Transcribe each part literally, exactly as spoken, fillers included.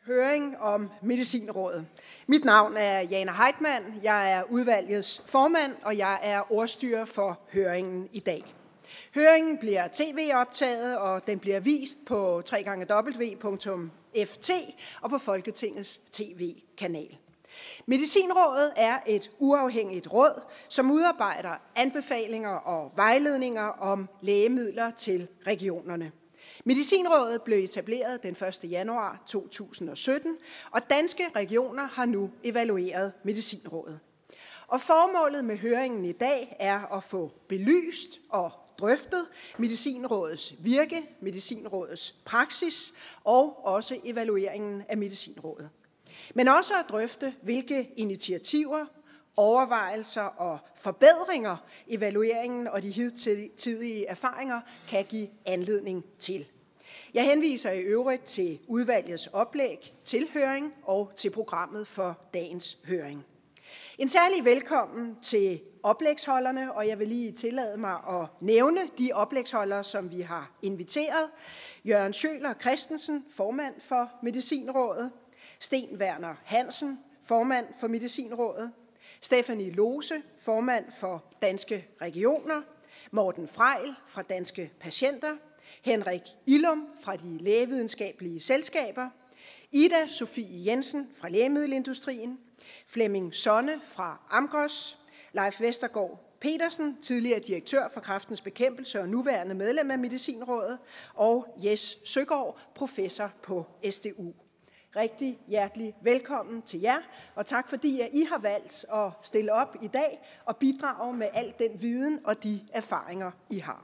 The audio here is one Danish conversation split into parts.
høring om Medicinrådet. Mit navn er Jana Heitmann, jeg er udvalgets formand, og jeg er ordstyrer for høringen i dag. Høringen bliver tv-optaget, og den bliver vist på w w w punktum f t og på Folketingets tv-kanal. Medicinrådet er et uafhængigt råd, som udarbejder anbefalinger og vejledninger om lægemidler til regionerne. Medicinrådet blev etableret den første januar to tusind og sytten, og danske regioner har nu evalueret Medicinrådet. Og formålet med høringen i dag er at få belyst og drøftet Medicinrådets virke, Medicinrådets praksis og også evalueringen af Medicinrådet. Men også at drøfte, hvilke initiativer, overvejelser og forbedringer evalueringen og de hidtidige erfaringer kan give anledning til. Jeg henviser i øvrigt til udvalgets oplæg til høring og til programmet for dagens høring. En særlig velkommen til oplægsholderne, og jeg vil lige tillade mig at nævne de oplægsholdere, som vi har inviteret. Jørgen Schøler Christensen, formand for Medicinrådet. Sten Werner Hansen, formand for Medicinrådet. Stephanie Lose, formand for Danske Regioner. Morten Frejl fra Danske Patienter. Henrik Illum fra de lægevidenskabelige selskaber. Ida Sofie Jensen fra Lægemiddelindustrien. Flemming Sonne fra Amgros. Leif Vestergaard Petersen, tidligere direktør for Kræftens Bekæmpelse og nuværende medlem af Medicinrådet. Og Jes Søgaard, professor på S D U. Rigtig hjertelig velkommen til jer, og tak fordi I har valgt at stille op i dag og bidrage med al den viden og de erfaringer, I har.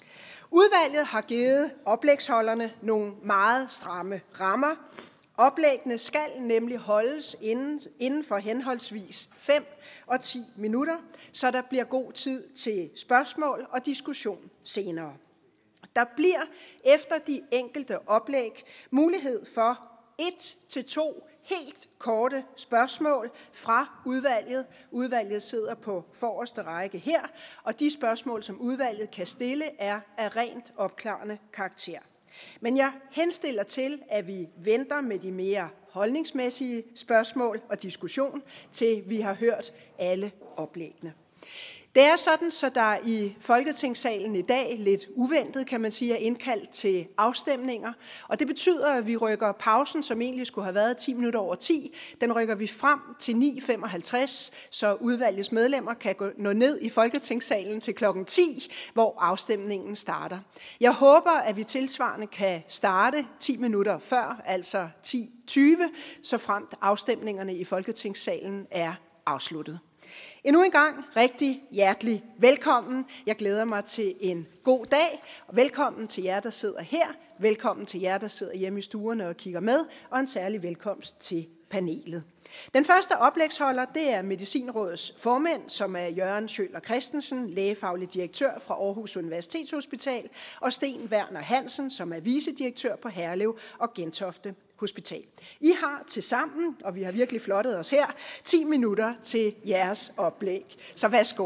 Udvalget har givet oplægsholderne nogle meget stramme rammer. Oplæggene skal nemlig holdes inden, inden for henholdsvis fem og ti minutter, så der bliver god tid til spørgsmål og diskussion senere. Der bliver efter de enkelte oplæg mulighed for et til to helt korte spørgsmål fra udvalget. Udvalget sidder på forreste række her, og de spørgsmål, som udvalget kan stille, er af rent opklarende karakter. Men jeg henstiller til, at vi venter med de mere holdningsmæssige spørgsmål og diskussion, til vi har hørt alle oplæggene. Det er sådan, så der i Folketingssalen i dag, lidt uventet kan man sige, er indkaldt til afstemninger. Og det betyder, at vi rykker pausen, som egentlig skulle have været ti minutter over ti, den rykker vi frem til ni femoghalvtreds, så udvalgets medlemmer kan gå, nå ned i Folketingssalen til klokken ti, hvor afstemningen starter. Jeg håber, at vi tilsvarende kan starte ti minutter før, altså ti tyve, så fremt afstemningerne i Folketingssalen er afsluttet. Endnu en gang rigtig hjertelig velkommen. Jeg glæder mig til en god dag. Velkommen til jer, der sidder her. Velkommen til jer, der sidder hjemme i stuerne og kigger med. Og en særlig velkomst til panelet. Den første oplægsholder, det er Medicinrådets formand, som er Jørgen Schøler Christensen, lægefaglig direktør fra Aarhus Universitetshospital, og Sten Werner Hansen, som er vicedirektør på Herlev og Gentofte Hospital. I har til sammen, og vi har virkelig flottet os her, ti minutter til jeres oplæg. Så værsgo.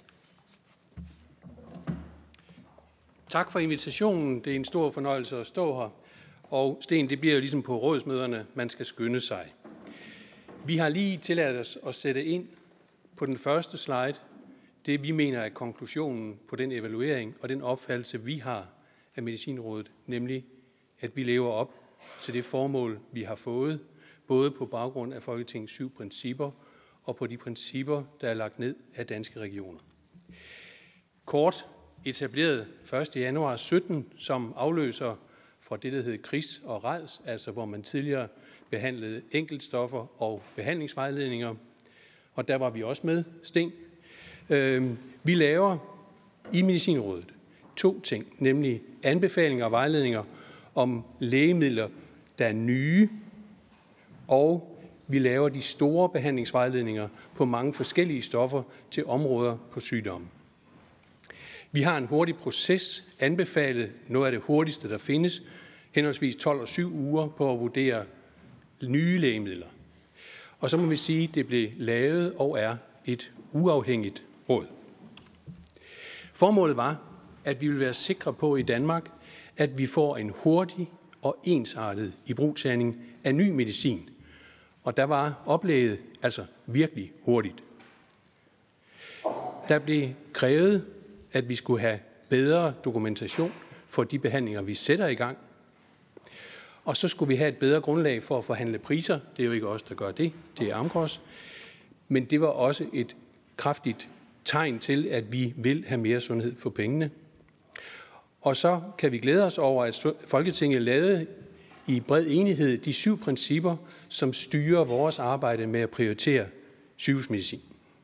Tak for invitationen. Det er en stor fornøjelse at stå her. Og Sten, det bliver jo ligesom på rådsmøderne, man skal skynde sig. Vi har lige tilladt os at sætte ind på den første slide, det vi mener er konklusionen på den evaluering og den opfattelse, vi har af Medicinrådet, nemlig at vi lever op til det formål, vi har fået, både på baggrund af Folketingets syv principper og på de principper, der er lagt ned af Danske Regioner. Kort etableret første januar sytten som afløser for det, der hed K R I S og R A D S, altså hvor man tidligere behandlede enkeltstoffer og behandlingsvejledninger. Og der var vi også med, Sten. Vi laver i Medicinrådet to ting, nemlig anbefalinger og vejledninger om lægemidler, der er nye, og vi laver de store behandlingsvejledninger på mange forskellige stoffer til områder på sygdomme. Vi har en hurtig proces, anbefalet noget af det hurtigste, der findes, henholdsvis tolv og syv uger på at vurdere nye lægemidler. Og så må vi sige, at det blev lavet og er et uafhængigt råd. Formålet var, at vi vil være sikre på i Danmark, at vi får en hurtig og ensartet ibrugtagning af ny medicin. Og der var oplægget altså virkelig hurtigt. Der blev krævet, at vi skulle have bedre dokumentation for de behandlinger, vi sætter i gang. Og så skulle vi have et bedre grundlag for at forhandle priser. Det er jo ikke os, der gør det. Det er Amgros. Men det var også et kraftigt tegn til, at vi vil have mere sundhed for pengene. Og så kan vi glæde os over, at Folketinget lavede i bred enighed de syv principper, som styrer vores arbejde med at prioritere sygehusmedicin.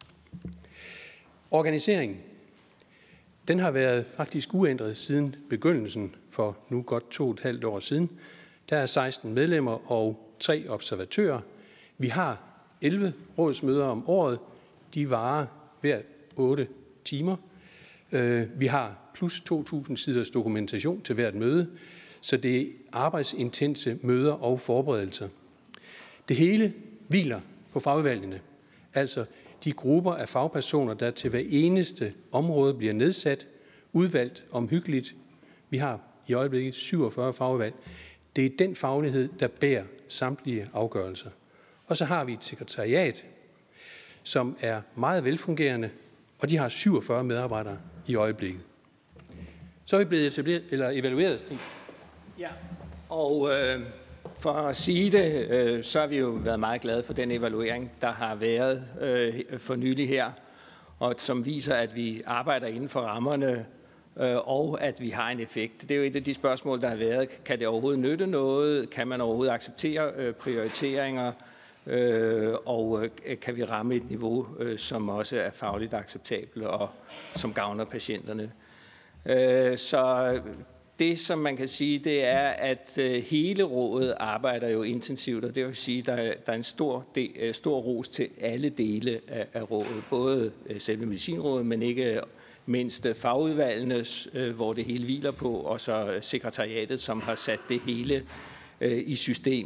Organiseringen, den har været faktisk uændret siden begyndelsen for nu godt to og et halvt år siden. Der er seksten medlemmer og tre observatører. Vi har elleve rådsmøder om året. De varer hver otte timer. Vi har plus to tusind siders dokumentation til hvert møde, så det er arbejdsintense møder og forberedelser. Det hele hviler på fagudvalgene, altså de grupper af fagpersoner, der til hver eneste område bliver nedsat, udvalgt omhyggeligt. Vi har i øjeblikket syvogfyrre fagudvalg. Det er den faglighed, der bærer samtlige afgørelser. Og så har vi et sekretariat, som er meget velfungerende, og de har syvogfyrre medarbejdere i øjeblikket. Så er vi blevet etableret, eller evalueret, Stig. Ja, og øh, for at sige det, øh, så har vi jo været meget glade for den evaluering, der har været øh, for nylig her, og som viser, at vi arbejder inden for rammerne, øh, og at vi har en effekt. Det er jo et af de spørgsmål, der har været. Kan det overhovedet nytte noget? Kan man overhovedet acceptere øh, prioriteringer? Øh, og øh, kan vi ramme et niveau, øh, som også er fagligt acceptabelt og som gavner patienterne? Øh, så det, som man kan sige, det er, at øh, hele rådet arbejder jo intensivt, og det vil sige, at der, der er en stor, del, stor ros til alle dele af, af rådet, både øh, selve medicinrådet, men ikke mindst fagudvalgene, øh, hvor det hele hviler på, og så sekretariatet, som har sat det hele øh, i system.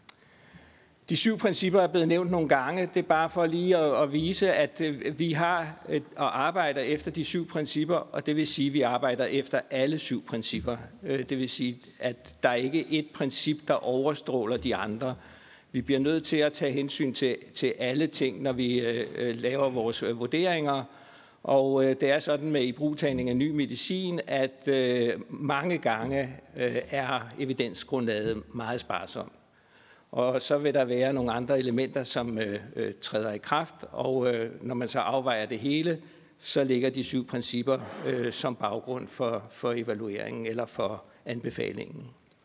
De syv principper er blevet nævnt nogle gange. Det er bare for lige at, at vise, at vi har et, og arbejder efter de syv principper, og det vil sige, at vi arbejder efter alle syv principper. Det vil sige, at der ikke er et princip, der overstråler de andre. Vi bliver nødt til at tage hensyn til, til alle ting, når vi øh, laver vores vurderinger. Og øh, det er sådan med ibrugtagning af ny medicin, at øh, mange gange øh, er evidensgrundlaget meget sparsomt. Og så vil der være nogle andre elementer, som øh, øh, træder i kraft, og øh, når man så afvejer det hele, så ligger de syv principper øh, som baggrund for, for evalueringen eller for anbefalingen.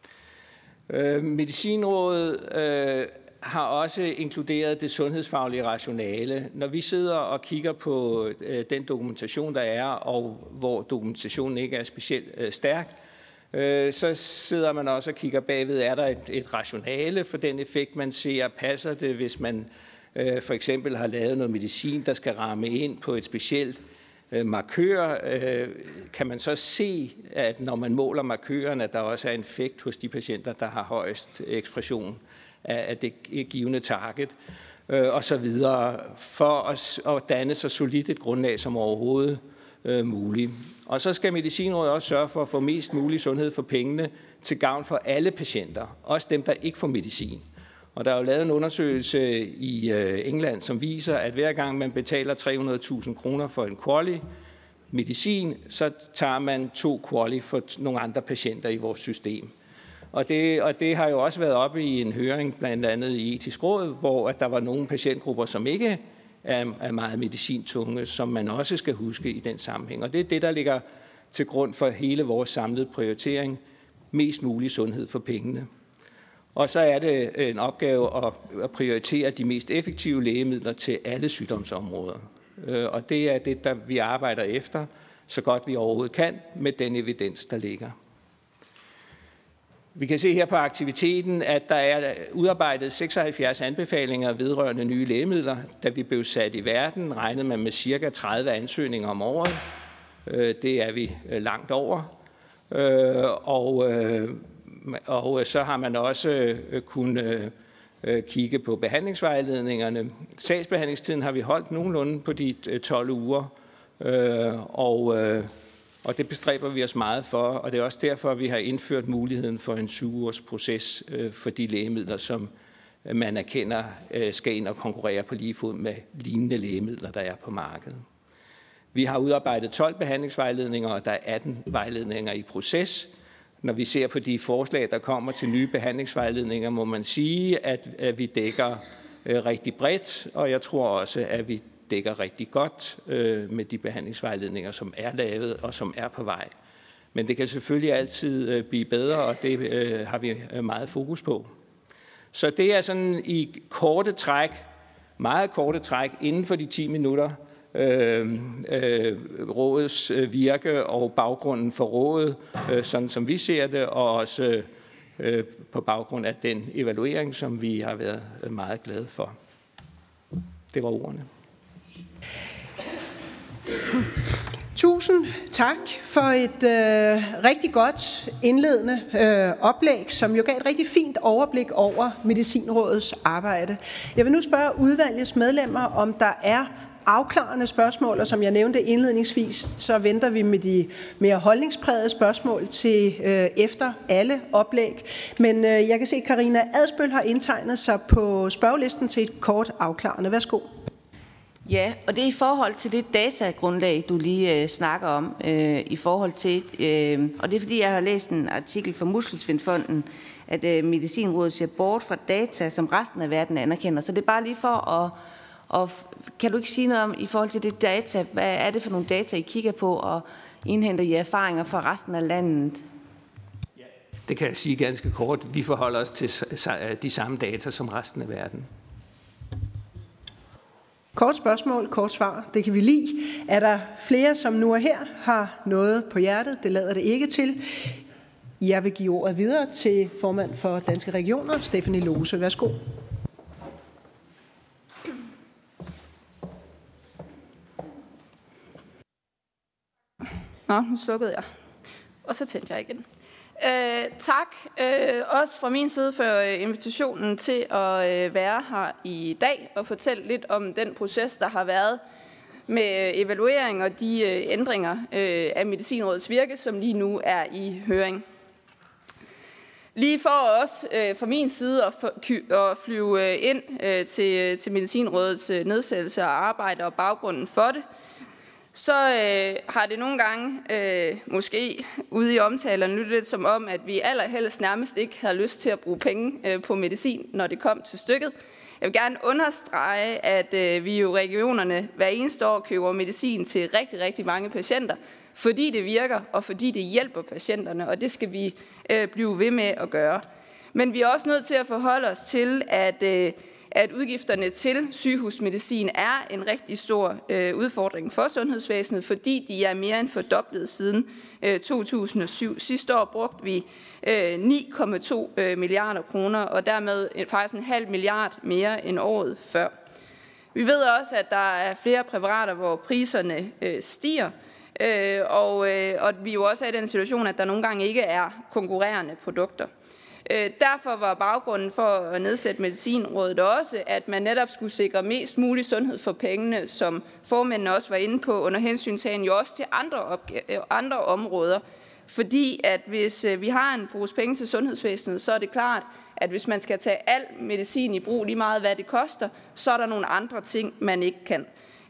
Øh, Medicinrådet øh, har også inkluderet det sundhedsfaglige rationale. Når vi sidder og kigger på øh, den dokumentation, der er, og hvor dokumentationen ikke er specielt øh, stærk, så sidder man også og kigger bagved, er der et, et rationale for den effekt, man ser, passer det, hvis man øh, for eksempel har lavet noget medicin, der skal ramme ind på et specielt øh, markør, øh, kan man så se, at når man måler markøren, at der også er en effekt hos de patienter, der har højst ekspression af, af det givende target, øh, og så videre, for at, at danne så solidt et grundlag som overhovedet Øh, muligt. Og så skal Medicinrådet også sørge for at få mest mulig sundhed for pengene til gavn for alle patienter, også dem, der ikke får medicin. Og der er jo lavet en undersøgelse i øh, England, som viser, at hver gang man betaler tre hundrede tusind kroner for en quali medicin, så tager man to quali for nogle andre patienter i vores system. Og det, og det har jo også været oppe i en høring, blandt andet i Etisk Råd, hvor at der var nogle patientgrupper, som ikke er meget medicintunge, som man også skal huske i den sammenhæng. Og det er det, der ligger til grund for hele vores samlede prioritering. Mest mulig sundhed for pengene. Og så er det en opgave at prioritere de mest effektive lægemidler til alle sygdomsområder. Og det er det, der vi arbejder efter, så godt vi overhovedet kan, med den evidens, der ligger. Vi kan se her på aktiviteten, at der er udarbejdet seksoghalvfjerds anbefalinger vedrørende nye lægemidler. Da vi blev sat i verden, regnede man med cirka tredive ansøgninger om året. Det er vi langt over. Og, og så har man også kunnet kigge på behandlingsvejledningerne. Sagsbehandlingstiden har vi holdt nogenlunde på de tolv uger. Og Og det bestræber vi os meget for, og det er også derfor, vi har indført muligheden for en syv ugers proces øh, for de lægemidler, som man erkender øh, skal ind og konkurrere på lige fod med lignende lægemidler, der er på markedet. Vi har udarbejdet tolv behandlingsvejledninger, og der er atten vejledninger i proces. Når vi ser på de forslag, der kommer til nye behandlingsvejledninger, må man sige, at, at vi dækker øh, rigtig bredt, og jeg tror også, at vi dækker rigtig godt øh, med de behandlingsvejledninger, som er lavet og som er på vej. Men det kan selvfølgelig altid øh, blive bedre, og det øh, har vi meget fokus på. Så det er sådan i korte træk, meget korte træk, inden for de ti minutter, øh, øh, rådets virke og baggrunden for rådet, øh, sådan som vi ser det, og også øh, på baggrund af den evaluering, som vi har været meget glade for. Det var ordene. Tusind tak for et øh, rigtig godt indledende øh, oplæg, som jo gav et rigtig fint overblik over Medicinrådets arbejde. Jeg vil nu spørge udvalgets medlemmer, om der er afklarende spørgsmål, og som jeg nævnte indledningsvis, så venter vi med de mere holdningsprægede spørgsmål til øh, efter alle oplæg. Men øh, jeg kan se, at Karina Adsbøl har indtegnet sig på spørgelisten til et kort afklarende. Værsgo. Ja, og det er i forhold til det datagrundlag, du lige øh, snakker om, øh, i forhold til, øh, og det er fordi, jeg har læst en artikel fra Muskelsvindfonden, at øh, Medicinrådet ser bort fra data, som resten af verden anerkender. Så det er bare lige for at, og kan du ikke sige noget om, i forhold til det data, hvad er det for nogle data, I kigger på, og indhenter I erfaringer fra resten af landet? Det kan jeg sige ganske kort. Vi forholder os til de samme data som resten af verden. Kort spørgsmål, kort svar. Det kan vi lide. Er der flere, som nu er her, har noget på hjertet? Det lader det ikke til. Jeg vil give ordet videre til formand for Danske Regioner, Stephanie Lose. Værsgo. Nå, nu slukkede jeg. Og så tændte jeg igen. Øh, tak øh, også fra min side for invitationen til at øh, være her i dag og fortælle lidt om den proces, der har været med evaluering og de øh, ændringer øh, af Medicinrådets virke, som lige nu er i høring. Lige for os øh, fra min side at, for, at flyve ind øh, til, til Medicinrådets øh, nedsættelse og arbejde og baggrunden for det, så øh, har det nogle gange, øh, måske ude i omtalerne, lyttet lidt som om, at vi allerhelst nærmest ikke havde lyst til at bruge penge øh, på medicin, når det kom til stykket. Jeg vil gerne understrege, at øh, vi jo regionerne hver eneste år køber medicin til rigtig, rigtig mange patienter, fordi det virker og fordi det hjælper patienterne, og det skal vi øh, blive ved med at gøre. Men vi er også nødt til at forholde os til, at øh, at udgifterne til sygehusmedicin er en rigtig stor øh, udfordring for sundhedsvæsenet, fordi de er mere end fordoblet siden øh, to tusind og syv. Sidste år brugte vi øh, ni komma to øh, milliarder kroner, og dermed faktisk en halv milliard mere end året før. Vi ved også, at der er flere præparater, hvor priserne øh, stiger, øh, og, øh, og vi er jo også er i den situation, at der nogle gange ikke er konkurrerende produkter. Derfor var baggrunden for at nedsætte Medicinrådet også, at man netop skulle sikre mest mulig sundhed for pengene, som formændene også var inde på, under hensyntagen jo også til andre, andre områder. Fordi at hvis vi har en pose penge til sundhedsvæsenet, så er det klart, at hvis man skal tage al medicin i brug, lige meget hvad det koster, så er der nogle andre ting, man ikke kan.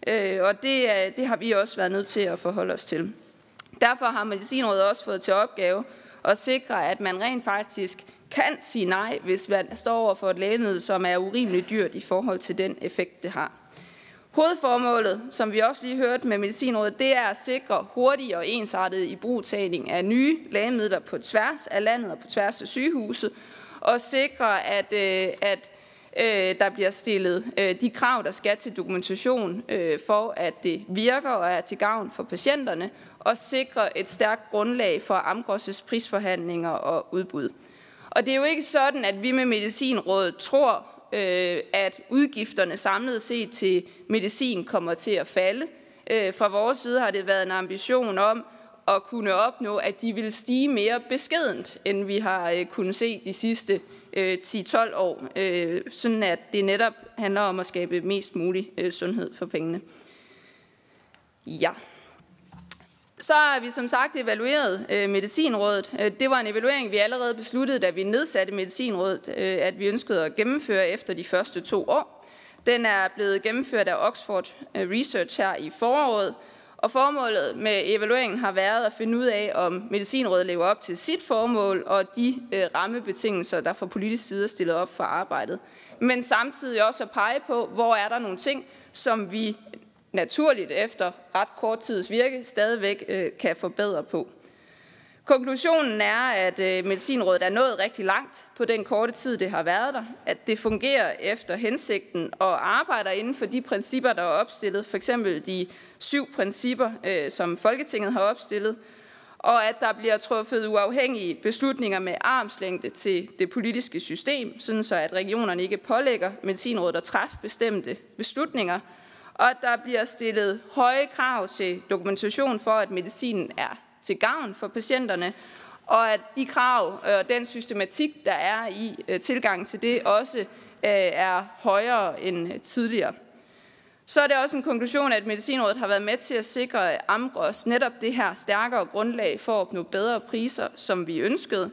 Og det, det har vi også været nødt til at forholde os til. Derfor har Medicinrådet også fået til opgave at sikre, at man rent faktisk kan sige nej, hvis man står over for et lægemiddel, som er urimeligt dyrt i forhold til den effekt, det har. Hovedformålet, som vi også lige hørte med Medicinrådet, det er at sikre hurtig og ensartet ibrugtagning af nye lægemidler på tværs af landet og på tværs af sygehuset, og sikre, at, at der bliver stillet de krav, der skal til dokumentation for, at det virker og er til gavn for patienterne, og sikre et stærkt grundlag for Amgros' prisforhandlinger og udbud. Og det er jo ikke sådan, at vi med Medicinrådet tror, øh, at udgifterne samlet set til medicin kommer til at falde. Øh, fra vores side har det været en ambition om at kunne opnå, at de vil stige mere beskedent, end vi har øh, kunnet se de sidste øh, ti til tolv år. Øh, sådan at det netop handler om at skabe mest mulig øh, sundhed for pengene. Ja. Så har vi som sagt evalueret øh, Medicinrådet. Det var en evaluering, vi allerede besluttede, da vi nedsatte Medicinrådet, øh, at vi ønskede at gennemføre efter de første to år. Den er blevet gennemført af Oxford Research her i foråret, og formålet med evalueringen har været at finde ud af, om Medicinrådet lever op til sit formål og de øh, rammebetingelser, der fra politisk side er stillet op for arbejdet. Men samtidig også at pege på, hvor er der nogle ting, som vi naturligt efter ret kort tids virke stadigvæk øh, kan forbedre på. Konklusionen er, at øh, Medicinrådet er nået rigtig langt på den korte tid, det har været der, at det fungerer efter hensigten og arbejder inden for de principper, der er opstillet, for eksempel de syv principper, øh, som Folketinget har opstillet, og at der bliver truffet uafhængige beslutninger med armslængde til det politiske system, sådan så at regionerne ikke pålægger Medicinrådet at træffe bestemte beslutninger, og at der bliver stillet høje krav til dokumentation for, at medicinen er til gavn for patienterne, og at de krav og den systematik, der er i tilgang til det, også er højere end tidligere. Så er det også en konklusion, at Medicinrådet har været med til at sikre Amgros netop det her stærkere grundlag for at opnå bedre priser, som vi ønskede,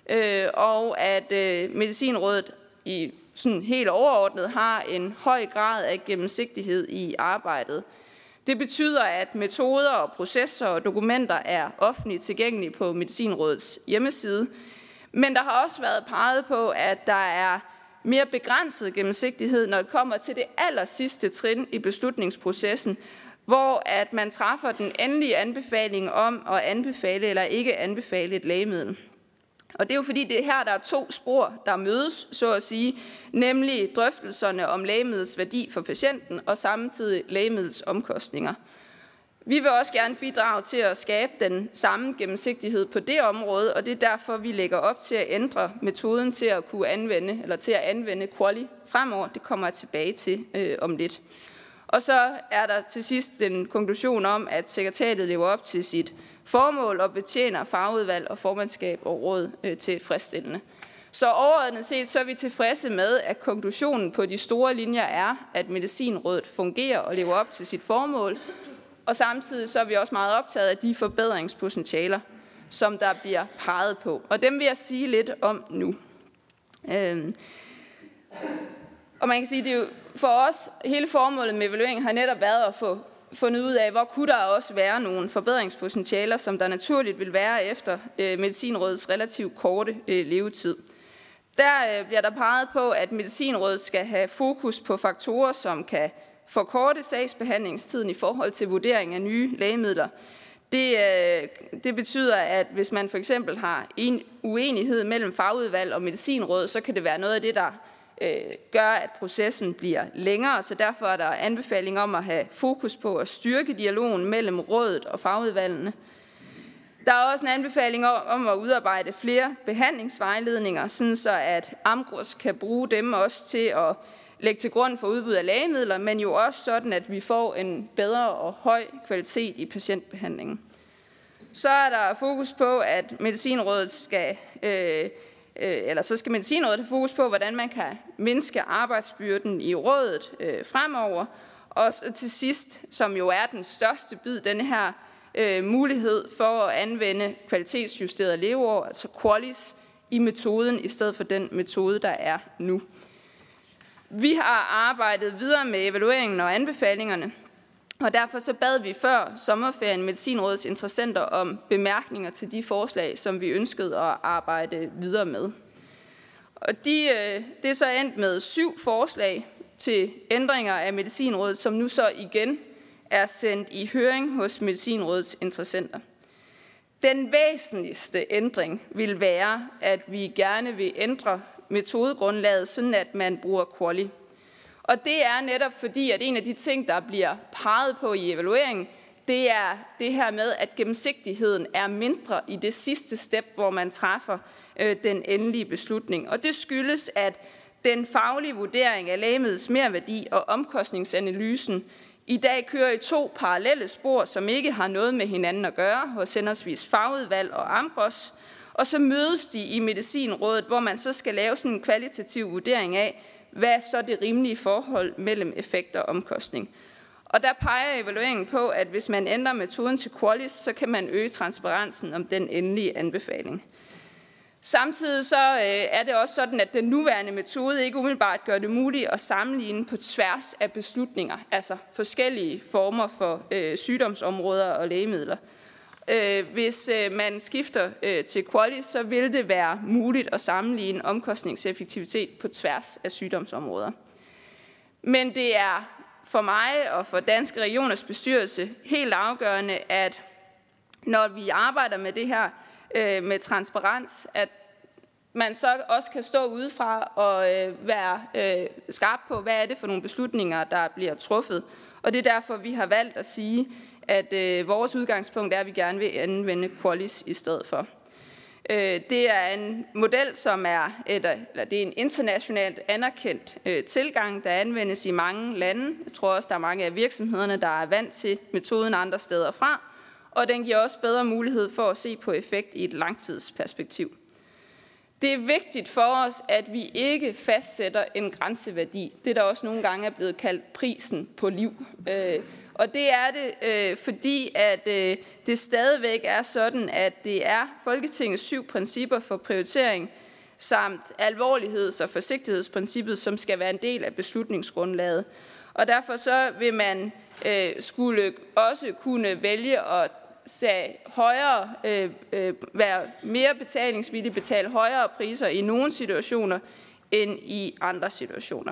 og at Medicinrådet i sådan helt overordnet har en høj grad af gennemsigtighed i arbejdet. Det betyder, at metoder og processer og dokumenter er offentligt tilgængelige på Medicinrådets hjemmeside, men der har også været peget på, at der er mere begrænset gennemsigtighed, når det kommer til det aller sidste trin i beslutningsprocessen, hvor at man træffer den endelige anbefaling om at anbefale eller ikke anbefale et lægemiddel. Og det er jo fordi, det er her, der er to spor, der mødes, så at sige, nemlig drøftelserne om lægemidlets værdi for patienten og samtidig lægemidlets omkostninger. Vi vil også gerne bidrage til at skabe den samme gennemsigtighed på det område, og det er derfor, vi lægger op til at ændre metoden til at kunne anvende, eller til at anvende Quali fremover. Det kommer jeg tilbage til øh, om lidt. Og så er der til sidst en konklusion om, at sekretariatet lever op til sit formål og betjener fagudvalg og formandskab og råd øh, til fristillende. Så overordnet set så er vi tilfredse med, at konklusionen på de store linjer er, at Medicinrådet fungerer og lever op til sit formål, og samtidig så er vi også meget optaget af de forbedringspotentialer, som der bliver peget på. Og dem vil jeg sige lidt om nu. Øhm. Og man kan sige, det er jo for os, hele formålet med evalueringen har netop været at få fundet ud af, hvor kunne der også være nogle forbedringspotentialer, som der naturligt vil være efter øh, Medicinrådets relativt korte øh, levetid. Der øh, bliver der peget på, at Medicinrådet skal have fokus på faktorer, som kan forkorte sagsbehandlingstiden i forhold til vurdering af nye lægemidler. Det, øh, det betyder, at hvis man for eksempel har en uenighed mellem fagudvalg og Medicinråd, så kan det være noget af det, der øh, gør, at processen bliver længere. Så derfor er der anbefaling om at have fokus på at styrke dialogen mellem rådet og fagudvalgene. Der er også en anbefaling om at udarbejde flere behandlingsvejledninger, sådan så at Amgros kan bruge dem også til at lægge til grund for udbud af lægemidler, men jo også sådan, at vi får en bedre og høj kvalitet i patientbehandlingen. Så er der fokus på, at Medicinrådet skal, øh, øh, eller så skal Medicinrådet have fokus på, hvordan man kan mindske arbejdsbyrden i rådet øh, fremover. Og til sidst, som jo er den største bid, denne her øh, mulighed for at anvende kvalitetsjusteret leveår, altså Qualis, i metoden i stedet for den metode, der er nu. Vi har arbejdet videre med evalueringen og anbefalingerne, og derfor så bad vi før sommerferien Medicinrådets interessenter om bemærkninger til de forslag, som vi ønskede at arbejde videre med. Og de, det er så endt med syv forslag til ændringer af Medicinrådet, som nu så igen er sendt i høring hos Medicinrådets interessenter. Den væsentligste ændring vil være, at vi gerne vil ændre metodegrundlaget, sådan at man bruger Quali. Og det er netop fordi, at en af de ting, der bliver peget på i evalueringen, det er det her med, at gennemsigtigheden er mindre i det sidste step, hvor man træffer øh, den endelige beslutning. Og det skyldes, at den faglige vurdering af lægemidlets merværdi og omkostningsanalysen i dag kører i to parallelle spor, som ikke har noget med hinanden at gøre hos henholdsvis fagudvalg og Amgros. Og så mødes de i Medicinrådet, hvor man så skal lave sådan en kvalitativ vurdering af, hvad er så det rimelige forhold mellem effekt og omkostning. Og der peger evalueringen på, at hvis man ændrer metoden til QALYS, så kan man øge transparensen om den endelige anbefaling. Samtidig så er det også sådan, at den nuværende metode ikke umiddelbart gør det muligt at sammenligne på tværs af beslutninger, altså forskellige former for øh, sygdomsområder og lægemidler. Øh, hvis øh, man skifter øh, til QALYS, så vil det være muligt at sammenligne omkostningseffektivitet på tværs af sygdomsområder. Men det er for mig og for Danske Regioners bestyrelse helt afgørende, at når vi arbejder med det her øh, med transparens, at man så også kan stå udefra og øh, være øh, skarp på, hvad er det for nogle beslutninger, der bliver truffet. Og det er derfor, vi har valgt at sige, at øh, vores udgangspunkt er, at vi gerne vil anvende QALYS i stedet for. Øh, det er en model, som er, et, eller det er en internationalt anerkendt øh, tilgang, der anvendes i mange lande. Jeg tror også, der er mange af virksomhederne, der er vant til metoden andre steder fra, og den giver også bedre mulighed for at se på effekt i et langtidsperspektiv. Det er vigtigt for os, at vi ikke fastsætter en grænseværdi. Det, der også nogle gange er blevet kaldt prisen på liv. Og det er det, fordi at det stadigvæk er sådan, at det er Folketingets syv principper for prioritering samt alvorligheds- og forsigtighedsprincippet, som skal være en del af beslutningsgrundlaget. Og derfor så vil man skulle også kunne vælge at tage højere, øh, øh, være mere betalingsvillig, betale højere priser i nogle situationer end i andre situationer.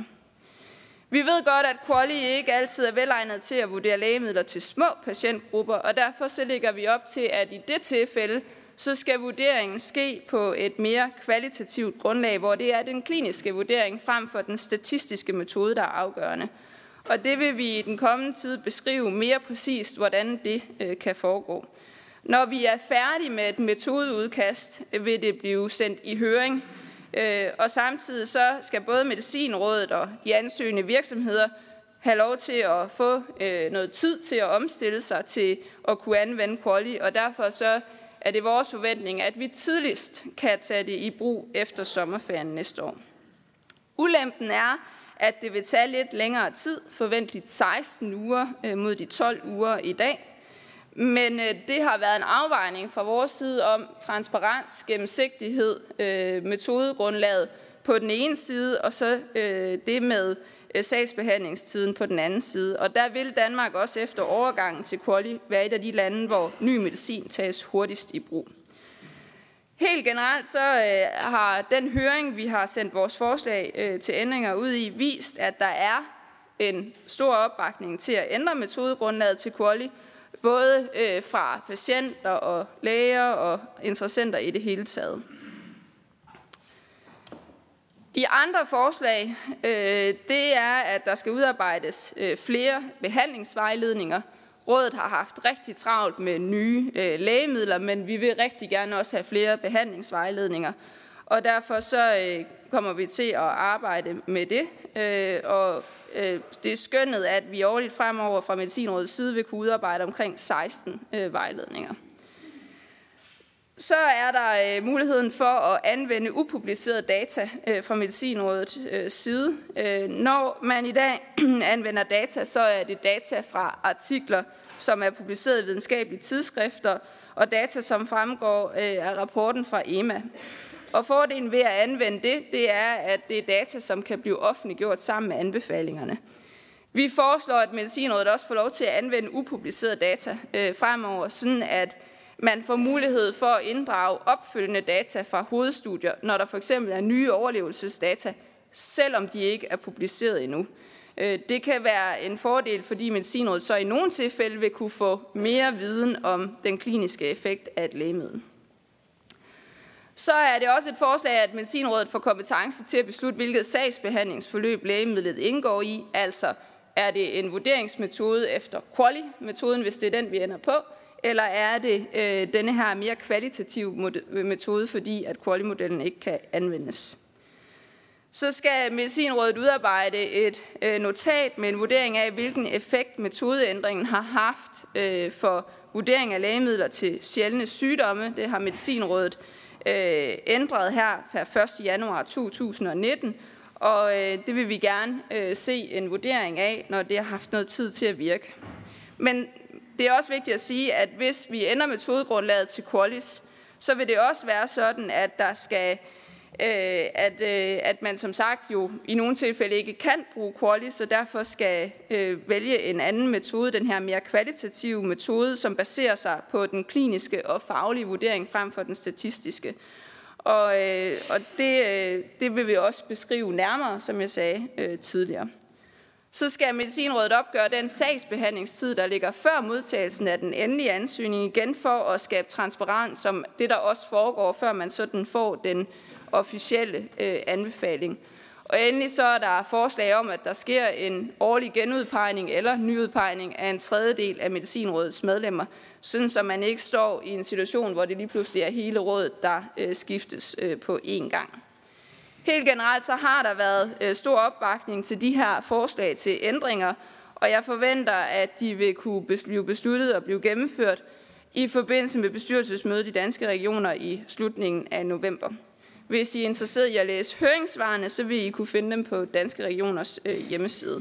Vi ved godt, at QALY ikke altid er velegnet til at vurdere lægemidler til små patientgrupper, og derfor så lægger vi op til, at i det tilfælde, så skal vurderingen ske på et mere kvalitativt grundlag, hvor det er den kliniske vurdering frem for den statistiske metode, der er afgørende. Og det vil vi i den kommende tid beskrive mere præcist, hvordan det øh, kan foregå. Når vi er færdige med et metodeudkast, vil det blive sendt i høring, øh, og samtidig så skal både Medicinrådet og de ansøgende virksomheder have lov til at få øh, noget tid til at omstille sig til at kunne anvende QALY, og derfor så er det vores forventning, at vi tidligst kan tage det i brug efter sommerferien næste år. Ulempen er, at det vil tage lidt længere tid, forventeligt seksten uger mod de tolv uger i dag. Men det har været en afvejning fra vores side om transparens, gennemsigtighed, metodegrundlaget på den ene side, og så det med sagsbehandlingstiden på den anden side. Og der vil Danmark også efter overgangen til QALY være et af de lande, hvor ny medicin tages hurtigst i brug. Helt generelt så øh, har den høring, vi har sendt vores forslag øh, til ændringer ud i, vist, at der er en stor opbakning til at ændre metodegrundlaget til QALY, både øh, fra patienter og læger og interessenter i det hele taget. De andre forslag, øh, det er, at der skal udarbejdes øh, flere behandlingsvejledninger. Rådet har haft rigtig travlt med nye øh, lægemidler, men vi vil rigtig gerne også have flere behandlingsvejledninger. Og derfor så øh, kommer vi til at arbejde med det. Øh, og øh, det er skønnet, at vi årligt fremover fra Medicinrådets side vil kunne udarbejde omkring seksten øh, vejledninger. Så er der øh, muligheden for at anvende upublicerede data øh, fra Medicinrådets øh, side. Øh, når man i dag anvender data, så er det data fra artikler, som er publiceret i videnskabelige tidsskrifter, og data, som fremgår øh, af rapporten fra E M A. Og fordelen ved at anvende det, det er, at det er data, som kan blive offentliggjort sammen med anbefalingerne. Vi foreslår, at Medicinrådet også får lov til at anvende upublicerede data øh, fremover, sådan at man får mulighed for at inddrage opfølgende data fra hovedstudier, når der for eksempel er nye overlevelsesdata, selvom de ikke er publiceret endnu. Det kan være en fordel, fordi Medicinrådet så i nogle tilfælde vil kunne få mere viden om den kliniske effekt af et lægemiddel. Så er det også et forslag, at Medicinrådet får kompetence til at beslutte, hvilket sagsbehandlingsforløb lægemidlet indgår i. Altså er det en vurderingsmetode efter QALY-metoden, hvis det er den, vi ender på, eller er det øh, denne her mere kvalitative metode, fordi at QALY-modellen ikke kan anvendes. Så skal Medicinrådet udarbejde et øh, notat med en vurdering af, hvilken effekt metodeændringen har haft øh, for vurdering af lægemidler til sjældne sygdomme. Det har Medicinrådet øh, ændret her per første januar to tusind og nitten, Og øh, det vil vi gerne øh, se en vurdering af, når det har haft noget tid til at virke. Men det er også vigtigt at sige, at hvis vi ændrer metodegrundlaget til QALYS, så vil det også være sådan, at der skal Øh, at, øh, at man som sagt jo i nogle tilfælde ikke kan bruge QALYS, og derfor skal øh, vælge en anden metode, den her mere kvalitative metode, som baserer sig på den kliniske og faglige vurdering frem for den statistiske. Og, øh, og det, øh, det vil vi også beskrive nærmere, som jeg sagde øh, tidligere. Så skal Medicinrådet opgøre den sagsbehandlingstid, der ligger før modtagelsen af den endelige ansøgning, igen for at skabe transparens om det, der også foregår, før man sådan får den officielle øh, anbefaling. Og endelig så er der forslag om, at der sker en årlig genudpegning eller nyudpegning af en tredjedel af Medicinrådets medlemmer, sådan så man ikke står i en situation, hvor det lige pludselig er hele rådet, der øh, skiftes øh, på én gang. Helt generelt så har der været øh, stor opbakning til de her forslag til ændringer, og jeg forventer, at de vil kunne blive besluttet og blive gennemført i forbindelse med bestyrelsesmødet i Danske Regioner i slutningen af november. Hvis I er interesseret i at læse høringssvarene, så vil I kunne finde dem på Danske Regioners øh, hjemmeside.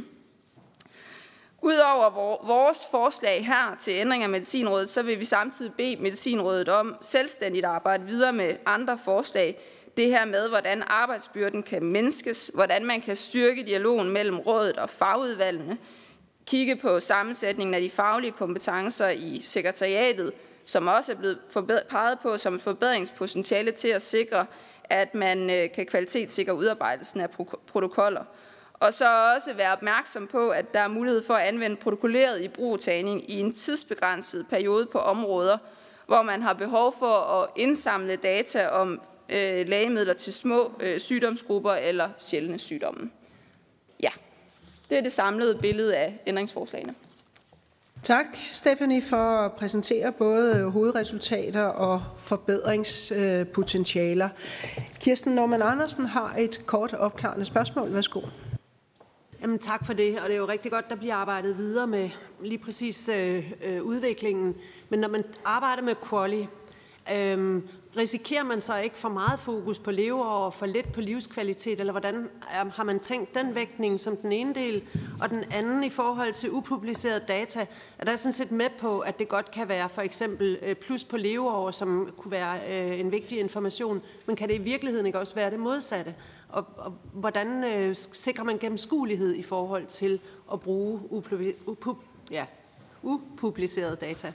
Udover vores forslag her til ændring af Medicinrådet, så vil vi samtidig bede Medicinrådet om selvstændigt at arbejde videre med andre forslag. Det her med, hvordan arbejdsbyrden kan mindskes, hvordan man kan styrke dialogen mellem rådet og fagudvalgene, kigge på sammensætningen af de faglige kompetencer i sekretariatet, som også er blevet peget på som forbedringspotentiale til at sikre, at man kan kvalitetssikre udarbejdelsen af protokoller. Og så også være opmærksom på, at der er mulighed for at anvende protokolleret i brugtagning i en tidsbegrænset periode på områder, hvor man har behov for at indsamle data om øh, lægemidler til små øh, sygdomsgrupper eller sjældne sygdomme. Ja, det er det samlede billede af ændringsforslagene. Tak, Stephanie, for at præsentere både hovedresultater og forbedringspotentialer. Kirsten Normann Andersen har et kort opklarende spørgsmål. Værsgo. Jamen, tak for det, og det er jo rigtig godt, der bliver arbejdet videre med lige præcis øh, øh, udviklingen. Men når man arbejder med QALY, øh, risikerer man så ikke for meget fokus på leveår og for lidt på livskvalitet, eller hvordan har man tænkt den vægtning som den ene del, og den anden i forhold til upublicerede data? Er der sådan set med på, at det godt kan være for eksempel plus på leveår, som kunne være øh, en vigtig information, men kan det i virkeligheden ikke også være det modsatte? Og, og hvordan øh, sikrer man gennemskuelighed i forhold til at bruge upubli- upub- ja, upublicerede data?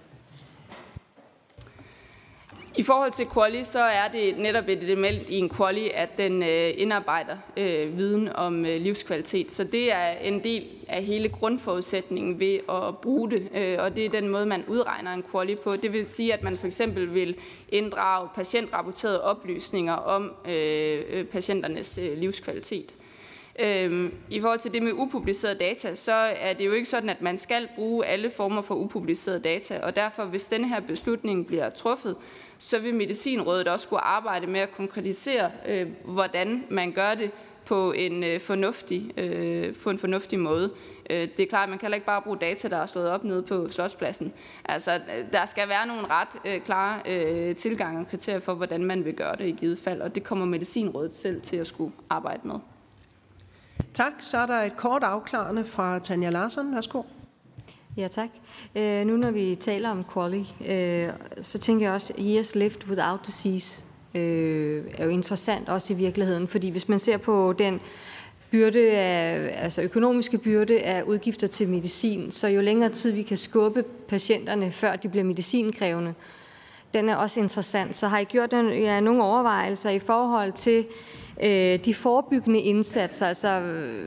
I forhold til QALY, så er det netop et element i en QALY, at den øh, indarbejder øh, viden om øh, livskvalitet. Så det er en del af hele grundforudsætningen ved at bruge det, øh, og det er den måde, man udregner en QALY på. Det vil sige, at man for eksempel vil inddrage patientrapporterede oplysninger om øh, patienternes øh, livskvalitet. Øhm, I forhold til det med upublicerede data, så er det jo ikke sådan, at man skal bruge alle former for upublicerede data, og derfor, hvis denne her beslutning bliver truffet, så vil Medicinrådet også skulle arbejde med at konkretisere, øh, hvordan man gør det på en, øh, fornuftig, øh, på en fornuftig måde. Øh, det er klart, at man kan heller ikke bare bruge data, der er slået op nede på Slotspladsen. Altså, der skal være nogle ret øh, klare øh, tilgange og kriterier for, hvordan man vil gøre det i givet fald, og det kommer Medicinrådet selv til at skulle arbejde med. Tak. Så er der et kort afklarende fra Tanja Larsson. Værsgo. Ja, tak. Øh, nu når vi taler om QALY, øh, så tænker jeg også, years lived without disease øh, er jo interessant også i virkeligheden, fordi hvis man ser på den byrde af, altså økonomiske byrde af udgifter til medicin, så jo længere tid vi kan skubbe patienterne, før de bliver medicinkrævende, den er også interessant. Så har I gjort ja, nogle overvejelser i forhold til øh, de forebyggende indsatser, altså øh,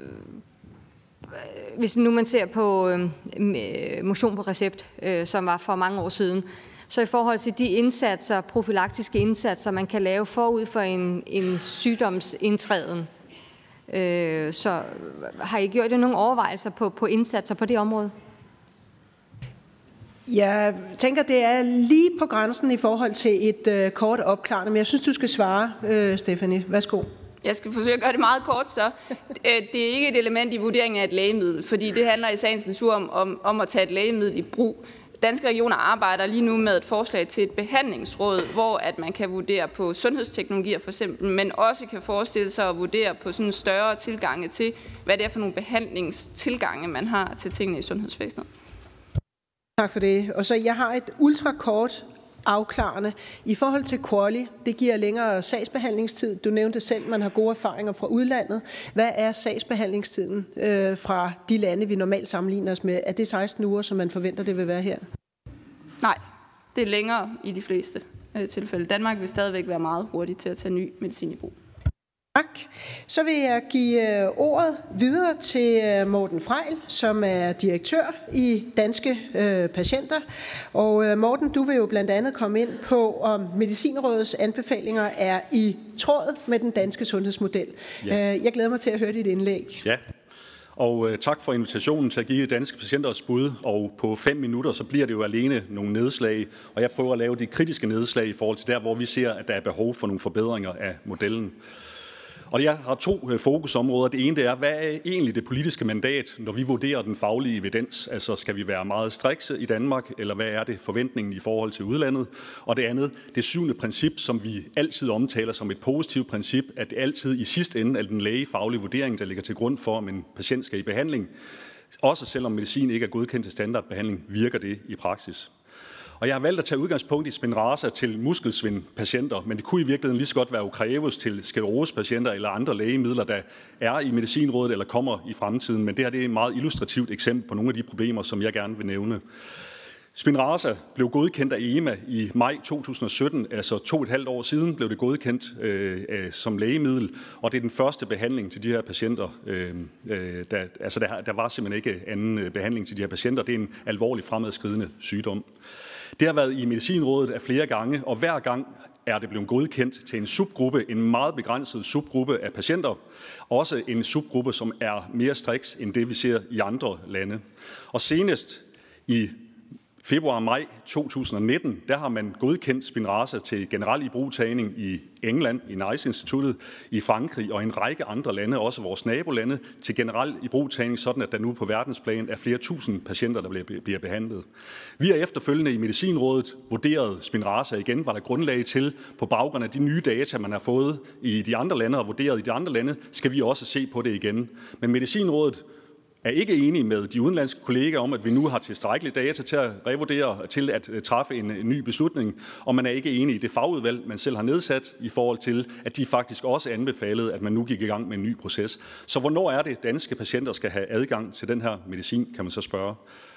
hvis nu man ser på øh, motion på recept, øh, som var for mange år siden, så i forhold til de indsatser, profylaktiske indsatser, man kan lave forud for en, en sygdomsindtræden, øh, så har I gjort nogle overvejelser på, på indsatser på det område? Jeg tænker, det er lige på grænsen i forhold til et øh, kort opklarende, men jeg synes, du skal svare, øh, Stephanie. Værsgo. Jeg skal forsøge at gøre det meget kort så. Det er ikke et element i vurderingen af et lægemiddel, fordi det handler i sagens natur om, om, om at tage et lægemiddel i brug. Danske Regioner arbejder lige nu med et forslag til et behandlingsråd, hvor at man kan vurdere på sundhedsteknologier for eksempel, men også kan forestille sig at vurdere på sådan større tilgange til, hvad det er for nogle behandlingstilgange, man har til tingene i sundhedsvæsenet. Tak for det. Og så jeg har et ultrakort afklarende. I forhold til QALY, det giver længere sagsbehandlingstid. Du nævnte selv, at man har gode erfaringer fra udlandet. Hvad er sagsbehandlingstiden øh, fra de lande, vi normalt sammenligner os med? Er det seksten uger, som man forventer, det vil være her? Nej, det er længere i de fleste øh, tilfælde. Danmark vil stadigvæk være meget hurtigt til at tage ny medicin i brug. Tak. Så vil jeg give ordet videre til Morten Frejl, som er direktør i Danske øh, Patienter. Og Morten, du vil jo blandt andet komme ind på, om Medicinrådets anbefalinger er i tråd med den danske sundhedsmodel. Ja. Jeg glæder mig til at høre dit indlæg. Ja, og øh, tak for invitationen til at give Danske Patienter et bud. Og på fem minutter, så bliver det jo alene nogle nedslag. Og jeg prøver at lave de kritiske nedslag i forhold til der, hvor vi ser, at der er behov for nogle forbedringer af modellen. Og jeg har to fokusområder. Det ene det er, hvad er egentlig det politiske mandat, når vi vurderer den faglige evidens? Altså skal vi være meget strikse i Danmark, eller hvad er det forventningen i forhold til udlandet? Og det andet, det syvende princip, som vi altid omtaler som et positivt princip, at det altid i sidste ende er den lægefaglige vurdering, der ligger til grund for, om en patient skal i behandling. Også selvom medicin ikke er godkendt til standardbehandling, virker det i praksis. Og jeg har valgt at tage udgangspunkt i Spinraza til muskelsvindpatienter, men det kunne i virkeligheden lige så godt være Ocrevus til sklerosepatienter eller andre lægemidler, der er i Medicinrådet eller kommer i fremtiden. Men det her det er et meget illustrativt eksempel på nogle af de problemer, som jeg gerne vil nævne. Spinraza blev godkendt af E M A i maj to tusind og sytten, altså to og et halvt år siden blev det godkendt øh, som lægemiddel, og det er den første behandling til de her patienter. Øh, øh, der, altså der, der var simpelthen ikke anden behandling til de her patienter. Det er en alvorlig fremadskridende sygdom. Det har været i Medicinrådet af flere gange, og hver gang er det blevet godkendt til en subgruppe, en meget begrænset subgruppe af patienter. Også en subgruppe, som er mere striks end det, vi ser i andre lande. Og senest i februar-maj to tusind og nitten, der har man godkendt Spinraza til generel ibrugtagning i England, i NICE-instituttet, i Frankrig og en række andre lande, også vores nabolande, til generel ibrugtagning, sådan at der nu på verdensplan er flere tusind patienter, der bliver behandlet. Vi har efterfølgende i Medicinrådet vurderet Spinraza igen, var der grundlag til, på baggrund af de nye data, man har fået i de andre lande og vurderet i de andre lande, skal vi også se på det igen. Men Medicinrådet er ikke enige med de udenlandske kollegaer om, at vi nu har tilstrækkelige data til at revurdere, til at træffe en ny beslutning, og man er ikke enige i det fagudvalg, man selv har nedsat, i forhold til, at de faktisk også anbefalede, at man nu gik i gang med en ny proces. Så hvornår er det, danske patienter skal have adgang til den her medicin, kan man så spørge.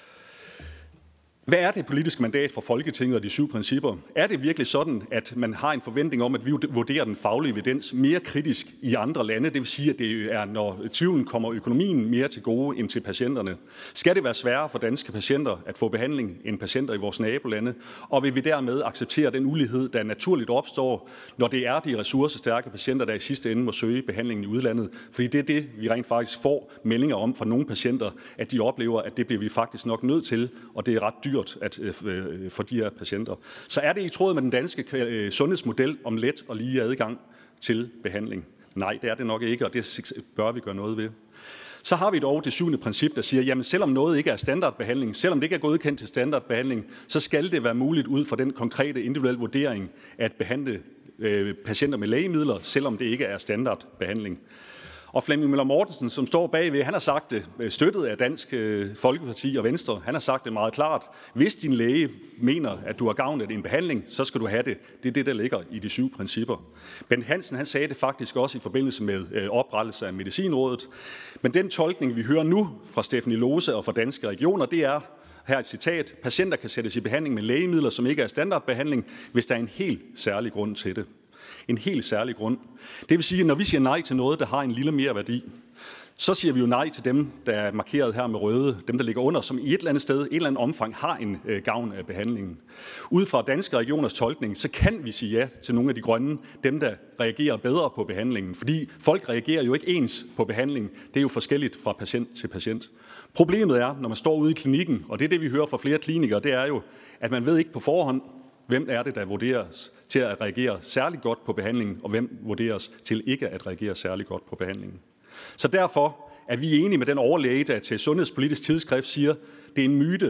Hvad er det politiske mandat for Folketinget og de syv principper? Er det virkelig sådan, at man har en forventning om, at vi vurderer den faglige evidens mere kritisk i andre lande? Det vil sige, at det er, når tvivlen kommer økonomien mere til gode end til patienterne. Skal det være sværere for danske patienter at få behandling end patienter i vores nabolande? Og vil vi dermed acceptere den ulighed, der naturligt opstår, når det er de ressourcestærke patienter, der i sidste ende må søge behandlingen i udlandet? Fordi det er det, vi rent faktisk får meldinger om fra nogle patienter, at de oplever, at det bliver vi faktisk nok nødt til, og det er ret dyrt at, øh, for de her patienter. Så er det i tråd med den danske øh, sundhedsmodel om let og lige adgang til behandling? Nej, det er det nok ikke, og det bør vi gøre noget ved. Så har vi dog det syvende princip, der siger, jamen selvom noget ikke er standardbehandling, selvom det ikke er godkendt til standardbehandling, så skal det være muligt ud fra den konkrete individuelle vurdering at behandle øh, patienter med lægemidler, selvom det ikke er standardbehandling. Og Flemming Møller Mortensen, som står bagved, han har sagt det, støttet af Dansk Folkeparti og Venstre, han har sagt det meget klart. Hvis din læge mener, at du har gavn af din behandling, så skal du have det. Det er det, der ligger i de syv principper. Bent Hansen, han sagde det faktisk også i forbindelse med oprettelse af Medicinrådet. Men den tolkning, vi hører nu fra Stephanie Lose og fra Danske Regioner, det er, her et citat, patienter kan sættes i behandling med lægemidler, som ikke er standardbehandling, hvis der er en helt særlig grund til det. En helt særlig grund. Det vil sige, at når vi siger nej til noget, der har en lille mere værdi, så siger vi jo nej til dem, der er markeret her med røde, dem, der ligger under, som i et eller andet sted, et eller andet omfang, har en øh, gavn af behandlingen. Ud fra Danske Regioners tolkning, så kan vi sige ja til nogle af de grønne, dem, der reagerer bedre på behandlingen. Fordi folk reagerer jo ikke ens på behandling. Det er jo forskelligt fra patient til patient. Problemet er, når man står ude i klinikken, og det er det, vi hører fra flere klinikere, det er jo, at man ved ikke på forhånd, hvem er det, der vurderes til at reagere særlig godt på behandlingen, og hvem vurderes til ikke at reagere særlig godt på behandlingen. Så derfor er vi enige med den overlæge, der til Sundhedspolitisk Tidsskrift siger, det er en myte,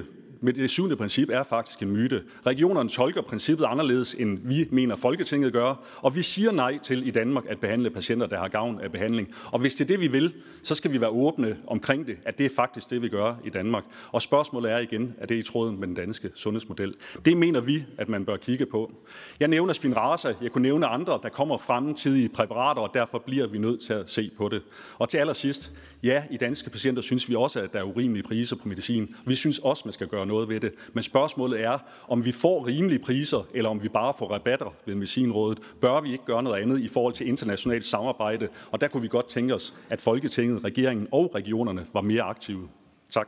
Men det syvende princip er faktisk en myte. Regionerne tolker princippet anderledes, end vi mener Folketinget gør, og vi siger nej til i Danmark at behandle patienter, der har gavn af behandling. Og hvis det er det, vi vil, så skal vi være åbne omkring det, at det er faktisk det, vi gør i Danmark. Og spørgsmålet er igen, er det i tråd med den danske sundhedsmodel? Det mener vi, at man bør kigge på. Jeg nævner Spinraza, jeg kunne nævne andre, der kommer fremtidige præparater, og derfor bliver vi nødt til at se på det. Og til allersidst, ja, i danske patienter synes vi også, at der er urimelige priser på medicin. Vi synes også, man skal gøre noget ved det. Men spørgsmålet er, om vi får rimelige priser, eller om vi bare får rabatter ved Medicinrådet. Bør vi ikke gøre noget andet i forhold til internationalt samarbejde? Og der kunne vi godt tænke os, at Folketinget, regeringen og regionerne var mere aktive. Tak.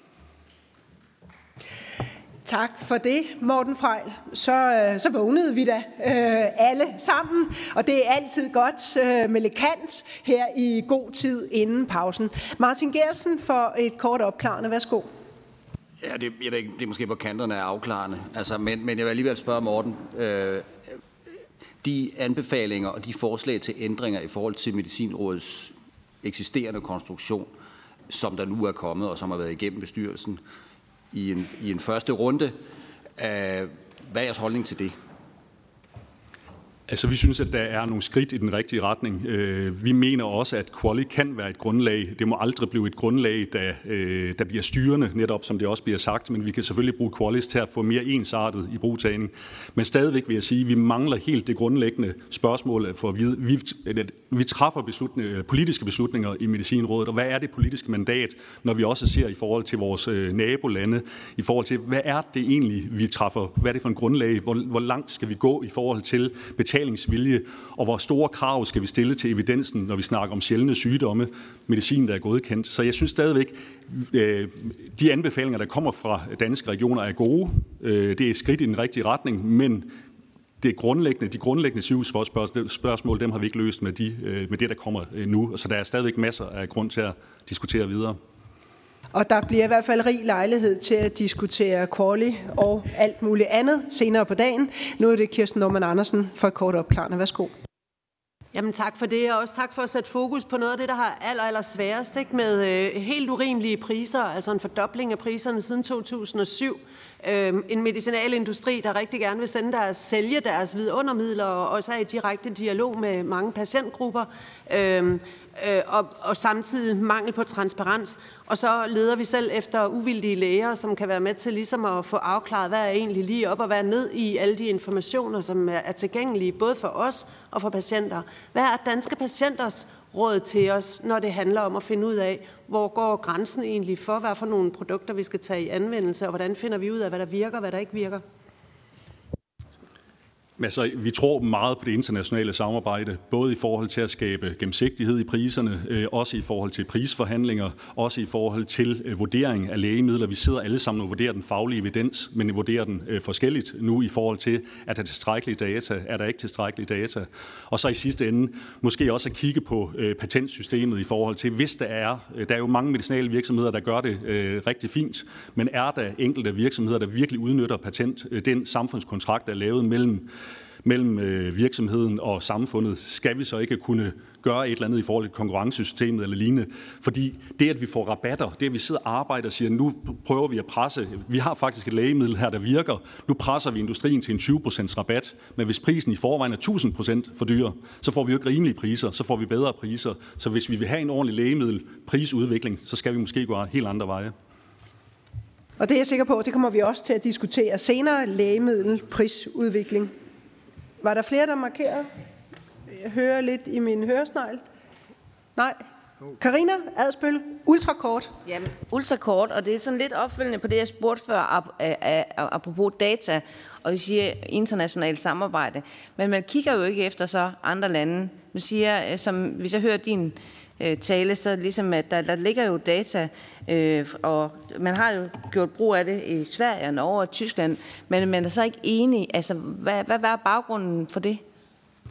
Tak for det, Morten Frejl. Så, så vågnede vi da øh, alle sammen, og det er altid godt øh, med lidt kant her i god tid inden pausen. Martin Geertsen for et kort opklarende. Værsgo. Ja, det, jeg ved ikke, det er måske på kanterne af afklarende, altså, men, men jeg vil alligevel spørge Morten. Øh, de anbefalinger og de forslag til ændringer i forhold til Medicinrådets eksisterende konstruktion, som der nu er kommet og som har været igennem bestyrelsen, I en, i en første runde. Hvad er jeres holdning til det? Altså, vi synes, at der er nogle skridt i den rigtige retning. Vi mener også, at QALY kan være et grundlag. Det må aldrig blive et grundlag, der, der bliver styrende, netop som det også bliver sagt. Men vi kan selvfølgelig bruge QALYs til at få mere ensartet i brugtagning. Men stadigvæk vil jeg sige, at vi mangler helt det grundlæggende spørgsmål for at vide. Vi, vi træffer beslutninger, politiske beslutninger i Medicinrådet, og hvad er det politiske mandat, når vi også ser i forhold til vores nabolande, i forhold til, hvad er det egentlig, vi træffer? Hvad er det for en grundlag? Hvor, hvor langt skal vi gå i forhold til betalingsvilje, og hvor store krav skal vi stille til evidensen, når vi snakker om sjældne sygdomme, medicin, der er godkendt. Så jeg synes stadigvæk, de anbefalinger, der kommer fra danske regioner, er gode. Det er et skridt i den rigtige retning, men det grundlæggende, de grundlæggende sygehusspørgsmål, dem har vi ikke løst med, de, med det, der kommer nu. Så der er stadigvæk masser af grund til at diskutere videre. Og der bliver i hvert fald rig lejlighed til at diskutere QALY og alt muligt andet senere på dagen. Nu er det Kirsten Normann Andersen for et kort opklarende. Værsgo. Jamen tak for det, og også tak for at sætte fokus på noget af det, der har aller, aller sværest, ikke? Med øh, helt urimelige priser, altså en fordobling af priserne siden to tusind og syv. Øh, en medicinalindustri, der rigtig gerne vil sende deres, sælge deres vidundermidler, og også er i direkte dialog med mange patientgrupper. Øh, Øh, og, og samtidig mangel på transparens. Og så leder vi selv efter uvildige læger, som kan være med til ligesom at få afklaret, hvad er egentlig lige op og hvad er ned i alle de informationer, som er, er tilgængelige, både for os og for patienter. Hvad er danske patienters råd til os, når det handler om at finde ud af, hvor går grænsen egentlig for, hvad for nogle produkter vi skal tage i anvendelse, og hvordan finder vi ud af, hvad der virker og hvad der ikke virker? Altså, vi tror meget på det internationale samarbejde, både i forhold til at skabe gennemsigtighed i priserne, øh, også i forhold til prisforhandlinger, også i forhold til øh, vurdering af lægemidler. Vi sidder alle sammen og vurderer den faglige evidens, men vi vurderer den øh, forskelligt nu i forhold til, er der tilstrækkelige data, er der ikke tilstrækkelige data. Og så i sidste ende måske også at kigge på øh, patentsystemet i forhold til, hvis der er, øh, der er jo mange medicinale virksomheder, der gør det øh, rigtig fint, men er der enkelte virksomheder, der virkelig udnytter patent, øh, den samfundskontrakt, der er lavet mellem mellem virksomheden og samfundet, skal vi så ikke kunne gøre et eller andet i forhold til konkurrencesystemet eller lignende. Fordi det, at vi får rabatter, det, at vi sidder og arbejder og siger, nu prøver vi at presse, vi har faktisk et lægemiddel her, der virker, nu presser vi industrien til en tyve procent rabat, men hvis prisen i forvejen er tusind procent for dyr, så får vi jo ikke rimelige priser, så får vi bedre priser. Så hvis vi vil have en ordentlig lægemiddelprisudvikling, så skal vi måske gå helt andre veje. Og det er jeg sikker på, det kommer vi også til at diskutere senere, lægemiddelprisudvikling. Var der flere, der markerede? Jeg hører lidt i min høresnegl. Nej. Karina Adsbøl, ultrakort. Jamen, ultrakort, og det er sådan lidt opfølgende på det, jeg spurgte før, apropos data, og vi siger internationalt samarbejde. Men man kigger jo ikke efter så andre lande. Man siger, som hvis jeg hører din tale, så ligesom, at der, der ligger jo data, øh, og man har jo gjort brug af det i Sverige, Norge og Tyskland, men man er så ikke enig. Altså, hvad, hvad er baggrunden for det?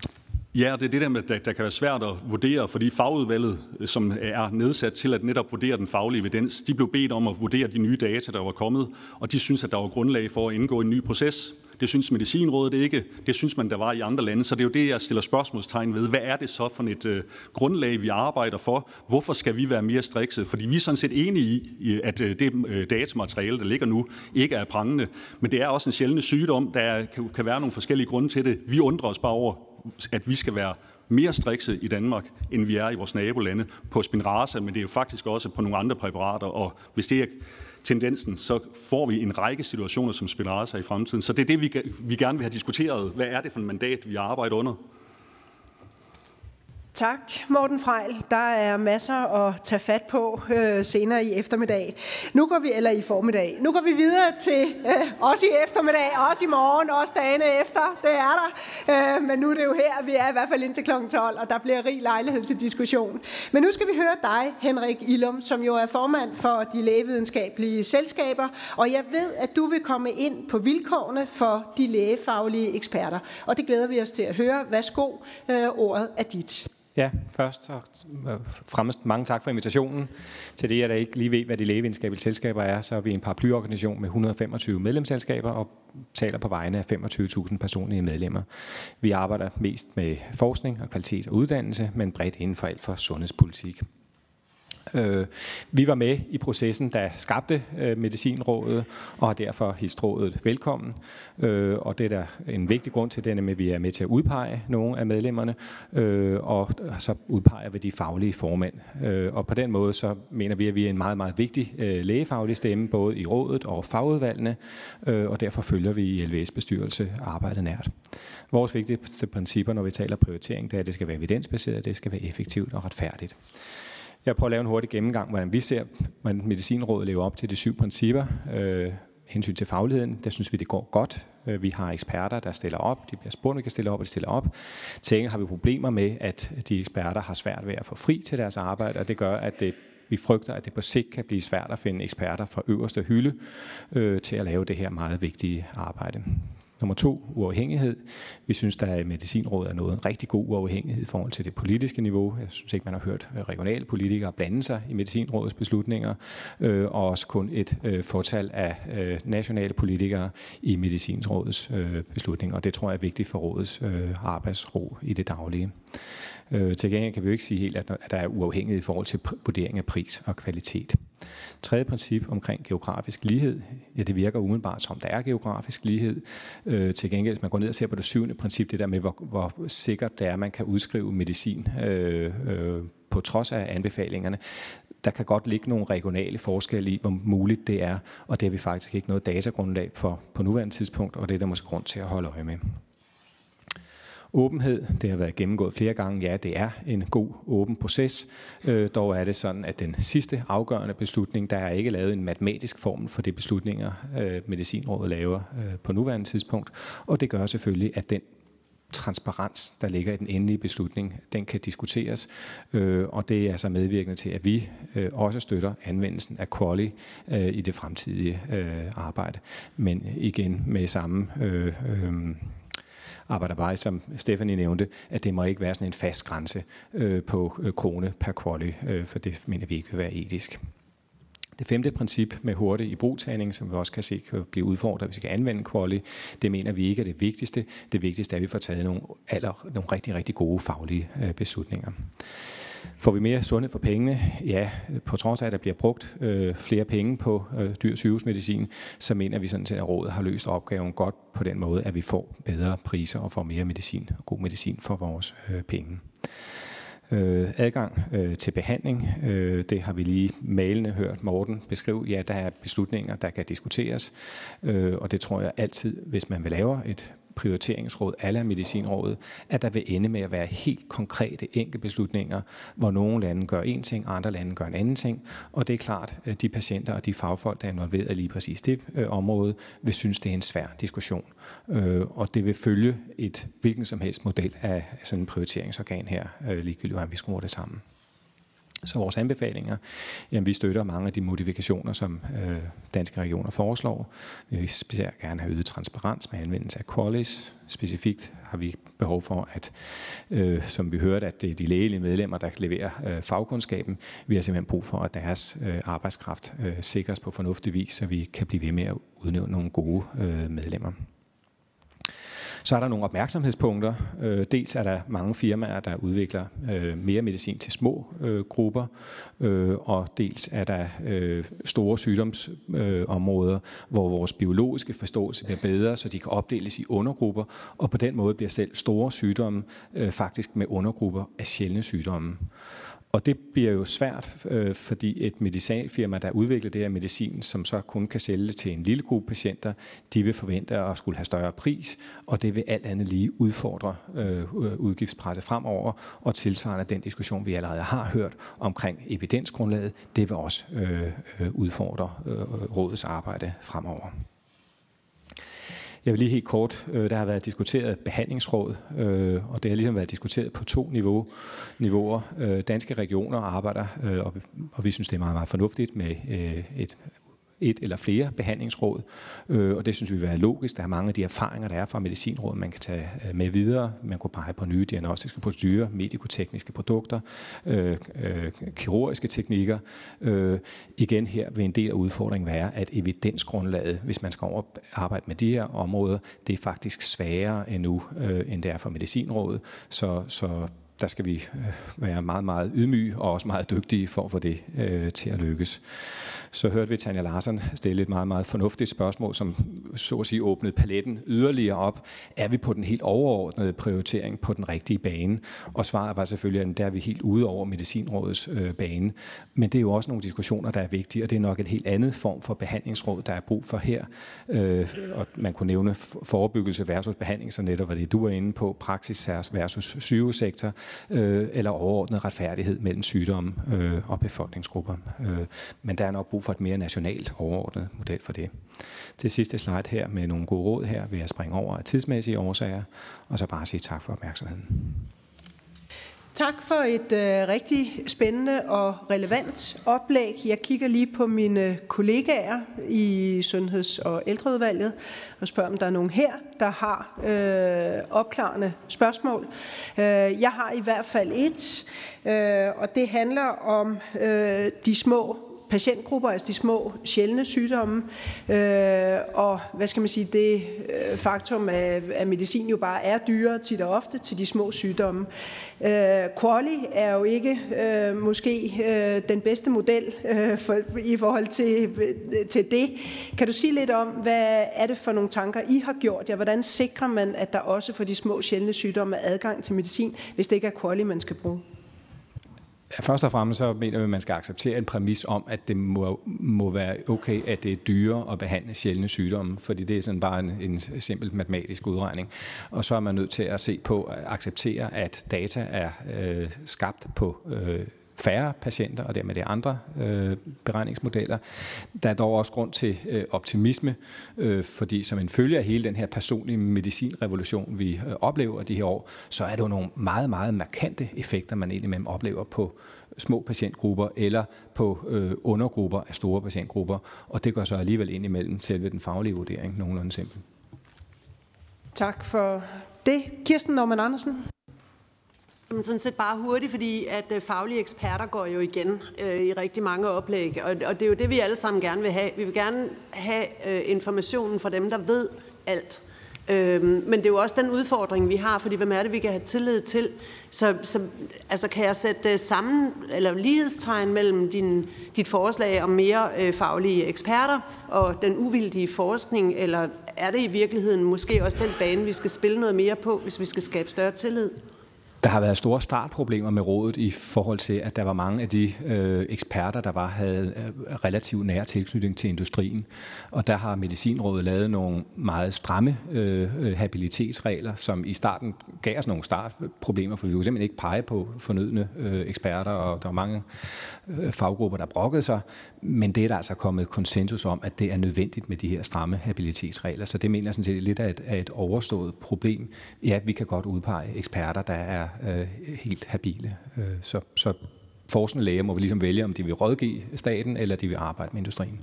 Ja, det er det der med, at der kan være svært at vurdere, fordi fagudvalget, som er nedsat til at netop vurdere den faglige evidens, de blev bedt om at vurdere de nye data, der var kommet, og de synes, at der var grundlag for at indgå i en ny proces. Det synes Medicinrådet ikke. Det synes man, der var i andre lande. Så det er jo det, jeg stiller spørgsmålstegn ved. Hvad er det så for et øh, grundlag, vi arbejder for? Hvorfor skal vi være mere strikse? Fordi vi er sådan set enige i, at øh, det øh, datamateriale, der ligger nu, ikke er prangende. Men det er også en sjælden sygdom. Der kan, kan være nogle forskellige grunde til det. Vi undrer os bare over, at vi skal være mere strikse i Danmark, end vi er i vores nabolande på Spinraza, men det er jo faktisk også på nogle andre præparater, og hvis det er tendensen, så får vi en række situationer som Spinraza i fremtiden. Så det er det, vi, vi gerne vil have diskuteret. Hvad er det for en mandat, vi arbejder under? Tak, Morten Frejl. Der er masser at tage fat på øh, senere i eftermiddag. Nu går vi, eller i formiddag. Nu går vi videre til øh, også i eftermiddag, også i morgen, også dagene efter. Det er der. Øh, men nu er det jo her, vi er i hvert fald indtil klokken tolv, og der bliver rig lejlighed til diskussion. Men nu skal vi høre dig, Henrik Illum, som jo er formand for de lægevidenskabelige selskaber. Og jeg ved, at du vil komme ind på vilkårene for de lægefaglige eksperter. Og det glæder vi os til at høre. Værsgo, øh, ordet er dit. Ja, først og fremmest mange tak for invitationen. Til det, jeg da ikke lige ved, hvad de lægevidenskabelige selskaber er, så er vi en paraplyorganisation med et hundrede og femogtyve medlemsselskaber og taler på vegne af femogtyve tusind personlige medlemmer. Vi arbejder mest med forskning og kvalitet og uddannelse, men bredt inden for alt for sundhedspolitik. Øh, vi var med i processen, der skabte øh, Medicinrådet, og har derfor hilst rådet velkommen. Øh, og det er der en vigtig grund til, det er, at vi er med til at udpege nogle af medlemmerne, øh, og så udpeger vi de faglige formænd. Øh, og på den måde så mener vi, at vi er en meget, meget vigtig øh, lægefaglig stemme, både i rådet og fagudvalgene, øh, og derfor følger vi i L V S bestyrelse arbejdet nært. Vores vigtigste principper, når vi taler prioritering, det er, at det skal være evidensbaseret, det skal være effektivt og retfærdigt. Jeg prøver at lave en hurtig gennemgang, hvordan vi ser, hvordan Medicinrådet lever op til de syv principper. Øh, hensyn til fagligheden, der synes vi, det går godt. Vi har eksperter, der stiller op. De bliver spurgt, vi kan stille op, og de stiller op. Til har vi problemer med, at de eksperter har svært ved at få fri til deres arbejde, og det gør, at det, vi frygter, at det på sigt kan blive svært at finde eksperter fra øverste hylde øh, til at lave det her meget vigtige arbejde. Nummer to, uafhængighed. Vi synes, der i Medicinrådet er noget en rigtig god uafhængighed i forhold til det politiske niveau. Jeg synes ikke, man har hørt regionale politikere blande sig i Medicinrådets beslutninger, øh, og også kun et øh, fortal af øh, nationale politikere i Medicinrådets øh, beslutninger. Og det tror jeg er vigtigt for rådets øh, arbejdsro i det daglige. Øh, til gengæld kan vi jo ikke sige helt, at der er uafhængighed i forhold til vurdering af pris og kvalitet. Tredje princip omkring geografisk lighed. Ja, det virker umiddelbart som, der er geografisk lighed. Øh, til gengæld, hvis man går ned og ser på det syvende princip, det der med, hvor, hvor sikkert det er, man kan udskrive medicin øh, øh, på trods af anbefalingerne. Der kan godt ligge nogle regionale forskelle i, hvor muligt det er, og det har vi faktisk ikke noget datagrundlag for på nuværende tidspunkt, og det er der måske grund til at holde øje med. Åbenhed, det har været gennemgået flere gange. Ja, det er en god åben proces. Øh, dog er det sådan, at den sidste afgørende beslutning, der er ikke lavet en matematisk formel for de beslutninger, øh, Medicinrådet laver øh, på nuværende tidspunkt. Og det gør selvfølgelig, at den transparens, der ligger i den endelige beslutning, den kan diskuteres. Øh, og det er så medvirkende til, at vi øh, også støtter anvendelsen af QALY øh, i det fremtidige øh, arbejde. Men igen med samme Øh, øh, arbejder bare, som Stephanie nævnte, at det må ikke være sådan en fast grænse øh, på øh, krone per QALY, øh, for det mener vi ikke vil være etisk. Det femte princip med hurtig ibrugtagning, som vi også kan se kan blive udfordret, hvis vi skal anvende QALY, det mener vi ikke er det vigtigste. Det vigtigste er, at vi får taget nogle, aller, nogle rigtig, rigtig gode faglige øh, beslutninger. Får vi mere sundhed for pengene? Ja, på trods af, at der bliver brugt øh, flere penge på øh, dyr sygehusmedicin, så mener vi sådan set, at rådet har løst opgaven godt på den måde, at vi får bedre priser og får mere medicin og god medicin for vores øh, penge. Øh, adgang øh, til behandling, øh, det har vi lige malende hørt Morten beskrive. Ja, der er beslutninger, der kan diskuteres, øh, og det tror jeg altid, hvis man vil lave et prioriteringsråd eller Medicinrådet, at der vil ende med at være helt konkrete enkeltbeslutninger, hvor nogle lande gør en ting, andre lande gør en anden ting, og det er klart, at de patienter og de fagfolk, der er involveret i lige præcis det øh, område, vil synes, det er en svær diskussion. Øh, og det vil følge et hvilken som helst model af sådan en prioriteringsorgan her, øh, ligegyldigt hvordan vi skruer det sammen. Så vores anbefalinger, jamen vi støtter mange af de modifikationer, som øh, Danske Regioner foreslår. Vi vil specielt gerne have øget transparens med anvendelse af QALYs. Specifikt har vi behov for, at, øh, som vi hørte, at det er de lægelige medlemmer, der leverer øh, fagkundskaben. Vi har simpelthen brug for, at deres øh, arbejdskraft øh, sikres på fornuftig vis, så vi kan blive ved med at udnævne nogle gode øh, medlemmer. Så er der nogle opmærksomhedspunkter. Dels er der mange firmaer, der udvikler mere medicin til små grupper, og dels er der store sygdomsområder, hvor vores biologiske forståelse bliver bedre, så de kan opdeles i undergrupper, og på den måde bliver selv store sygdomme faktisk med undergrupper af sjældne sygdomme. Og det bliver jo svært, øh, fordi et medicinalfirma, der udvikler det her medicin, som så kun kan sælge det til en lille gruppe patienter, de vil forvente at skulle have større pris, og det vil alt andet lige udfordre øh, udgiftspresset fremover, og tilsvarende den diskussion, vi allerede har hørt omkring evidensgrundlaget, det vil også øh, udfordre øh, rådets arbejde fremover. Jeg vil lige helt kort, der har været diskuteret behandlingsråd, og det har ligesom været diskuteret på to niveau, niveauer. Danske regioner arbejder, og vi synes, det er meget, meget fornuftigt med et et eller flere behandlingsråd, øh, og det synes vi vil være logisk. Der er mange af de erfaringer, der er fra medicinrådet, man kan tage med videre. Man kunne pege på nye diagnostiske procedurer, medikotekniske produkter, øh, øh, kirurgiske teknikker. Øh, igen her vil en del af udfordringen være, at evidensgrundlaget, hvis man skal over arbejde med de her områder, det er faktisk sværere endnu, øh, end det er for medicinrådet. Så, så der skal vi være meget, meget ydmyge og også meget dygtige for at få det øh, til at lykkes. Så hørte vi Tanja Larsson stille et meget, meget fornuftigt spørgsmål, som så at sige åbnede paletten yderligere op. Er vi på den helt overordnede prioritering på den rigtige bane? Og svaret var selvfølgelig, at der er vi helt ude over medicinrådets øh, bane. Men det er jo også nogle diskussioner, der er vigtige, og det er nok et helt andet form for behandlingsråd, der er brug for her. Øh, og man kunne nævne forebyggelse versus behandling, så netop var det, du er inde på, praksis versus sygehussektor, øh, eller overordnet retfærdighed mellem sygdomme øh, og befolkningsgrupper. Øh, men der er nok brug for et mere nationalt overordnet model for det. Det sidste slide her med nogle gode råd her vil jeg springe over af tidsmæssige årsager, og så bare sige tak for opmærksomheden. Tak for et øh, rigtig spændende og relevant oplæg. Jeg kigger lige på mine kollegaer i Sundheds- og Ældreudvalget og spørger, om der er nogen her, der har øh, opklarende spørgsmål. Øh, jeg har i hvert fald et, øh, og det handler om øh, de små patientgrupper, altså de små sjældne sygdomme, øh, og hvad skal man sige, det øh, faktum, at, at medicin jo bare er dyrere tit og ofte til de små sygdomme. Øh, QALY er jo ikke øh, måske øh, den bedste model øh, for, i forhold til, til det. Kan du sige lidt om, hvad er det for nogle tanker, I har gjort? Ja, hvordan sikrer man, at der også for de små sjældne sygdomme er adgang til medicin, hvis det ikke er QALY, man skal bruge? Først og fremmest så mener vi, at man skal acceptere en præmis om, at det må, må være okay, at det er dyrere at behandle sjældne sygdomme, fordi det er sådan bare en, en simpel matematisk udregning. Og så er man nødt til at se på at acceptere, at data er øh, skabt på øh, færre patienter, og dermed det andre øh, beregningsmodeller. Der er dog også grund til øh, optimisme, øh, fordi som en følge af hele den her personlige medicinrevolution, vi øh, oplever de her år, så er det jo nogle meget, meget markante effekter, man indimellem oplever på små patientgrupper eller på øh, undergrupper af store patientgrupper, og det går så alligevel indimellem selve den faglige vurdering nogenlunde simpelt. Tak for det. Kirsten Normann Andersen. Men sådan set bare hurtigt, fordi at faglige eksperter går jo igen øh, i rigtig mange oplæg, og, og det er jo det, vi alle sammen gerne vil have. Vi vil gerne have øh, informationen fra dem, der ved alt. Øh, men det er jo også den udfordring, vi har, fordi hvem er det, vi kan have tillid til? Så, så altså, kan jeg sætte sammen, eller lighedstegn mellem din, dit forslag om mere øh, faglige eksperter og den uvildige forskning, eller er det i virkeligheden måske også den bane, vi skal spille noget mere på, hvis vi skal skabe større tillid? Der har været store startproblemer med rådet i forhold til, at der var mange af de øh, eksperter, der var, havde øh, relativt nær tilknytning til industrien. Og der har Medicinrådet lavet nogle meget stramme øh, habilitetsregler, som i starten gav os nogle startproblemer, for vi kunne simpelthen ikke pege på fornødne øh, eksperter, og der var mange øh, faggrupper, der brokkede sig. Men det er der altså kommet konsensus om, at det er nødvendigt med de her stramme habilitetsregler. Så det mener jeg sådan set lidt af et, af et overstået problem. Ja, vi kan godt udpege eksperter, der er øh, helt habile. Øh, så, så forskende læger må vi ligesom vælge, om de vil rådgive staten, eller de vil arbejde med industrien.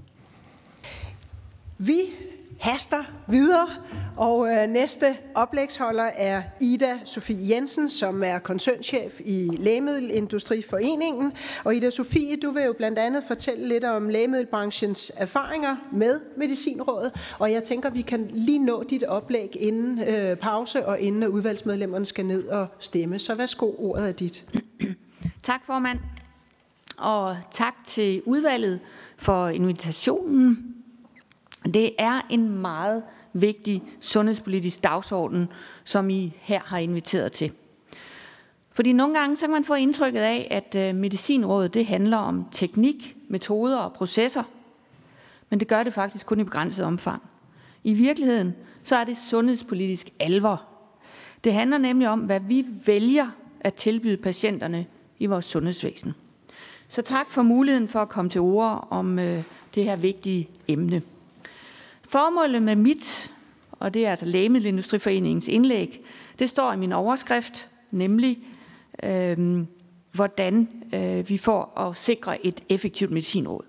Vi haster videre, og øh, næste oplægsholder er Ida Sofie Jensen, som er koncernchef i Lægemiddelindustriforeningen. Og Ida Sofie, du vil jo blandt andet fortælle lidt om lægemiddelbranchens erfaringer med Medicinrådet, og jeg tænker, vi kan lige nå dit oplæg inden øh, pause, og inden at udvalgsmedlemmerne skal ned og stemme. Så værsgo, ordet er dit. Tak, formand, og tak til udvalget for invitationen. Det er en meget vigtig sundhedspolitisk dagsorden, som I her har inviteret til. Fordi nogle gange så kan man få indtrykket af, at Medicinrådet det handler om teknik, metoder og processer, men det gør det faktisk kun i begrænset omfang. I virkeligheden så er det sundhedspolitisk alvor. Det handler nemlig om, hvad vi vælger at tilbyde patienterne i vores sundhedsvæsen. Så tak for muligheden for at komme til ord om øh, det her vigtige emne. Formålet med mit, og det er altså Lægemiddelindustriforeningens indlæg, det står i min overskrift, nemlig øh, hvordan øh, vi får at sikre et effektivt medicinråd.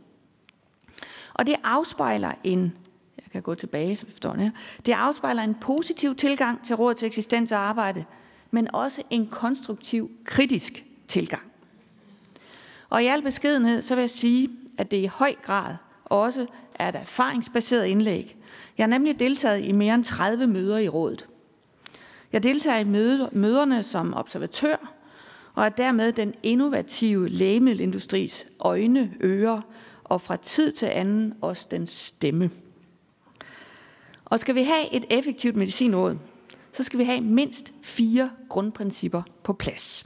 Og det afspejler en, jeg kan gå tilbage, så forstår det, det afspejler en positiv tilgang til rådets eksistens og arbejde, men også en konstruktiv, kritisk tilgang. Og i al beskedenhed, så vil jeg sige, at det i høj grad også er et erfaringsbaseret indlæg. Jeg har nemlig deltaget i mere end tredive møder i rådet. Jeg deltager i møderne som observatør, og er dermed den innovative lægemiddelindustris øjne, ører, og fra tid til anden også den stemme. Og skal vi have et effektivt medicinråd, så skal vi have mindst fire grundprincipper på plads.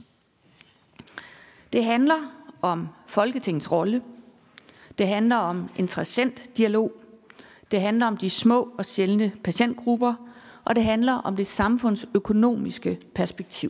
Det handler om Folketingets rolle. Det handler om interessentdialog. Det handler om de små og sjældne patientgrupper. Og det handler om det samfundsøkonomiske perspektiv.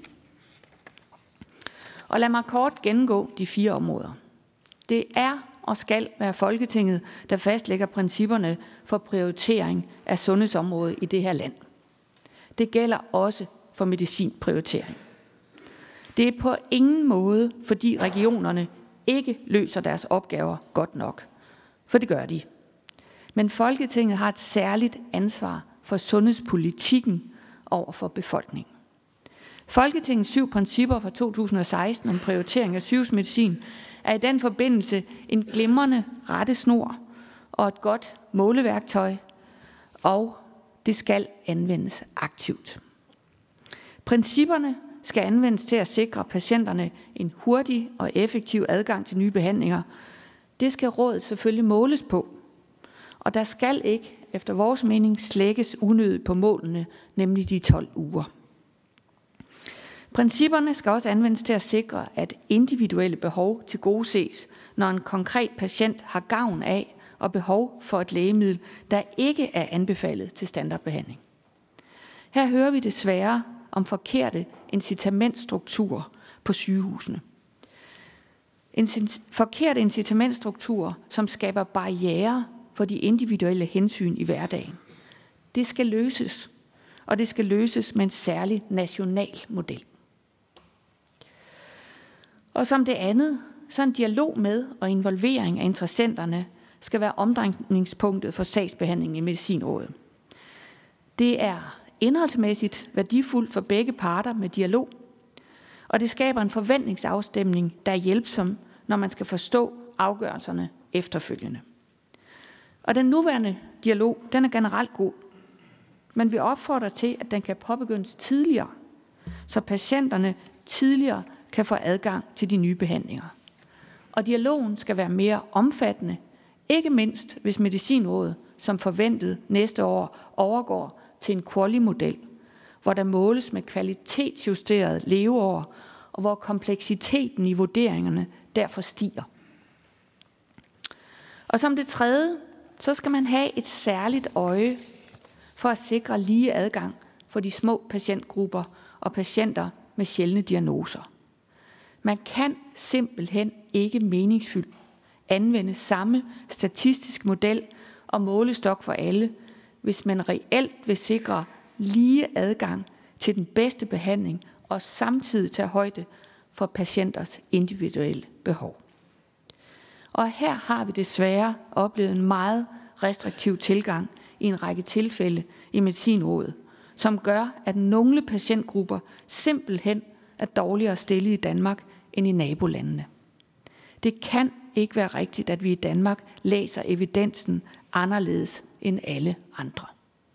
Og lad mig kort gennemgå de fire områder. Det er og skal være Folketinget, der fastlægger principperne for prioritering af sundhedsområdet i det her land. Det gælder også for medicinprioritering. Det er på ingen måde, fordi regionerne ikke løser deres opgaver godt nok. For det gør de. Men Folketinget har et særligt ansvar for sundhedspolitikken over for befolkningen. Folketingets syv principper fra to tusind og seksten om prioritering af sygehusmedicin er i den forbindelse en glimrende rettesnor og et godt måleværktøj, og det skal anvendes aktivt. Principperne skal anvendes til at sikre patienterne en hurtig og effektiv adgang til nye behandlinger. Det skal rådet selvfølgelig måles på, og der skal ikke, efter vores mening, slækkes unødigt på målene, nemlig de tolv uger. Principperne skal også anvendes til at sikre, at individuelle behov tilgodeses, når en konkret patient har gavn af og behov for et lægemiddel, der ikke er anbefalet til standardbehandling. Her hører vi desværre om forkerte incitamentstrukturer på sygehusene. En forkert incitamentstruktur, som skaber barrierer for de individuelle hensyn i hverdagen. Det skal løses, og det skal løses med en særlig national model. Og som det andet, så en dialog med og involvering af interessenterne skal være omdrejningspunktet for sagsbehandlingen i Medicinrådet. Det er indholdsmæssigt værdifuldt for begge parter med dialog, og det skaber en forventningsafstemning, der er hjælpsom, når man skal forstå afgørelserne efterfølgende. Og den nuværende dialog, den er generelt god, men vi opfordrer til, at den kan påbegyndes tidligere, så patienterne tidligere kan få adgang til de nye behandlinger. Og dialogen skal være mere omfattende, ikke mindst hvis Medicinrådet, som forventet næste år, overgår til en quali-model, hvor der måles med kvalitetsjusteret leveår, og hvor kompleksiteten i vurderingerne derfor stiger. Og som det tredje, så skal man have et særligt øje for at sikre lige adgang for de små patientgrupper og patienter med sjældne diagnoser. Man kan simpelthen ikke meningsfyldt anvende samme statistisk model og målestok for alle, hvis man reelt vil sikre lige adgang til den bedste behandling og samtidig tage højde for patienters individuelle behov. Og her har vi desværre oplevet en meget restriktiv tilgang i en række tilfælde i Medicinrådet, som gør, at nogle patientgrupper simpelthen er dårligere stillet i Danmark end i nabolandene. Det kan ikke være rigtigt, at vi i Danmark læser evidensen anderledes end alle andre.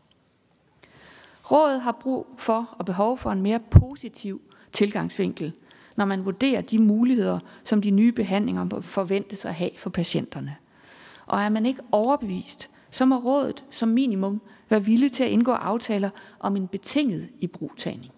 Rådet har brug for og behov for en mere positiv tilgangsvinkel, når man vurderer de muligheder, som de nye behandlinger forventes at have for patienterne. Og er man ikke overbevist, så må rådet som minimum være villig til at indgå aftaler om en betinget ibrugtagning.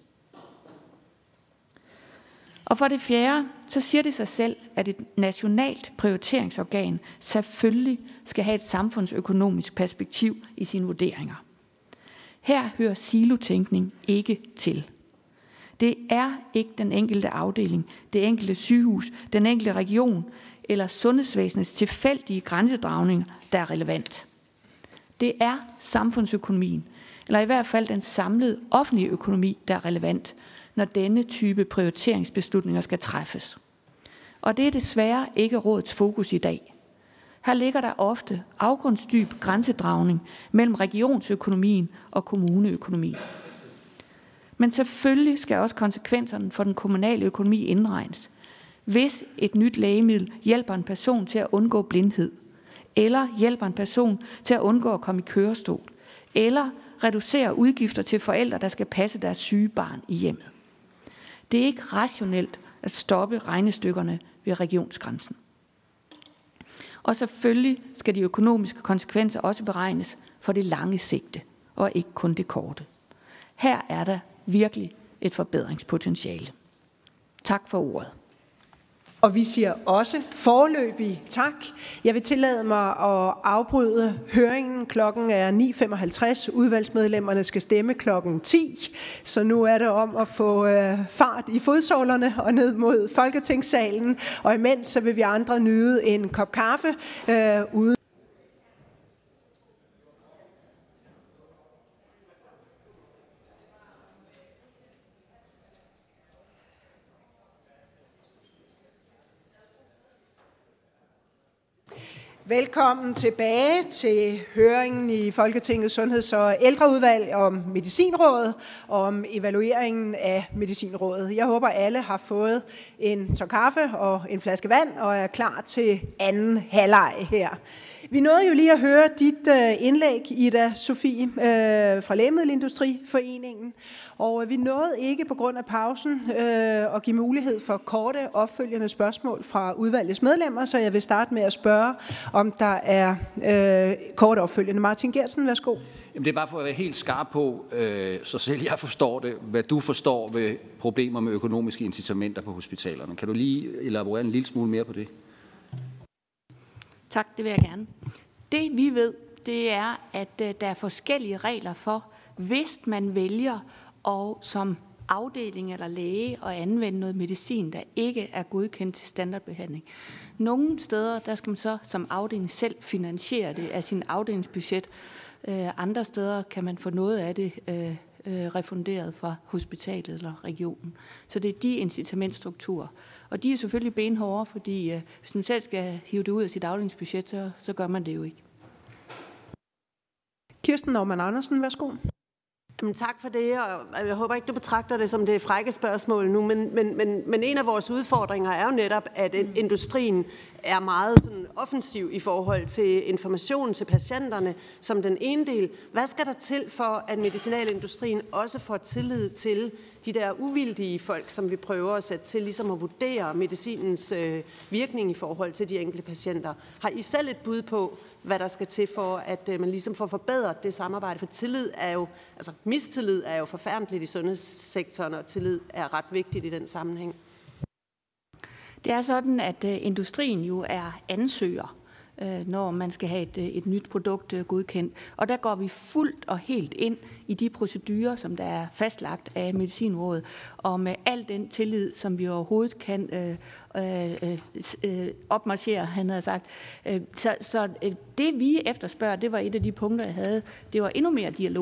Og for det fjerde, så siger det sig selv, at et nationalt prioriteringsorgan selvfølgelig skal have et samfundsøkonomisk perspektiv i sine vurderinger. Her hører silotænkning ikke til. Det er ikke den enkelte afdeling, det enkelte sygehus, den enkelte region eller sundhedsvæsenets tilfældige grænsedragning, der er relevant. Det er samfundsøkonomien, eller i hvert fald den samlede offentlige økonomi, der er relevant, når denne type prioriteringsbeslutninger skal træffes. Og det er desværre ikke rådets fokus i dag. Her ligger der ofte afgrundsdyb grænsedragning mellem regionsøkonomien og kommuneøkonomien. Men selvfølgelig skal også konsekvenserne for den kommunale økonomi indregnes. Hvis et nyt lægemiddel hjælper en person til at undgå blindhed, eller hjælper en person til at undgå at komme i kørestol, eller reducerer udgifter til forældre, der skal passe deres syge barn i hjemmet. Det er ikke rationelt at stoppe regnestykkerne ved regionsgrænsen. Og selvfølgelig skal de økonomiske konsekvenser også beregnes for det lange sigte, og ikke kun det korte. Her er der virkelig et forbedringspotentiale. Tak for ordet. Og vi siger også foreløbig tak. Jeg vil tillade mig at afbryde høringen. Klokken er ni femoghalvtreds. Udvalgsmedlemmerne skal stemme klokken ti. Så nu er det om at få øh, fart i fodsålerne og ned mod Folketingssalen. Og imens så vil vi andre nyde en kop kaffe øh, ude. Velkommen tilbage til høringen i Folketingets Sundheds- og Ældreudvalg om Medicinrådet og om evalueringen af Medicinrådet. Jeg håber, alle har fået en tår kaffe og en flaske vand og er klar til anden halvleg her. Vi nåede jo lige at høre dit indlæg, Ida Sofie, fra Lægemiddelindustriforeningen, og vi nåede ikke på grund af pausen at give mulighed for korte opfølgende spørgsmål fra udvalgets medlemmer, så jeg vil starte med at spørge, om der er øh, kort opfølgende. Martin Geertsen, værsgo. Jamen, det er bare for at være helt skarp på, øh, så selv jeg forstår det, hvad du forstår ved problemer med økonomiske incitamenter på hospitalerne. Kan du lige elaborere en lille smule mere på det? Tak, det vil jeg gerne. Det vi ved, det er, at øh, der er forskellige regler for, hvis man vælger og som afdeling eller læge at anvende noget medicin, der ikke er godkendt til standardbehandling. Nogle steder, der skal man så som afdeling selv finansiere det af sin afdelingsbudget. Øh, andre steder kan man få noget af det øh, øh, refunderet fra hospitalet eller regionen. Så det er de incitamentstrukturer. Og de er selvfølgelig benhårde, fordi øh, hvis man selv skal hive det ud af sit afdelingsbudget, så, så gør man det jo ikke. Kirsten Normann Andersen, værsgo. Jamen, tak for det, og jeg håber ikke, du betragter det som det frække spørgsmål nu, men, men, men, men en af vores udfordringer er jo netop, at industrien er meget sådan offensiv i forhold til information til patienterne som den ene del. Hvad skal der til for, at medicinalindustrien også får tillid til de der uvildige folk, som vi prøver at sætte til, ligesom at vurdere medicinens øh, virkning i forhold til de enkelte patienter? Har I selv et bud på, hvad der skal til for, at øh, man ligesom får forbedret det samarbejde? For tillid er jo, altså mistillid er jo forfærdeligt i sundhedssektoren, og tillid er ret vigtigt i den sammenhæng. Det er sådan, at industrien jo er ansøger, når man skal have et, et nyt produkt godkendt. Og der går vi fuldt og helt ind i de procedurer, som der er fastlagt af Medicinrådet, og med al den tillid, som vi overhovedet kan øh, øh, øh, opmarchere, han havde sagt. Så, så det vi efterspørger, det var et af de punkter, jeg havde, det var endnu mere dialog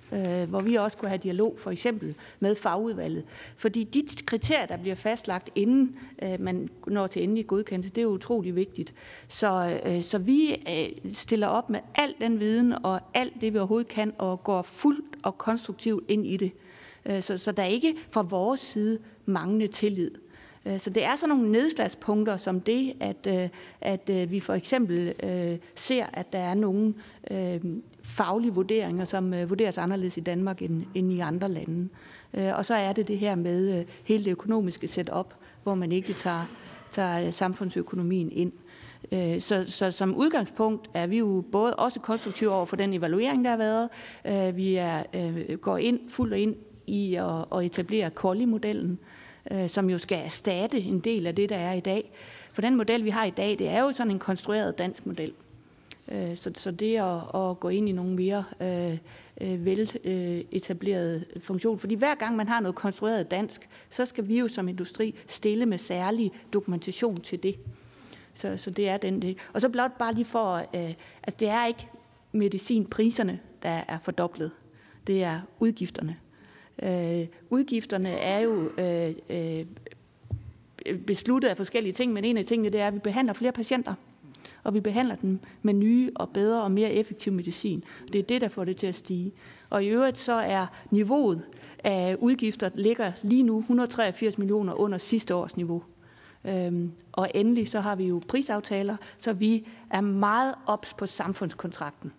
øh, hvor vi også kunne have dialog for eksempel med fagudvalget. Fordi de kriterier, der bliver fastlagt, inden øh, man når til endelig godkendelse, det er utrolig vigtigt. Så, øh, så vi øh, stiller op med al den viden og alt det, vi overhovedet kan, og går fuldt og konstruktivt ind i det. Øh, så, så der er ikke fra vores side manglende tillid. Så det er sådan nogle nedslagspunkter som det, at, at vi for eksempel ser, at der er nogle faglige vurderinger, som vurderes anderledes i Danmark end, end i andre lande. Og så er det det her med hele det økonomiske setup, hvor man ikke tager, tager samfundsøkonomien ind. Så, så som udgangspunkt er vi jo både også konstruktive over for den evaluering, der har været. Vi er, går ind fuldt ind i at, at etablere Quali-modellen, som jo skal erstatte en del af det, der er i dag. For den model, vi har i dag, det er jo sådan en konstrueret dansk model. Så, så det at, at gå ind i nogle mere øh, veletablerede funktioner, fordi hver gang man har noget konstrueret dansk, så skal vi jo som industri stille med særlig dokumentation til det. Så, så det er den det. Og så blot bare lige for, øh, altså det er ikke medicinpriserne, der er fordoblet. Det er udgifterne. Øh, udgifterne er jo øh, øh, besluttet af forskellige ting, men en af tingene det er, at vi behandler flere patienter, og vi behandler dem med nye og bedre og mere effektiv medicin. Det er det, der får det til at stige. Og i øvrigt så er niveauet af udgifter ligger lige nu et hundrede og treogfirs millioner under sidste års niveau. Øhm, og endelig så har vi jo prisaftaler, så vi er meget ops på samfundskontrakten.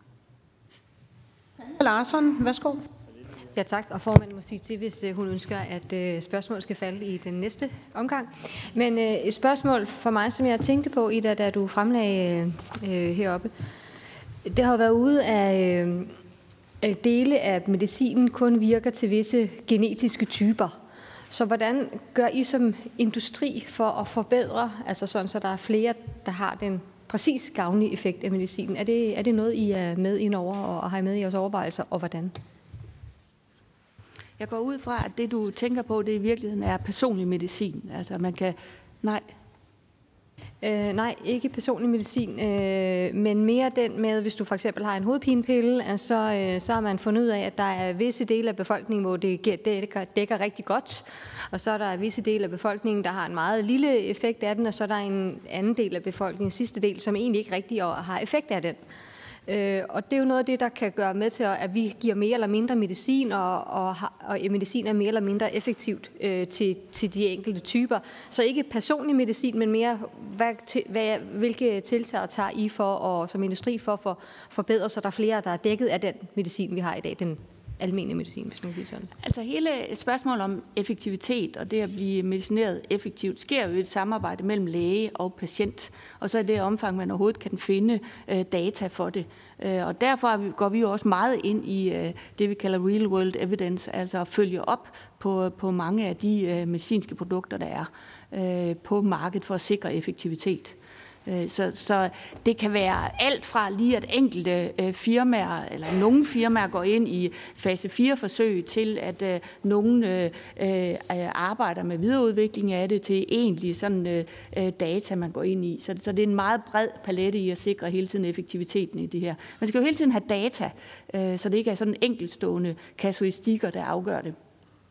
Larsson, værsgo. Ja, tak. Og formanden må sige til, hvis hun ønsker, at øh, spørgsmålet skal falde i den næste omgang. Men øh, et spørgsmål for mig, som jeg tænkte på, Ida, da du fremlagde øh, heroppe. Det har jo været ude af øh, dele af medicinen kun virker til visse genetiske typer. Så hvordan gør I som industri for at forbedre, altså sådan, så der er flere, der har den præcis gavnlige effekt af medicinen? Er det, er det noget, I er med ind over og har I med i jeres overvejelser, og hvordan? Jeg går ud fra, at det, du tænker på, det i virkeligheden er personlig medicin. Altså, man kan... Nej. Øh, nej, ikke personlig medicin, øh, men mere den med, hvis du for eksempel har en hovedpinepille, altså, øh, så har man fundet ud af, at der er visse dele af befolkningen, hvor det dækker, dækker rigtig godt, og så er der visse dele af befolkningen, der har en meget lille effekt af den, og så er der en anden del af befolkningen, sidste del, som egentlig ikke rigtig har effekt af den. Øh, og det er jo noget af det, der kan gøre med til, at vi giver mere eller mindre medicin, og, og, og medicin er mere eller mindre effektivt øh, til, til de enkelte typer. Så ikke personlig medicin, men mere, hvad, til, hvad, hvilke tiltag tager I for, og som industri for at for, forbedre, så der er flere, der er dækket af den medicin, vi har i dag, den almindelige medicin, hvis man kan sige sådan. Altså hele spørgsmålet om effektivitet og det at blive medicineret effektivt, sker jo i et samarbejde mellem læge og patient, og så i det omfang, man overhovedet kan finde øh, data for det. Øh, og derfor går vi jo også meget ind i øh, det, vi kalder real world evidence, altså at følge op på, på mange af de øh, medicinske produkter, der er øh, på markedet for at sikre effektivitet. Så, så det kan være alt fra lige at enkelte øh, firmaer, eller nogle firmaer går ind i fase fire forsøg, til at øh, nogle øh, øh, arbejder med videreudvikling af det, til egentlig sådan øh, data, man går ind i. Så, så det er en meget bred palette i at sikre hele tiden effektiviteten i det her. Man skal jo hele tiden have data, øh, så det ikke er sådan enkeltstående kasuistikker, der afgør det.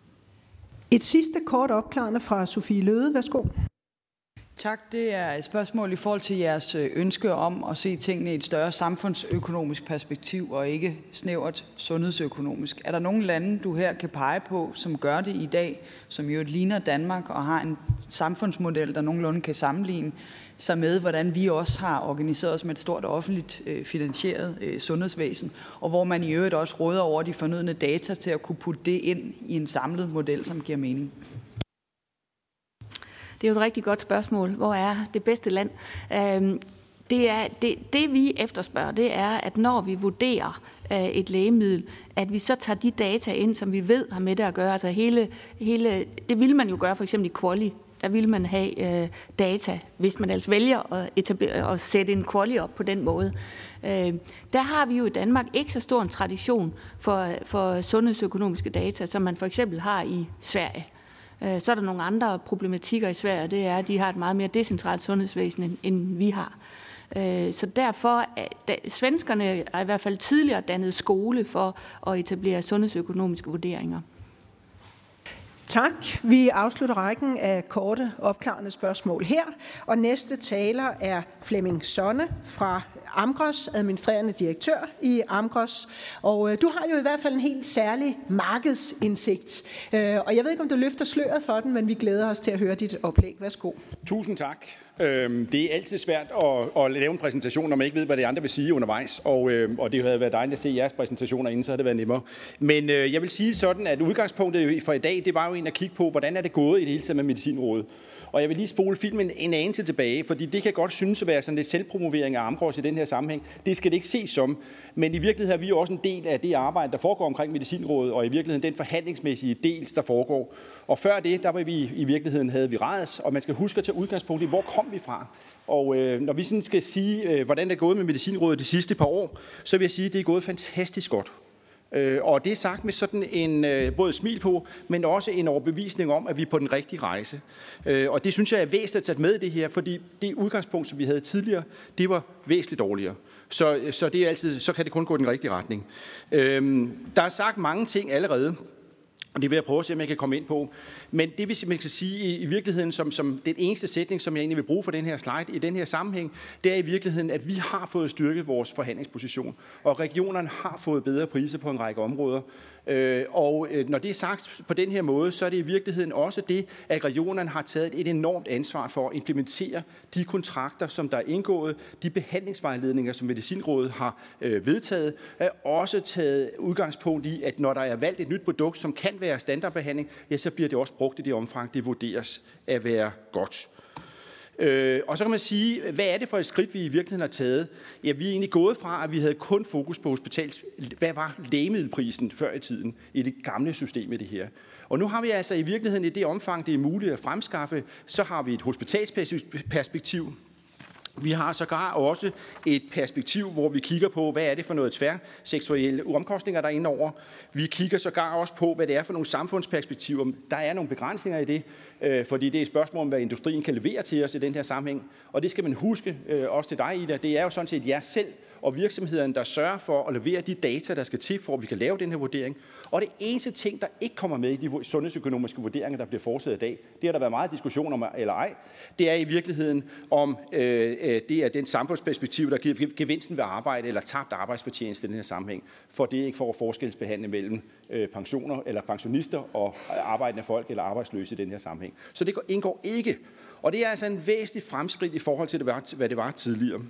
Et sidste kort opklarende fra Sofie Løde. Værsgo. Tak. Det er et spørgsmål i forhold til jeres ønske om at se tingene i et større samfundsøkonomisk perspektiv og ikke snævert sundhedsøkonomisk. Er der nogle lande, du her kan pege på, som gør det i dag, som jo ligner Danmark og har en samfundsmodel, der nogenlunde kan sammenligne sig med, hvordan vi også har organiseret os med et stort offentligt finansieret sundhedsvæsen, og hvor man i øvrigt også råder over de fornødne data til at kunne putte det ind i en samlet model, som giver mening? Det er jo et rigtig godt spørgsmål. Hvor er det bedste land? Det, er, det, det vi efterspørger, det er, at når vi vurderer et lægemiddel, at vi så tager de data ind, som vi ved har med det at gøre. Altså hele, hele, det ville man jo gøre for eksempel i Quali. Der ville man have øh, data, hvis man altså vælger at, etablere, at sætte en Quali op på den måde. Øh, der har vi jo i Danmark ikke så stor en tradition for, for sundhedsøkonomiske data, som man for eksempel har i Sverige. Så er der nogle andre problematikker i Sverige, det er, at de har et meget mere decentralt sundhedsvæsen, end, end vi har. Så derfor, da, svenskerne er i hvert fald tidligere dannet skole for at etablere sundhedsøkonomiske vurderinger. Tak. Vi afslutter rækken af korte, opklarende spørgsmål her. Og næste taler er Flemming Sonne fra Amgros, administrerende direktør i Amgros. Og du har jo i hvert fald en helt særlig markedsindsigt. Og jeg ved ikke, om du løfter sløret for den, men vi glæder os til at høre dit oplæg. Værsgo. Tusind tak. Det er altid svært at, at lave en præsentation, når man ikke ved, hvad de andre vil sige undervejs. Og, og det havde været dejligt at se jeres præsentationer inden, så havde det været nemmere. Men jeg vil sige sådan, at udgangspunktet for i dag, det var jo en at kigge på, hvordan er det gået i det hele taget med Medicinrådet. Og jeg vil lige spole filmen en anelse tilbage, fordi det kan godt synes at være sådan lidt selvpromovering af Amgros i den her sammenhæng. Det skal det ikke ses som. Men i virkeligheden er vi jo også en del af det arbejde, der foregår omkring Medicinrådet, og i virkeligheden den forhandlingsmæssige del, der foregår. Og før det, der var vi i virkeligheden havde vi RADS, og man skal huske at tage udgangspunkt i, hvor kom vi fra. Og øh, når vi sådan skal sige, øh, hvordan det er gået med Medicinrådet de sidste par år, så vil jeg sige, at det er gået fantastisk godt. Øh, og det er sagt med sådan en øh, både smil på, men også en overbevisning om, at vi er på den rigtige rejse. Øh, og det synes jeg er væsentligt at tage med i det her, fordi det udgangspunkt, som vi havde tidligere, det var væsentligt dårligere. Så, så, det er altid, så kan det kun gå i den rigtige retning. Øh, der er sagt mange ting allerede, og det vil jeg prøve at se, om jeg kan komme ind på. Men det, hvis man kan sige i, i virkeligheden, som, som den eneste sætning, som jeg egentlig vil bruge for den her slide i den her sammenhæng, det er i virkeligheden, at vi har fået styrket vores forhandlingsposition, og regionerne har fået bedre priser på en række områder. Øh, og øh, når det er sagt på den her måde, så er det i virkeligheden også det, at regionerne har taget et enormt ansvar for at implementere de kontrakter, som der er indgået, de behandlingsvejledninger, som Medicinrådet har øh, vedtaget, er også taget udgangspunkt i, at når der er valgt et nyt produkt, som kan være standardbehandling, ja, så bliver det også brugt i det omfang, det vurderes at være godt. Øh, og så kan man sige, hvad er det for et skridt, vi i virkeligheden har taget? Ja, vi er egentlig gået fra, at vi havde kun fokus på hospitals... Hvad var lægemiddelprisen før i tiden i det gamle system i det her? Og nu har vi altså i virkeligheden i det omfang, det er muligt at fremskaffe, så har vi et hospitalsperspektiv. Vi har sågar også et perspektiv, hvor vi kigger på, hvad er det for noget tværsektorielle omkostninger, der er inde over. Vi kigger sågar også på, hvad det er for nogle samfundsperspektiver. Der er nogle begrænsninger i det, øh, fordi det er et spørgsmål om, hvad industrien kan levere til os i den her sammenhæng. Og det skal man huske, øh, også til dig, Ida. Det er jo sådan set jer selv og virksomhederne, der sørger for at levere de data, der skal til, for at vi kan lave den her vurdering. Og det eneste ting, der ikke kommer med i de sundhedsøkonomiske vurderinger, der bliver foretaget i dag, det har der været meget diskussion om eller ej, det er i virkeligheden om øh, det er den samfundsperspektiv, der giver gevinsten ved arbejde eller tabt arbejdsfortjeneste i den her sammenhæng, for det er ikke for at forskelsbehandle mellem øh, pensioner eller pensionister og arbejdende folk eller arbejdsløse i den her sammenhæng. Så det indgår ikke. Og det er altså en væsentlig fremskridt i forhold til, hvad det var tidligere.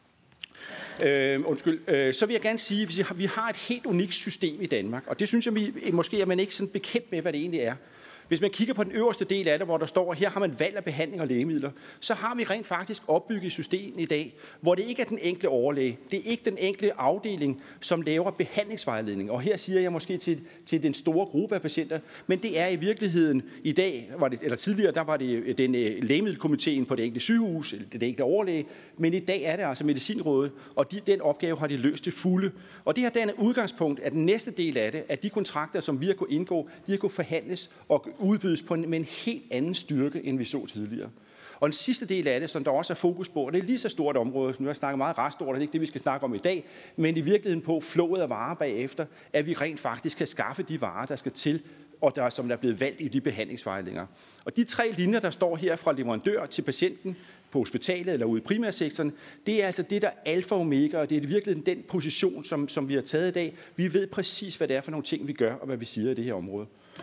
Øh, undskyld. Øh, så vil jeg gerne sige, at vi har et helt unikt system i Danmark, og det synes jeg vi, måske er man ikke sådan bekendt med, hvad det egentlig er. Hvis man kigger på den øverste del af det, hvor der står, at her har man valg af behandling og lægemidler, så har vi rent faktisk opbygget systemet i dag, hvor det ikke er den enkelte overlæge, det er ikke den enkelte afdeling, som laver behandlingsvejledning. Og her siger jeg måske til, til den store gruppe af patienter, men det er i virkeligheden i dag, var det, eller tidligere, der var det den lægemiddelkomiteen på det enkelte sygehus, det enkelte overlæge, men i dag er det altså Medicinrådet, og de, den opgave har de løst til fulde. Og det har dannet udgangspunkt, at den næste del af det, at de kontrakter, som vi har kunnet indgå, de har kunnet forhandles og udbydes på en, med en helt anden styrke, end vi så tidligere. Og den sidste del af det, som der også er fokus på, og det er lige så stort område, som vi har snakket meget restort, og det er ikke det, vi skal snakke om i dag, men i virkeligheden på flowet af varer bagefter, at vi rent faktisk kan skaffe de varer, der skal til, og der, som der er blevet valgt i de behandlingsvejledninger. Og de tre linjer, der står her fra leverandør til patienten på hospitalet eller ude i primærsektoren, det er altså det, der er alfa og omega, og det er i virkeligheden den position, som, som vi har taget i dag. Vi ved præcis, hvad det er for nogle ting, vi gør, og hvad vi siger i det her område.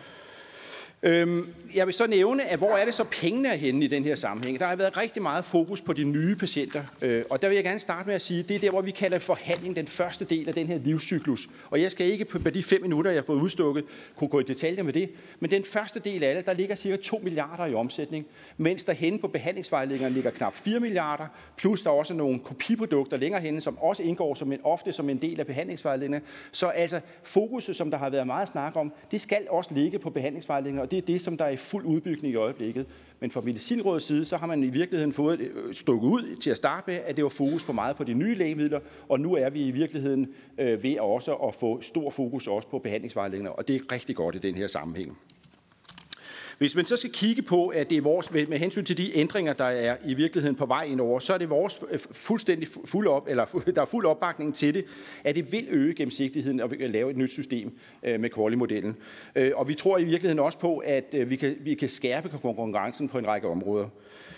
Jeg vil så nævne, at hvor er det så pengene er henne i den her sammenhæng. Der har været rigtig meget fokus på de nye patienter, og der vil jeg gerne starte med at sige, at det er der, hvor vi kalder forhandling, den første del af den her livscyklus. Og jeg skal ikke på de fem minutter, jeg har fået udstukket, kunne gå i detaljer med det, men den første del af det, der ligger cirka to milliarder i omsætning, mens der henne på behandlingsvejledningerne ligger knap fire milliarder, plus der er også nogle kopiprodukter længere henne, som også indgår som en, ofte som en del af behandlingsvejledningerne. Så altså fokuset, som der har været meget snak om, det skal også ligge på behandlingsvejledninger, og det er det, som der er i fuld udbygning i øjeblikket. Men fra Medicinrådets side, så har man i virkeligheden fået stukket ud til at starte med, at det var fokus på meget på de nye lægemidler, og nu er vi i virkeligheden øh, ved også at få stor fokus også på behandlingsvejledninger, og det er rigtig godt i den her sammenhæng. Hvis man så skal kigge på, at det er vores, med hensyn til de ændringer, der er i virkeligheden på vej indover, så er det vores fuldstændig fuld op, eller der er fuld opbakning til det, at det vil øge gennemsigtigheden og lave et nyt system med Quali-modellen. Og vi tror i virkeligheden også på, at vi kan, vi kan skærpe konkurrencen på en række områder.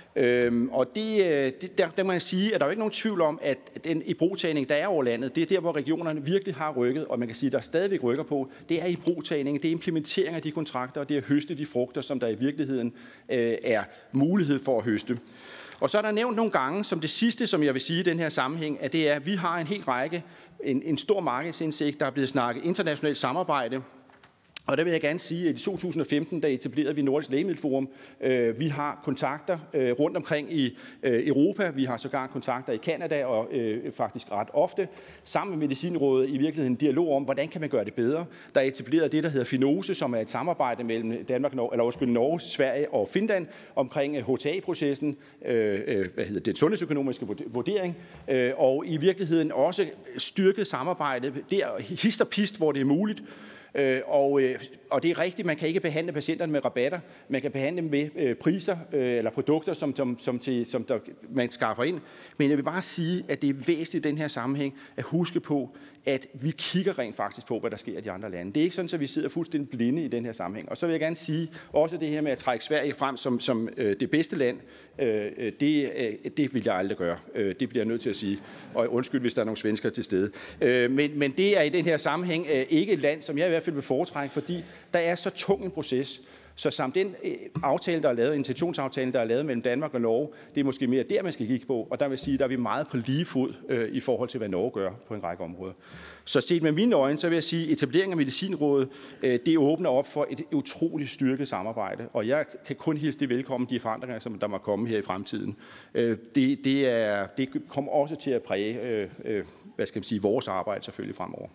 Øhm, og det, det, der, der må jeg sige, at der er jo ikke nogen tvivl om, at den ibrugtagning, der er over landet, det er der, hvor regionerne virkelig har rykket, og man kan sige, at der stadigvæk rykker på, det er ibrugtagning, det er implementering af de kontrakter, og det er at høste de frugter, som der i virkeligheden øh, er mulighed for at høste. Og så er der nævnt nogle gange, som det sidste, som jeg vil sige i den her sammenhæng, at det er, at vi har en hel række, en, en stor markedsindsigt, der er blevet snakket internationalt samarbejde. Og der vil jeg gerne sige, at i to tusind og femten, der etablerede vi Nordisk Lægemiddelforum. Vi har kontakter rundt omkring i Europa. Vi har sågar kontakter i Canada og faktisk ret ofte. Sammen med Medicinrådet i virkeligheden en dialog om, hvordan kan man gøre det bedre. Der er etableret det, der hedder FINOSE, som er et samarbejde mellem Danmark, eller undskyld, Norge, Sverige og Finland omkring H T A-processen, hvad hedder det, sundhedsøkonomiske vurdering, og i virkeligheden også styrket samarbejde der hist og pist, hvor det er muligt. Øh, og, øh, og det er rigtigt, man kan ikke behandle patienterne med rabatter. Man kan behandle dem med øh, priser øh, eller produkter, som, som, som, til, som der, man skaffer ind. Men jeg vil bare sige, at det er væsentligt i den her sammenhæng at huske på, at vi kigger rent faktisk på, hvad der sker i de andre lande. Det er ikke sådan, at vi sidder fuldstændig blinde i den her sammenhæng. Og så vil jeg gerne sige, også det her med at trække Sverige frem som, som øh, det bedste land, øh, det, øh, det vil jeg aldrig gøre. Øh, det bliver jeg nødt til at sige. Og undskyld, hvis der er nogle svensker til stede. Øh, men, men det er i den her sammenhæng øh, ikke et land, som jeg i hvert fald vil foretrække, fordi der er så tung en proces. Så samt den aftale, der er lavet, intentionsaftalen, der er lavet mellem Danmark og Norge, det er måske mere der, man skal kigge på. Og der vil sige, der er vi meget på lige fod øh, i forhold til, hvad Norge gør på en række områder. Så set med mine øjne, så vil jeg sige, at etableringen af Medicinrådet, øh, det åbner op for et utroligt styrket samarbejde. Og jeg kan kun hilse det velkommen, de forandringer, som der må komme her i fremtiden. Øh, det, det, er, det kommer også til at præge, øh, øh, hvad skal man sige, vores arbejde selvfølgelig fremover.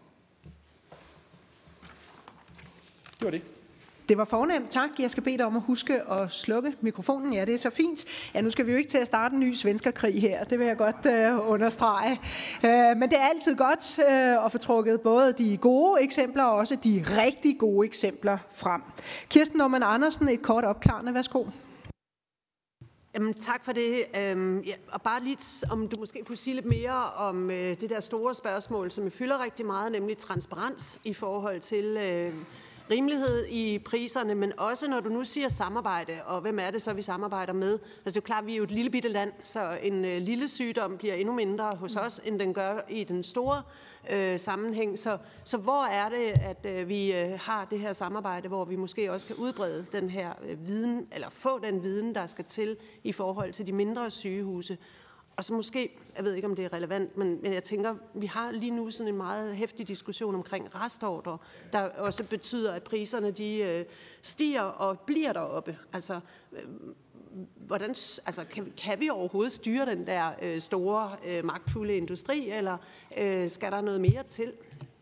Det var det. Det var fornemt, tak. Jeg skal bede dig om at huske at slukke mikrofonen. Ja, det er så fint. Ja, nu skal vi jo ikke til at starte en ny svenskerkrig her. Det vil jeg godt øh, understrege. Øh, men det er altid godt øh, at få trukket både de gode eksempler og også de rigtig gode eksempler frem. Kirsten Normann Andersen, et kort opklarende. Værsgo. Jamen, tak for det. Øhm, ja, og bare lige, om du måske kunne sige lidt mere om øh, det der store spørgsmål, som jeg fylder rigtig meget, nemlig transparens i forhold til Øh, rimelighed i priserne, men også når du nu siger samarbejde, og hvem er det så, vi samarbejder med? Altså det er jo klart, vi er jo et lille bitte land, så en øh, lille sygdom bliver endnu mindre hos os, end den gør i den store øh, sammenhæng. Så, så hvor er det, at øh, vi øh, har det her samarbejde, hvor vi måske også kan udbrede den her øh, viden, eller få den viden, der skal til i forhold til de mindre sygehuse? Og så måske, jeg ved ikke, om det er relevant, men, men jeg tænker, vi har lige nu sådan en meget heftig diskussion omkring restordre, der også betyder, at priserne de øh, stiger og bliver deroppe. Altså, øh, hvordan, altså kan, kan vi overhovedet styre den der øh, store, øh, magtfulde industri, eller øh, skal der noget mere til?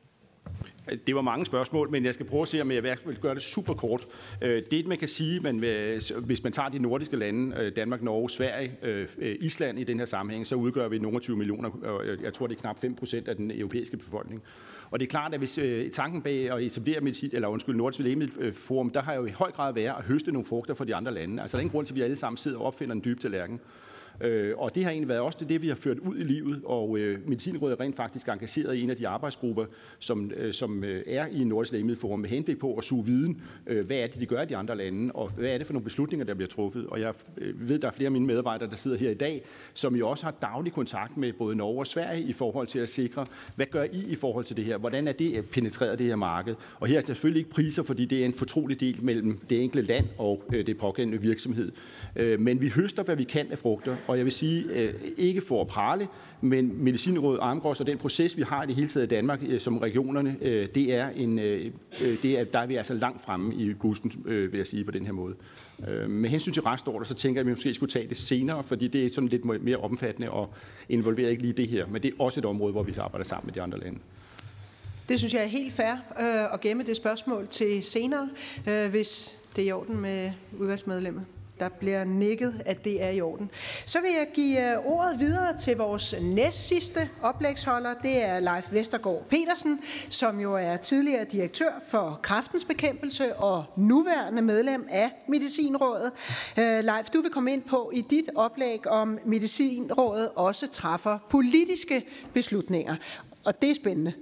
Det var mange spørgsmål, men jeg skal prøve at se, om jeg vil gøre det super kort. Det, man kan sige, men hvis man tager de nordiske lande, Danmark, Norge, Sverige, Island i den her sammenhæng, så udgør vi nogle tyve millioner, jeg tror, det er knap fem procent af den europæiske befolkning. Og det er klart, at hvis tanken bag at etablere medicin, eller undskyld, Nordisk Lægemiddelforum, der har jo i høj grad været at høste nogle frugter for de andre lande. Altså der er ingen grund til, at vi alle sammen sidder og opfinder en dyb tallerken. Øh, og det har egentlig været også det, vi har ført ud i livet, og øh, Medicinrådet er rent faktisk engageret i en af de arbejdsgrupper, som, øh, som øh, er i Nordisk Lægemiddelforum med henblik på at suge viden. Øh, hvad er det, de gør i de andre lande, og hvad er det for nogle beslutninger, der bliver truffet? Og jeg øh, ved, der er flere af mine medarbejdere, der sidder her i dag, som jo også har daglig kontakt med både Norge og Sverige i forhold til at sikre, hvad gør I i forhold til det her? Hvordan er det penetreret, det her marked? Og her er der selvfølgelig ikke priser, fordi det er en fortrolig del mellem det enkelte land og øh, det pågældende virksomhed. Øh, men vi høster, hvad vi kan af frugter. Og jeg vil sige, øh, ikke for at prale, men Medicinrådet Armgrås og den proces, vi har i det hele taget i Danmark, øh, som regionerne, øh, det er en, øh, det er, der er vi altså langt fremme i bussen, øh, vil jeg sige på den her måde. Øh, med hensyn til restordre, så tænker jeg, at vi måske skulle tage det senere, fordi det er sådan lidt mere omfattende og involverer ikke lige det her, men det er også et område, hvor vi arbejder sammen med de andre lande. Det synes jeg er helt fair øh, at gemme det spørgsmål til senere, øh, hvis det er i orden med udvalgsmedlemmet. Der bliver nikket, at det er i orden. Så vil jeg give ordet videre til vores næstsidste oplægsholder. Det er Leif Vestergaard Petersen, som jo er tidligere direktør for Kræftens Bekæmpelse og nuværende medlem af Medicinrådet. Leif, du vil komme ind på i dit oplæg, om Medicinrådet også træffer politiske beslutninger. Og det er spændende.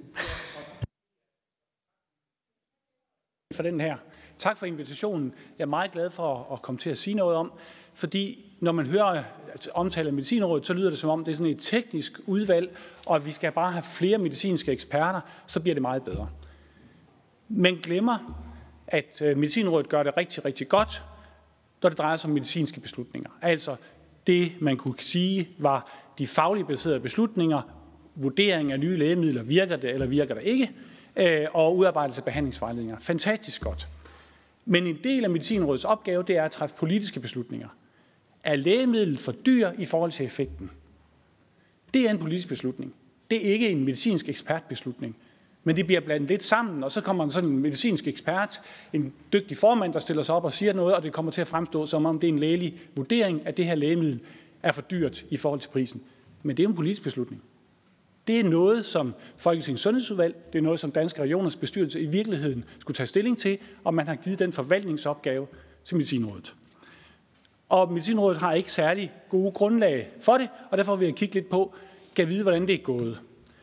For den her. Tak for invitationen. Jeg er meget glad for at komme til at sige noget om, fordi når man hører omtale af Medicinrådet, så lyder det som om, det er sådan et teknisk udvalg, og at vi skal bare have flere medicinske eksperter, så bliver det meget bedre. Men glemmer, at Medicinrådet gør det rigtig, rigtig godt, når det drejer sig om medicinske beslutninger. Altså det, man kunne sige, var de fagligt baserede beslutninger, vurdering af nye lægemidler, virker det eller virker det ikke, og udarbejdelse af behandlingsvejledninger. Fantastisk godt. Men en del af Medicinrådets opgave, det er at træffe politiske beslutninger. Er lægemidlet for dyr i forhold til effekten? Det er en politisk beslutning. Det er ikke en medicinsk ekspertbeslutning. Men det bliver blandet lidt sammen, og så kommer en sådan en medicinsk ekspert, en dygtig formand, der stiller sig op og siger noget, og det kommer til at fremstå, som om det er en lægelig vurdering, at det her lægemiddel er for dyrt i forhold til prisen. Men det er en politisk beslutning. Det er noget, som Folketingets Sundhedsudvalg, det er noget, som Danske Regioners bestyrelse i virkeligheden skulle tage stilling til, og man har givet den forvaltningsopgave til Medicinrådet. Og Medicinrådet har ikke særlig gode grundlag for det, og derfor vil jeg kigge lidt på, kan vide, hvordan det er gået.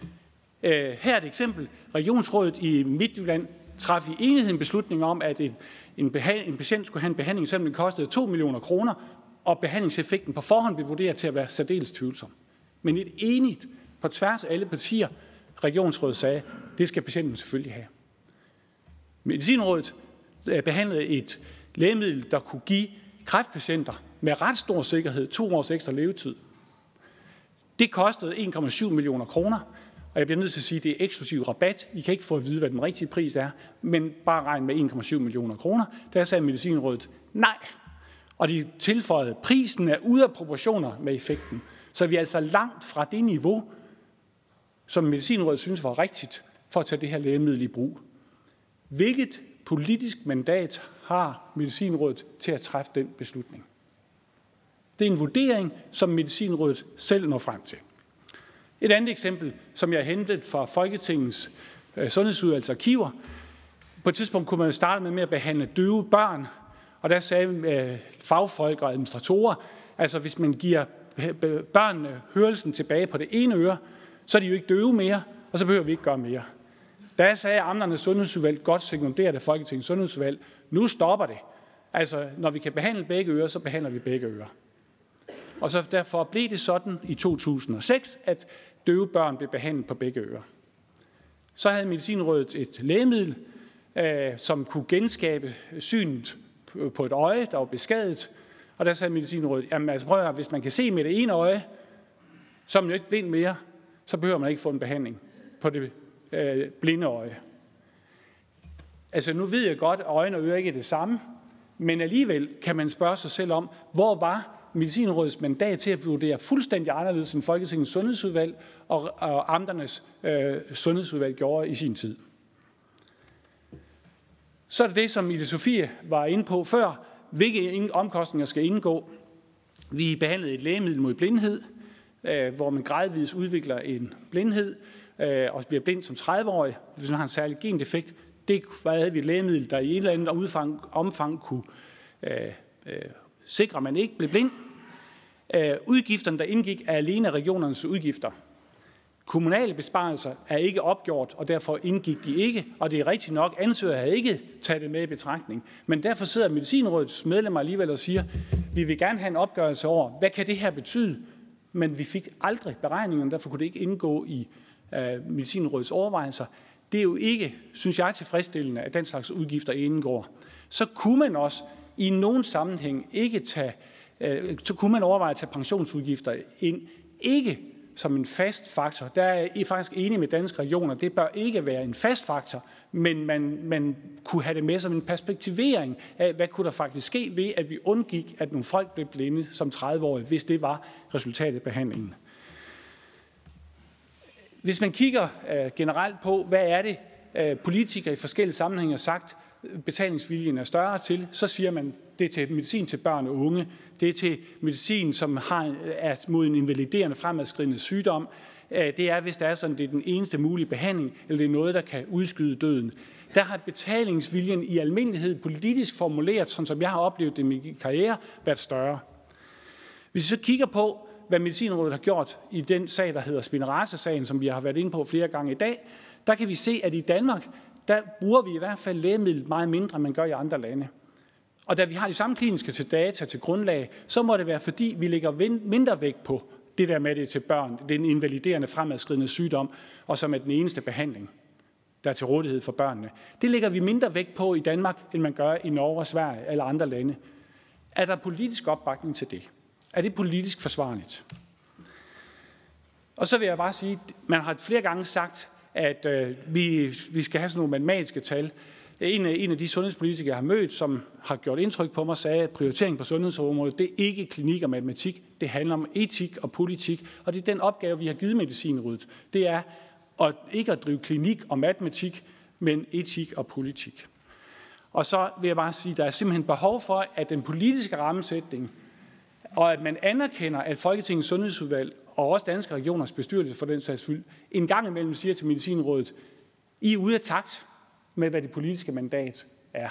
Her er et eksempel. Regionsrådet i Midtjylland traf i enighed en beslutning om, at en, en, en patient skulle have en behandling, selvom den kostede to millioner kroner, og behandlingseffekten på forhånd blev vurderet til at være særdeles tvivlsom. Men et enigt, på tværs af alle partier, Regionsrådet sagde, det skal patienten selvfølgelig have. Medicinrådet behandlede et lægemiddel, der kunne give kræftpatienter med ret stor sikkerhed to års ekstra levetid. Det kostede en komma syv millioner kroner, og jeg bliver nødt til at sige, at det er eksklusiv rabat. I kan ikke få at vide, hvad den rigtige pris er, men bare regn med en komma syv millioner kroner. Der sagde Medicinrådet nej, og de tilføjede, at prisen er ude af proportioner med effekten. Så vi er altså langt fra det niveau, som Medicinrådet synes var rigtigt for at tage det her lægemiddel i brug. Hvilket politisk mandat har Medicinrådet til at træffe den beslutning? Det er en vurdering, som Medicinrådet selv når frem til. Et andet eksempel, som jeg har hentet fra Folketingets øh, Sundhedsudvalgs arkiver. På et tidspunkt kunne man starte med, med at behandle døve børn, og der sagde øh, fagfolk og administratorer, altså hvis man giver børnene hørelsen tilbage på det ene øre, så er de jo ikke døve mere, og så behøver vi ikke gøre mere. Der sagde amternes sundhedsudvalg, godt sekunderet af Folketingets Sundhedsudvalg, nu stopper det. Altså, når vi kan behandle begge ører, så behandler vi begge ører. Og så derfor blev det sådan i to tusind og seks, at døve børn blev behandlet på begge ører. Så havde Medicinrådet et lægemiddel, øh, som kunne genskabe synet på et øje, der var beskadiget. Og der sagde Medicinrådet, jamen altså prøv at høre, hvis man kan se med det ene øje, så er man jo ikke blind mere, så behøver man ikke få en behandling på det øh, blinde øje. Altså nu ved jeg godt, at øjne og ører ikke er det samme, men alligevel kan man spørge sig selv om, hvor var Medicinrådets mandat til at vurdere fuldstændig anderledes end Folketingets Sundhedsudvalg og, og amternes øh, sundhedsudvalg gjorde i sin tid. Så er det det, som Ida Sofie var inde på før. Hvilke omkostninger skal indgå? Vi behandlede et lægemiddel mod blindhed, øh, hvor man gradvist udvikler en blindhed øh, og bliver blind som tredive-årig, hvis man har en særlig gendefekt. Det havde vi et lægemiddel, der i et eller andet omfang, omfang kunne øh, øh, sikre, at man ikke blev blind. Øh, udgifterne, der indgik, er alene regionernes udgifter. Kommunale besparelser er ikke opgjort, og derfor indgik de ikke, og det er rigtigt nok, ansøgere havde ikke taget det med i betragtning. Men derfor sidder Medicinrådets medlemmer alligevel og siger, vi vil gerne have en opgørelse over, hvad kan det her betyde? Men vi fik aldrig beregningerne, derfor kunne det ikke indgå i øh, Medicinrådets overvejelser. Det er jo ikke, synes jeg, tilfredsstillende, at den slags udgifter indgår. Så kunne man også i nogen sammenhæng ikke tage, øh, så kunne man overveje at tage pensionsudgifter ind, ikke som en fast faktor. Der er I faktisk enige med Danske Regioner. Det bør ikke være en fast faktor, men man, man kunne have det med som en perspektivering af, hvad kunne der faktisk ske ved, at vi undgik, at nogle folk blev blinde som tredive-årige, hvis det var resultatet af behandlingen. Hvis man kigger øh, generelt på, hvad er det, øh, politikere i forskellige sammenhænge har sagt, betalingsviljen er større til, så siger man, det er til medicin til børn og unge, det er til medicin, som har, er mod en invaliderende fremadskridende sygdom, det er, hvis det er sådan, det er den eneste mulige behandling, eller det er noget, der kan udskyde døden. Der har betalingsviljen i almindelighed politisk formuleret, sådan som jeg har oplevet det i min karriere, været større. Hvis vi så kigger på, hvad Medicinrådet har gjort i den sag, der hedder Spinraza-sagen, som vi har været inde på flere gange i dag, der kan vi se, at i Danmark, der bruger vi i hvert fald lægemidlet meget mindre, end man gør i andre lande. Og da vi har de samme kliniske til data til grundlag, så må det være, fordi vi lægger mindre vægt på det der med det til børn, den invaliderende fremadskridende sygdom, og som er den eneste behandling, der er til rådighed for børnene. Det lægger vi mindre vægt på i Danmark, end man gør i Norge og Sverige eller andre lande. Er der politisk opbakning til det? Er det politisk forsvarligt? Og så vil jeg bare sige, man har flere gange sagt, at øh, vi, vi skal have sådan nogle matematiske tal. En af, en af de sundhedspolitikere, jeg har mødt, som har gjort indtryk på mig, sagde, at prioritering på sundhedsområdet, det er ikke klinik og matematik, det handler om etik og politik, og det er den opgave, vi har givet Medicinrådet. Det er at ikke at drive klinik og matematik, men etik og politik. Og så vil jeg bare sige, at der er simpelthen behov for, at den politiske rammesætning, og at man anerkender, at Folketingets sundhedsudvalg og også Danske Regioners bestyrelse for den sags skyld, en gang imellem siger til Medicinrådet, I er ude af takt med, hvad det politiske mandat er.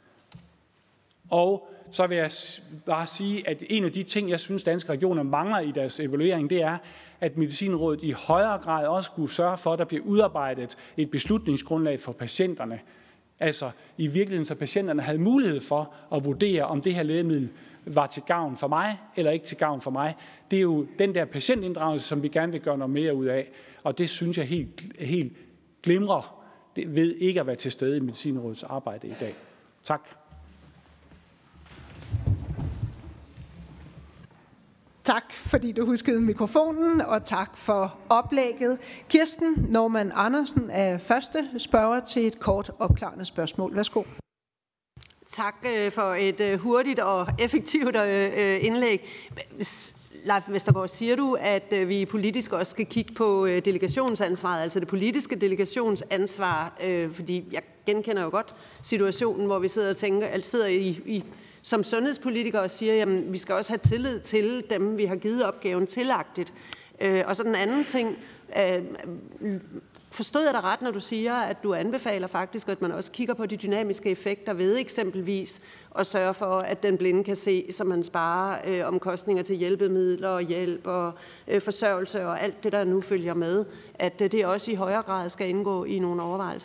Og så vil jeg bare sige, at en af de ting, jeg synes, Danske Regioner mangler i deres evaluering, det er, at Medicinrådet i højere grad også skulle sørge for, at der bliver udarbejdet et beslutningsgrundlag for patienterne. Altså i virkeligheden, så patienterne havde mulighed for at vurdere, om det her lægemiddel var til gavn for mig, eller ikke til gavn for mig. Det er jo den der patientinddragelse, som vi gerne vil gøre noget mere ud af. Og det synes jeg helt, helt glimrer det ved ikke at være til stede i Medicinrådets arbejde i dag. Tak. Tak, fordi du huskede mikrofonen, og tak for oplægget. Kirsten Normann Andersen er første spørger til et kort opklarende spørgsmål. Værsgo. Tak for et hurtigt og effektivt indlæg. Leif Vestergaard, siger du, at vi politisk også skal kigge på delegationsansvaret, altså det politiske delegationsansvar, fordi jeg genkender jo godt situationen, hvor vi sidder og tænker, altså sidder i, i som sundhedspolitikere og siger, jamen vi skal også have tillid til dem, vi har givet opgaven tillagtigt. Og så den anden ting, forstod jeg dig ret, når du siger, at du anbefaler faktisk, at man også kigger på de dynamiske effekter ved eksempelvis at sørge for, at den blinde kan se, så man sparer øh, omkostninger til hjælpemidler og hjælp og øh, forsørgelse og alt det, der nu følger med, at øh, det også i højere grad skal indgå i nogle overvejelser?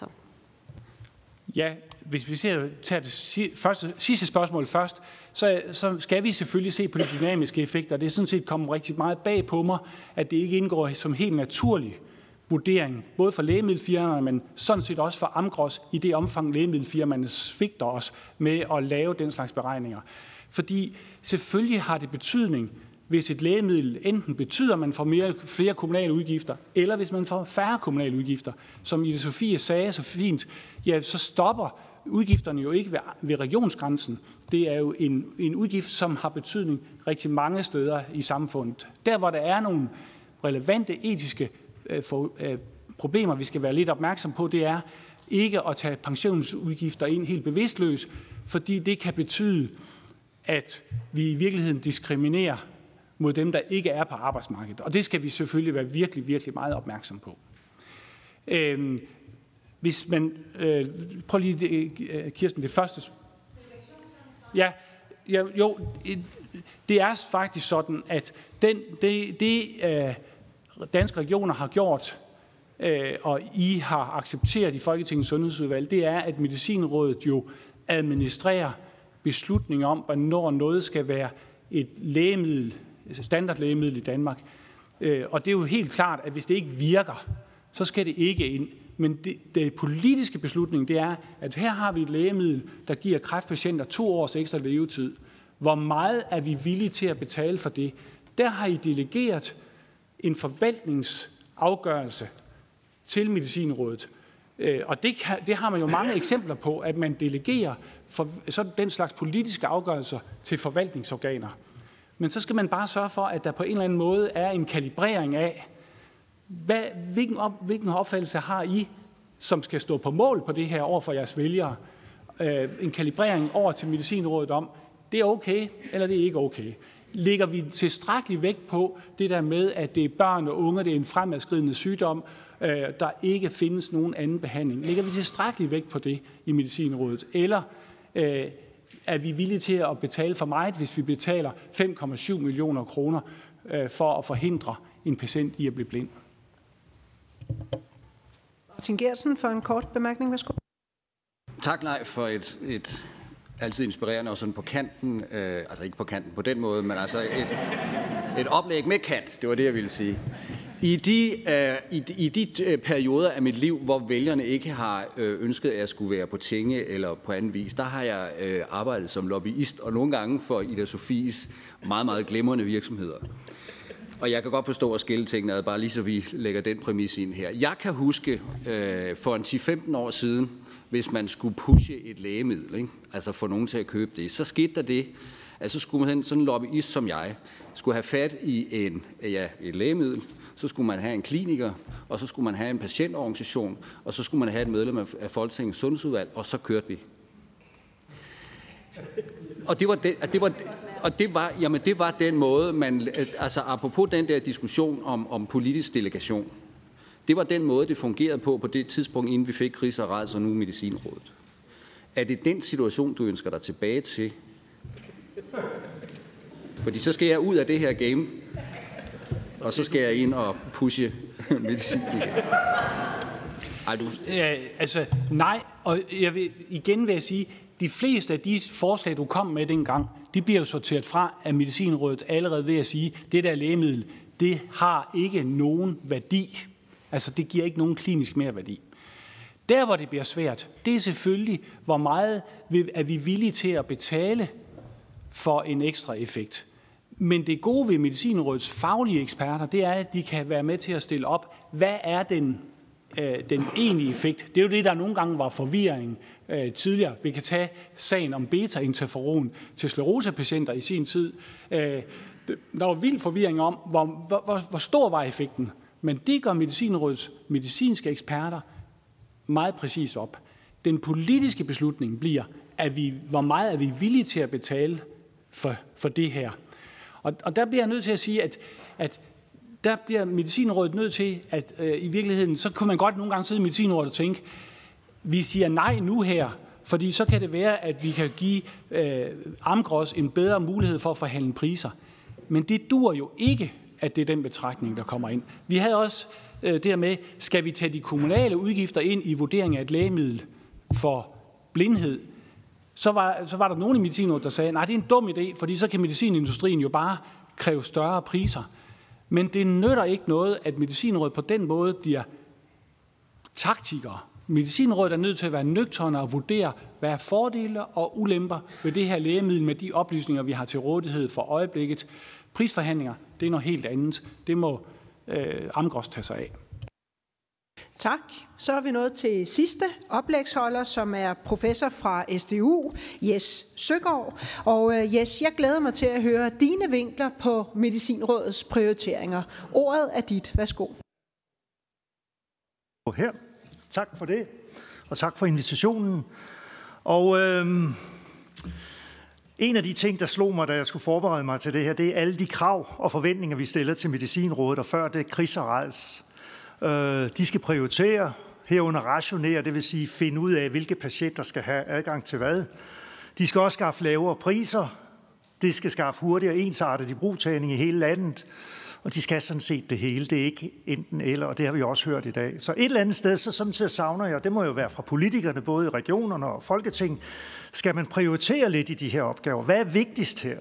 Ja, hvis vi ser, tager det første, sidste spørgsmål først, så, så skal vi selvfølgelig se på de dynamiske effekter. Det er sådan set kommet rigtig meget bag på mig, at det ikke indgår som helt naturligt vurdering, både for lægemiddelfirmaerne, men sådan set også for Amgros, i det omfang lægemiddelfirmaerne svigter os med at lave den slags beregninger. Fordi selvfølgelig har det betydning, hvis et lægemiddel enten betyder, at man får mere, flere kommunale udgifter, eller hvis man får færre kommunale udgifter. Som Ida Sofie sagde så fint, ja, så stopper udgifterne jo ikke ved, ved regionsgrænsen. Det er jo en, en udgift, som har betydning rigtig mange steder i samfundet. Der, hvor der er nogle relevante etiske For, øh, problemer, vi skal være lidt opmærksom på, det er ikke at tage pensionsudgifter ind helt bevidstløs, fordi det kan betyde, at vi i virkeligheden diskriminerer mod dem, der ikke er på arbejdsmarkedet. Og det skal vi selvfølgelig være virkelig, virkelig meget opmærksom på. Øh, hvis man... Øh, prøv lige, øh, Kirsten, det første... Ja, ja, jo, det er faktisk sådan, at den, det... det øh, Danske Regioner har gjort, øh, og I har accepteret i Folketingets sundhedsudvalg, det er, at Medicinrådet jo administrerer beslutninger om, hvornår noget skal være et lægemiddel, standardlægemiddel i Danmark. Øh, og det er jo helt klart, at hvis det ikke virker, så skal det ikke ind. Men det, det politiske beslutning, det er, at her har vi et lægemiddel, der giver kræftpatienter to års ekstra levetid. Hvor meget er vi villige til at betale for det? Der har I delegeret en forvaltningsafgørelse til Medicinrådet. Og det, kan, det har man jo mange eksempler på, at man delegerer for, sådan den slags politiske afgørelser til forvaltningsorganer. Men så skal man bare sørge for, at der på en eller anden måde er en kalibrering af, hvad, hvilken, op, hvilken opfattelse har I, som skal stå på mål på det her over for jeres vælgere. øh, en kalibrering over til Medicinrådet om, det er okay, eller det er ikke okay. Lægger vi tilstrækkelig vægt på det der med, at det er børn og unge, det er en fremadskridende sygdom, øh, der ikke findes nogen anden behandling. Lægger vi tilstrækkelig vægt på det i Medicinrådet, eller øh, er vi villige til at betale for meget, hvis vi betaler fem komma syv millioner kroner øh, for at forhindre en patient i at blive blind? Martin Geertsen for en kort bemærkning. Værsgo. Tak, nej, for et, et altid inspirerende og sådan på kanten, øh, altså ikke på kanten på den måde, men altså et, et oplæg med kant, det var det, jeg ville sige. I de, øh, i, i de øh, perioder af mit liv, hvor vælgerne ikke har øh, ønsket, at jeg skulle være på tinge eller på anden vis, der har jeg øh, arbejdet som lobbyist, og nogle gange for Ida Sofies meget, meget glimrende virksomheder. Og jeg kan godt forstå at skille tingene ad, bare lige så vi lægger den præmis ind her. Jeg kan huske øh, for en ti til femten år siden, hvis man skulle pushe et lægemiddel, ikke? Altså få nogen til at købe det, så skete der det, at så skulle man, sådan en lobbyist som jeg, skulle have fat i en, ja, et lægemiddel, så skulle man have en kliniker, og så skulle man have en patientorganisation, og så skulle man have et medlem af Folketingets sundhedsudvalg, og så kørte vi. Og det var, det, det var, og det var, jamen det var den måde, man, altså apropos den der diskussion om, om politisk delegation, det var den måde, det fungerede på på det tidspunkt, inden vi fik Kris og Rads og nu Medicinrådet. Er det den situation, du ønsker dig tilbage til? Fordi så skal jeg ud af det her game, og så skal jeg ind og pushe medicin igen. Ej, du... ja, altså, nej, og jeg vil, igen vil jeg sige, de fleste af de forslag, du kom med dengang, de bliver jo sorteret fra af Medicinrådet allerede ved at sige, at det der lægemiddel, det har ikke nogen værdi. Altså, det giver ikke nogen klinisk merværdi. Der, hvor det bliver svært, det er selvfølgelig, hvor meget er vi villige til at betale for en ekstra effekt. Men det gode ved Medicinrådets faglige eksperter, det er, at de kan være med til at stille op, hvad er den, øh, den egentlige effekt. Det er jo det, der nogle gange var forvirring øh, tidligere. Vi kan tage sagen om beta-interferon til sklerosepatienter i sin tid. Øh, der var vild forvirring om, hvor, hvor, hvor, hvor stor var effekten. Men det gør Medicinrådets medicinske eksperter meget præcis op. Den politiske beslutning bliver, at vi, hvor meget er vi villige til at betale for, for det her. Og, og der bliver jeg nødt til at sige, at, at der bliver Medicinrådet nødt til, at øh, i virkeligheden, så kunne man godt nogle gange sidde i Medicinrådet og tænke, vi siger nej nu her, fordi så kan det være, at vi kan give øh, Amgros en bedre mulighed for at forhandle priser. Men det dur jo ikke, at det er den betragtning, der kommer ind. Vi havde også øh, det her med, skal vi tage de kommunale udgifter ind i vurdering af et lægemiddel for blindhed? Så var, så var der nogen i Medicinrådet, der sagde, nej, det er en dum idé, fordi så kan medicinindustrien jo bare kræve større priser. Men det nytter ikke noget, at Medicinrådet på den måde bliver taktikere. Medicinrådet er nødt til at være nøgterne og vurdere, hvad er fordele og ulemper ved det her lægemiddel med de oplysninger, vi har til rådighed for øjeblikket. Prisforhandlinger, det er noget helt andet. Det må øh, Amgros tage sig af. Tak. Så er vi nået til sidste oplægsholder, som er professor fra S D U, Jes Søgaard. Og uh, Jes, jeg glæder mig til at høre dine vinkler på Medicinrådets prioriteringer. Ordet er dit. Værsgo. Her. Tak for det, og tak for invitationen. Og øhm, en af de ting, der slog mig, da jeg skulle forberede mig til det her, det er alle de krav og forventninger, vi stiller til Medicinrådet, og før det Kris og Rads. Øh, de skal prioritere, herunder rationere, det vil sige finde ud af, hvilke patienter skal have adgang til hvad. De skal også skaffe lavere priser, det skal skaffe hurtigere ensartet ibrugtagning i hele landet, og de skal sådan set det hele. Det er ikke enten eller, og det har vi også hørt i dag. Så et eller andet sted, så samtidig savner jeg, det må jo være fra politikerne, både i regionerne og Folketinget, skal man prioritere lidt i de her opgaver. Hvad er vigtigst her?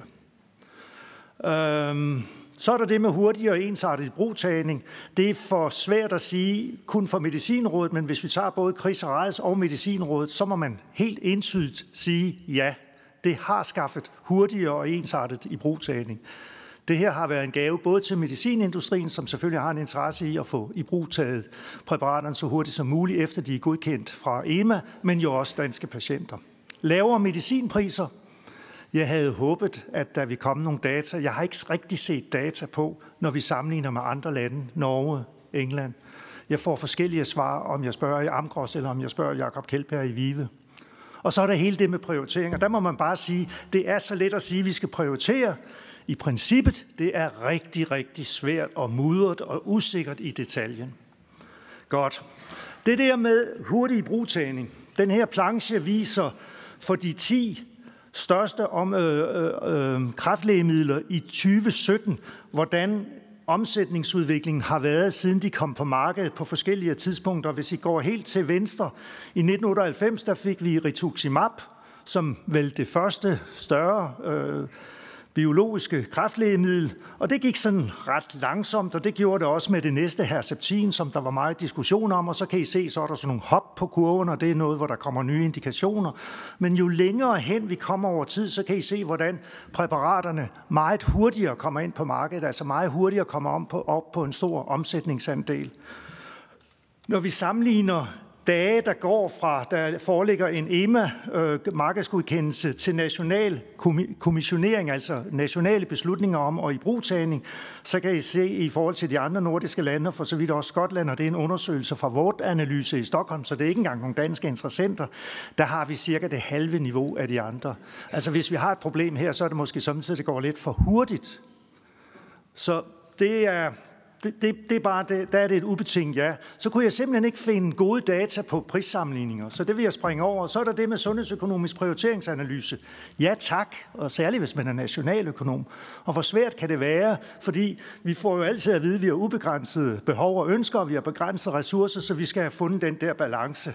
Øhm, så er der det med hurtigere og ensartet ibrugtagning. Det er for svært at sige kun for Medicinrådet, men hvis vi tager både Kris og Rads og Medicinrådet, så må man helt entydigt sige ja. Det har skaffet hurtigere og ensartet ibrugtagning. Det her har været en gave både til medicinindustrien, som selvfølgelig har en interesse i at få ibrugtaget præparaterne så hurtigt som muligt, efter de er godkendt fra E M A, men jo også danske patienter. Lavere medicinpriser. Jeg havde håbet, at der ville komme nogle data. Jeg har ikke rigtig set data på, når vi sammenligner med andre lande, Norge, England. Jeg får forskellige svar, om jeg spørger i Amgros, eller om jeg spørger Jakob Kjeldberg i Vive. Og så er der hele det med prioriteringer. Der må man bare sige, det er så let at sige, at vi skal prioritere. I princippet, det er rigtig, rigtig svært og mudret og usikkert i detaljen. Godt. Det der med hurtig ibrugtagning. Den her planche viser for de ti største om, øh, øh, kræftlægemidler i tyve sytten, hvordan omsætningsudviklingen har været, siden de kom på markedet på forskellige tidspunkter. Hvis I går helt til venstre, i nitten otteoghalvfems, der fik vi rituximab, som vel det første større øh, biologiske kræftlægemiddel, og det gik sådan ret langsomt, og det gjorde det også med det næste Herceptin, som der var meget diskussion om, og så kan I se, så er der sådan nogle hop på kurven, og det er noget, hvor der kommer nye indikationer. Men jo længere hen vi kommer over tid, så kan I se, hvordan præparaterne meget hurtigere kommer ind på markedet, altså meget hurtigere kommer om på, op på en stor omsætningsandel. Når vi sammenligner dage, der går fra, der foreligger en E M A-markedsgodkendelse til national kommissionering, altså nationale beslutninger om og ibrugtagning, så kan I se i forhold til de andre nordiske lande, for så vidt også Skotland, og det er en undersøgelse fra vores analyse i Stockholm, så det er ikke engang nogle danske interessenter, der har vi cirka det halve niveau af de andre. Altså hvis vi har et problem her, så er det måske samtidig, at det går lidt for hurtigt. Så det er... Det, det, det er bare, det, der er det et ubetinget ja. Så kunne jeg simpelthen ikke finde gode data på prissammenligninger, så det vil jeg springe over. Så er der det med sundhedsøkonomisk prioriteringsanalyse. Ja tak, og særligt hvis man er nationaløkonom. Og hvor svært kan det være, fordi vi får jo altid at vide, at vi har ubegrænsede behov og ønsker, og vi har begrænsede ressourcer, så vi skal have fundet den der balance.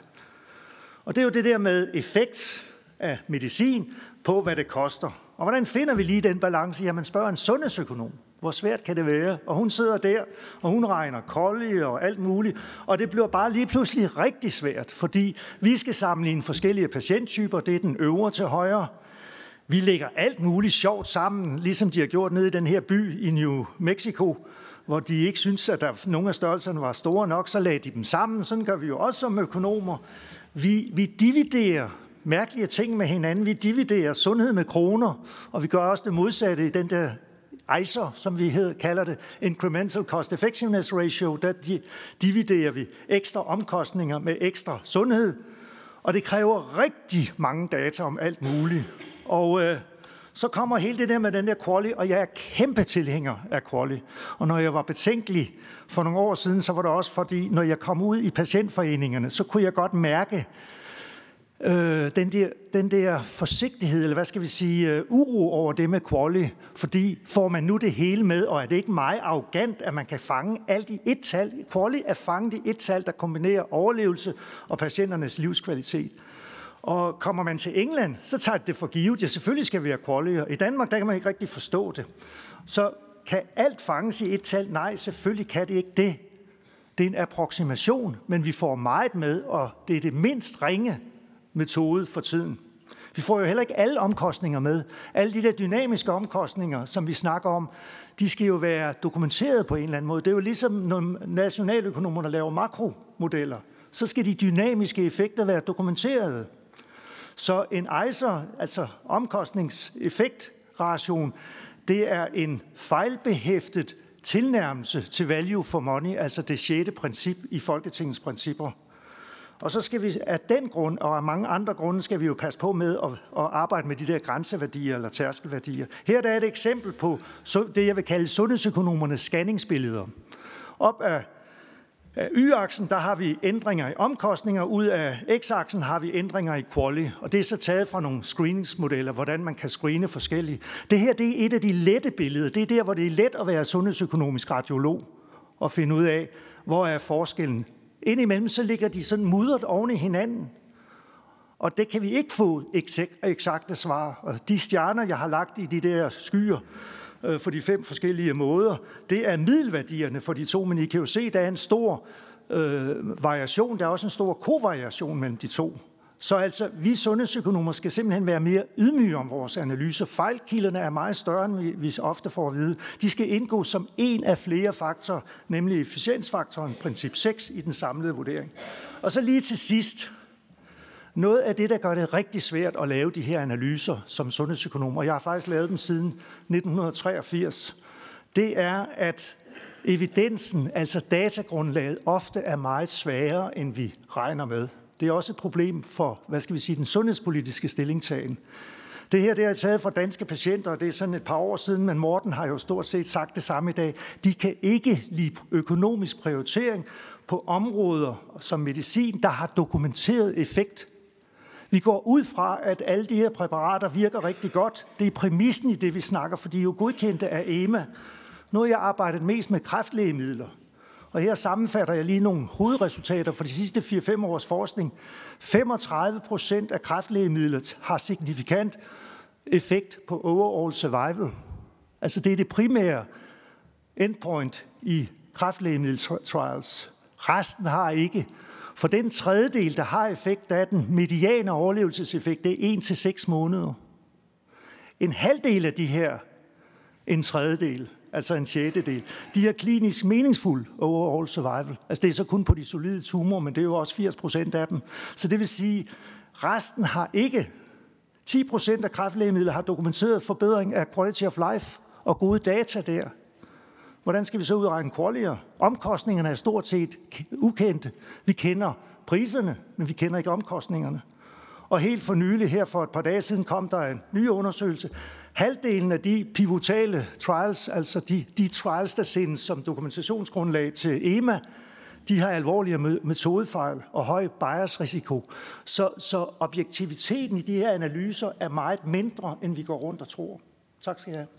Og det er jo det der med effekt af medicin på, hvad det koster. Og hvordan finder vi lige den balance? Jamen spørger en sundhedsøkonom. Hvor svært kan det være? Og hun sidder der, og hun regner kolde og alt muligt. Og det bliver bare lige pludselig rigtig svært, fordi vi skal sammenligne forskellige patienttyper. Det er den øvre til højre. Vi lægger alt muligt sjovt sammen, ligesom de har gjort nede i den her by i New Mexico, hvor de ikke synes, at der nogle af størrelserne var store nok, så lagde de dem sammen. Sådan gør vi jo også som økonomer. Vi, vi dividerer mærkelige ting med hinanden. Vi dividerer sundhed med kroner, og vi gør også det modsatte i den der I C E R, som vi hed, kalder det, Incremental Cost Effectiveness Ratio, der dividerer vi ekstra omkostninger med ekstra sundhed, og det kræver rigtig mange data om alt muligt. Og øh, så kommer hele det der med den der quality, og jeg er kæmpe tilhænger af quality. Og når jeg var betænkelig for nogle år siden, så var det også fordi, når jeg kom ud i patientforeningerne, så kunne jeg godt mærke, Øh, den, der, den der forsigtighed, eller hvad skal vi sige, uh, uro over det med quality, fordi får man nu det hele med, og er det ikke meget arrogant, at man kan fange alt i et tal. Quality er fanget i et tal, der kombinerer overlevelse og patienternes livskvalitet. Og kommer man til England, så tager det for givet. Ja, selvfølgelig skal vi have quality, og i Danmark, der kan man ikke rigtig forstå det. Så kan alt fanges i et tal? Nej, selvfølgelig kan det ikke det. Det er en approximation, men vi får meget med, og det er det mindst ringe metode for tiden. Vi får jo heller ikke alle omkostninger med. Alle de der dynamiske omkostninger, som vi snakker om, de skal jo være dokumenteret på en eller anden måde. Det er jo ligesom, når nationaløkonomerne laver makromodeller, så skal de dynamiske effekter være dokumenterede. Så en I C E R, altså omkostningseffektration, det er en fejlbehæftet tilnærmelse til value for money, altså det sjette princip i Folketingets principper. Og så skal vi af den grund, og af mange andre grunde, skal vi jo passe på med at, at arbejde med de der grænseværdier eller tærskelværdier. Her der er et eksempel på det, jeg vil kalde sundhedsøkonomernes scanningsbilleder. Op af, af y-aksen, der har vi ændringer i omkostninger, ud af x-aksen har vi ændringer i quality. Og det er så taget fra nogle screeningsmodeller, hvordan man kan screene forskellige. Det her det er et af de lette billeder. Det er der, hvor det er let at være sundhedsøkonomisk radiolog og finde ud af, hvor er forskellen. Indimellem så ligger de sådan mudret oven i hinanden, og det kan vi ikke få eksakte svar. Og de stjerner, jeg har lagt i de der skyer øh, for de fem forskellige måder, det er middelværdierne for de to, men I kan jo se, der er en stor øh, variation, der er også en stor kovariation mellem de to. Så altså, vi sundhedsøkonomer skal simpelthen være mere ydmyge om vores analyser. Fejlkilderne er meget større, end vi, vi ofte får at vide. De skal indgå som en af flere faktorer, nemlig efficiensfaktoren, princip seks, i den samlede vurdering. Og så lige til sidst, noget af det, der gør det rigtig svært at lave de her analyser som sundhedsøkonom, og jeg har faktisk lavet dem siden nitten treogfirs, det er, at evidensen, altså datagrundlaget, ofte er meget sværere, end vi regner med. Det er også et problem for, hvad skal vi sige, den sundhedspolitiske stillingtagen. Det her det er taget fra Danske Patienter, og det er sådan et par år siden, men Morten har jo stort set sagt det samme i dag. De kan ikke lide økonomisk prioritering på områder som medicin, der har dokumenteret effekt. Vi går ud fra, at alle de her præparater virker rigtig godt. Det er præmissen i det, vi snakker, for de er jo godkendte af E M A. Nu har jeg arbejdet mest med kræftlægemidler, og her sammenfatter jeg lige nogle hovedresultater for de sidste fire til fem års forskning. femogtredive procent af kræftlægemidler har signifikant effekt på overall survival. Altså det er det primære endpoint i kræftlægemiddeltrials. Resten har ikke. For den tredjedel, der har effekt af den mediane overlevelseseffekt, det er en til seks måneder. En halvdel af de her, en tredjedel, altså en sjettedel, de er klinisk meningsfuld overall survival. Altså det er så kun på de solide tumorer, men det er jo også firs procent af dem. Så det vil sige, resten har ikke. ti procent af kræftlægemidler har dokumenteret forbedring af quality of life og gode data der. Hvordan skal vi så udregne qualia? Omkostningerne er stort set ukendte. Vi kender priserne, men vi kender ikke omkostningerne. Og helt for nylig, her for et par dage siden, kom der en ny undersøgelse. Halvdelen af de pivotale trials, altså de, de trials, der sendes som dokumentationsgrundlag til E M A, de har alvorlige metodefejl og høj biasrisiko. Så, så objektiviteten i de her analyser er meget mindre, end vi går rundt og tror. Tak skal I have.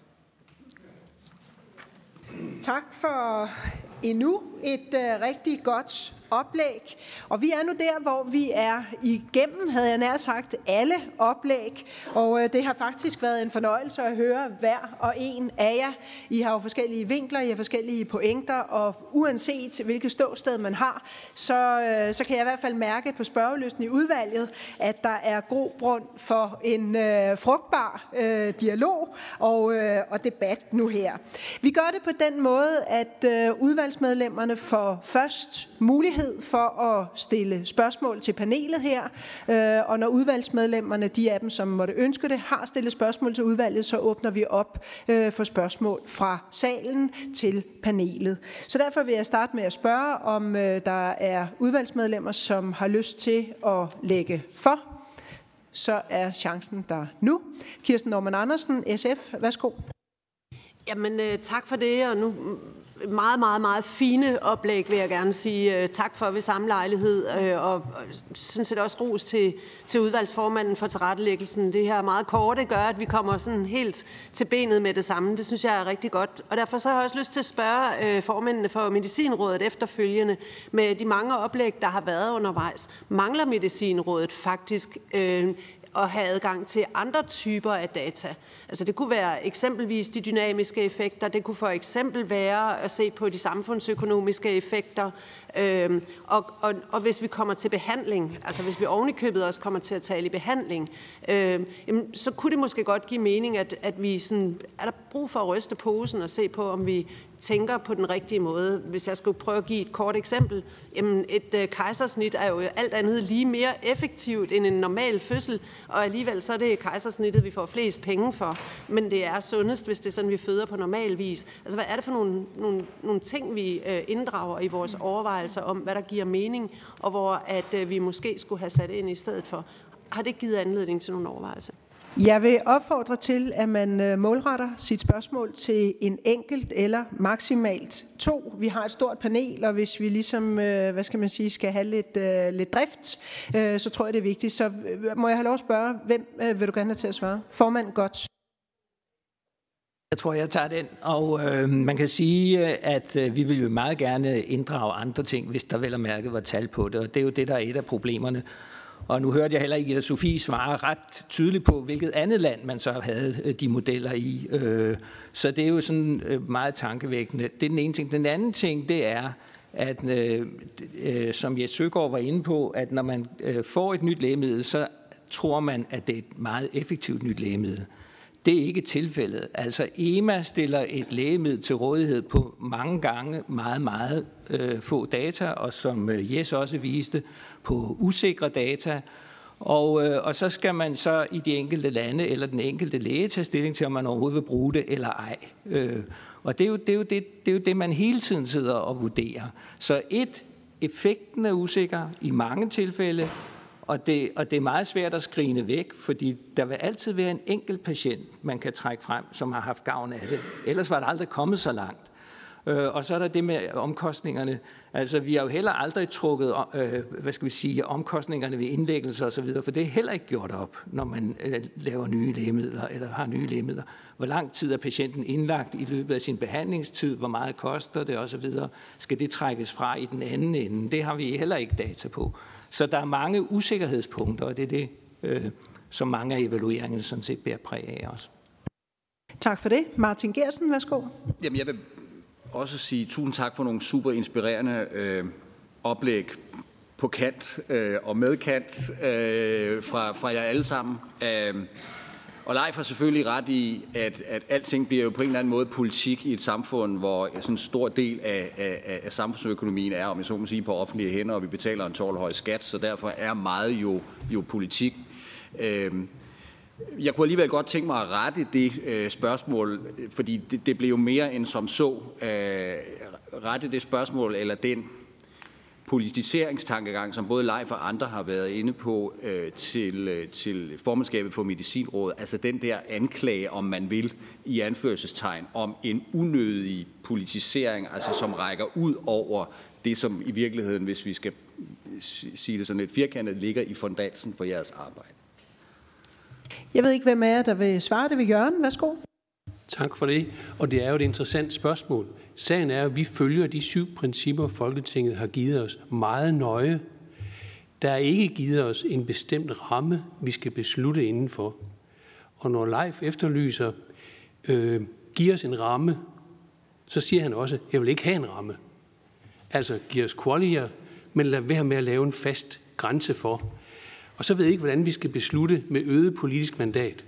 Tak for endnu et uh, rigtig godt oplæg. Og vi er nu der, hvor vi er igennem, havde jeg nær sagt, alle oplæg. Og uh, det har faktisk været en fornøjelse at høre hver og en af jer. I har jo forskellige vinkler, I har forskellige pointer, og uanset hvilket ståsted man har, så, uh, så kan jeg i hvert fald mærke på spørgelysten i udvalget, at der er god grund for en uh, frugtbar uh, dialog og, uh, og debat nu her. Vi gør det på den måde, at uh, udvalgsmedlemmerne får først mulighed for at stille spørgsmål til panelet her, og når udvalgsmedlemmerne, de af dem, som måtte ønske det, har stillet spørgsmål til udvalget, så åbner vi op for spørgsmål fra salen til panelet. Så derfor vil jeg starte med at spørge, om der er udvalgsmedlemmer, som har lyst til at lægge for. Så er chancen der nu. Kirsten Normann Andersen, S F, værsgo. Jamen, tak for det, og nu meget, meget, meget fine oplæg, vil jeg gerne sige. Tak for ved samme lejlighed, og sådan set også ros til, til udvalgsformanden for tilrettelæggelsen. Det her meget korte gør, at vi kommer sådan helt til benet med det samme. Det synes jeg er rigtig godt. Og derfor så har jeg også lyst til at spørge formændene for Medicinrådet efterfølgende med de mange oplæg, der har været undervejs. Mangler Medicinrådet faktisk øh, at have adgang til andre typer af data? Altså det kunne være eksempelvis de dynamiske effekter, det kunne for eksempel være at se på de samfundsøkonomiske effekter, øhm, og, og, og hvis vi kommer til behandling, altså hvis vi ovenikøbet også kommer til at tale i behandling, øhm, jamen, så kunne det måske godt give mening, at, at vi sådan, er der brug for at ryste posen og se på, om vi tænker på den rigtige måde. Hvis jeg skulle prøve at give et kort eksempel, jamen et øh, kejsersnit er jo alt andet lige mere effektivt end en normal fødsel, og alligevel så er det kejsersnittet, vi får flest penge for. Men det er sundest, hvis det er sådan, vi føder på normal vis. Altså, hvad er det for nogle, nogle, nogle ting, vi øh, inddrager i vores overvejelser om, hvad der giver mening, og hvor at, øh, vi måske skulle have sat ind i stedet for? Har det givet anledning til nogle overvejelser? Jeg vil opfordre til, at man målretter sit spørgsmål til en enkelt eller maksimalt to. Vi har et stort panel, og hvis vi ligesom, hvad skal man sige, skal have lidt, lidt drift, så tror jeg, det er vigtigt. Så må jeg have lov at spørge, hvem vil du gerne have til at svare? Formand, godt. Jeg tror, jeg tager den, og øh, man kan sige, at øh, vi vil jo meget gerne inddrage andre ting, hvis der vel og mærket var tal på det, og det er jo det, der er et af problemerne. Og nu hørte jeg heller ikke, at Sofie svarer ret tydeligt på, hvilket andet land man så havde de modeller i. Så det er jo sådan meget tankevækkende. Det er den ene ting. Den anden ting, det er, at som Jes Søgaard var inde på, at når man får et nyt lægemiddel, så tror man, at det er et meget effektivt nyt lægemiddel. Det er ikke tilfældet. Altså E M A stiller et lægemiddel til rådighed på mange gange meget, meget øh, få data, og som øh, Jes også viste, på usikre data. Og, øh, og så skal man så i de enkelte lande eller den enkelte læge tage stilling til, om man overhovedet vil bruge det eller ej. Øh, og det er, jo, det, er jo det, det er jo det, man hele tiden sidder og vurderer. Så et, effekten er usikker i mange tilfælde, Og det, og det er meget svært at skrine væk, fordi der vil altid være en enkelt patient, man kan trække frem, som har haft gavn af det. Ellers var det aldrig kommet så langt. Og så er der det med omkostningerne. Altså, vi har jo heller aldrig trukket, øh, hvad skal vi sige, omkostningerne ved indlæggelser osv., for det er heller ikke gjort op, når man øh, laver nye lægemidler eller har nye lægemidler. Hvor lang tid er patienten indlagt i løbet af sin behandlingstid, hvor meget koster det osv., skal det trækkes fra i den anden ende? Det har vi heller ikke data på. Så der er mange usikkerhedspunkter, og det er det, øh, som mange af evalueringerne sådan set bærer præg af også. Tak for det. Martin Geertsen, værsgo. Jamen, jeg vil også sige tusind tak for nogle super inspirerende øh, oplæg på kant øh, og med kant øh, fra, fra jer alle sammen. Øh, og Leif har selvfølgelig ret i, at, at alting bliver jo på en eller anden måde politik i et samfund, hvor sådan en stor del af, af, af samfundsøkonomien er, om jeg så må sige, på offentlige hænder, og vi betaler en tårnhøj skat, så derfor er meget jo, jo politik. Øh, Jeg kunne alligevel godt tænke mig at rette det øh, spørgsmål, fordi det, det blev jo mere end som så. Øh, rette det spørgsmål, eller den politiseringstankegang, som både Leif og andre har været inde på øh, til, øh, til formandskabet for Medicinrådet. Altså den der anklage, om man vil, i anførselstegn, om en unødig politisering, altså som rækker ud over det, som i virkeligheden, hvis vi skal sige det sådan lidt firkantet, ligger i fundatsen for jeres arbejde. Jeg ved ikke, hvem af jer, der vil svare det ved Jørgen. Værsgo. Tak for det. Og det er jo et interessant spørgsmål. Sagen er, at vi følger de syv principper, Folketinget har givet os meget nøje. Der er ikke givet os en bestemt ramme, vi skal beslutte indenfor. Og når Leif efterlyser, øh, giver os en ramme, så siger han også, jeg vil ikke have en ramme. Altså, giv os qualier, men lad være med at lave en fast grænse for. Og så ved jeg ikke, hvordan vi skal beslutte med øget politisk mandat.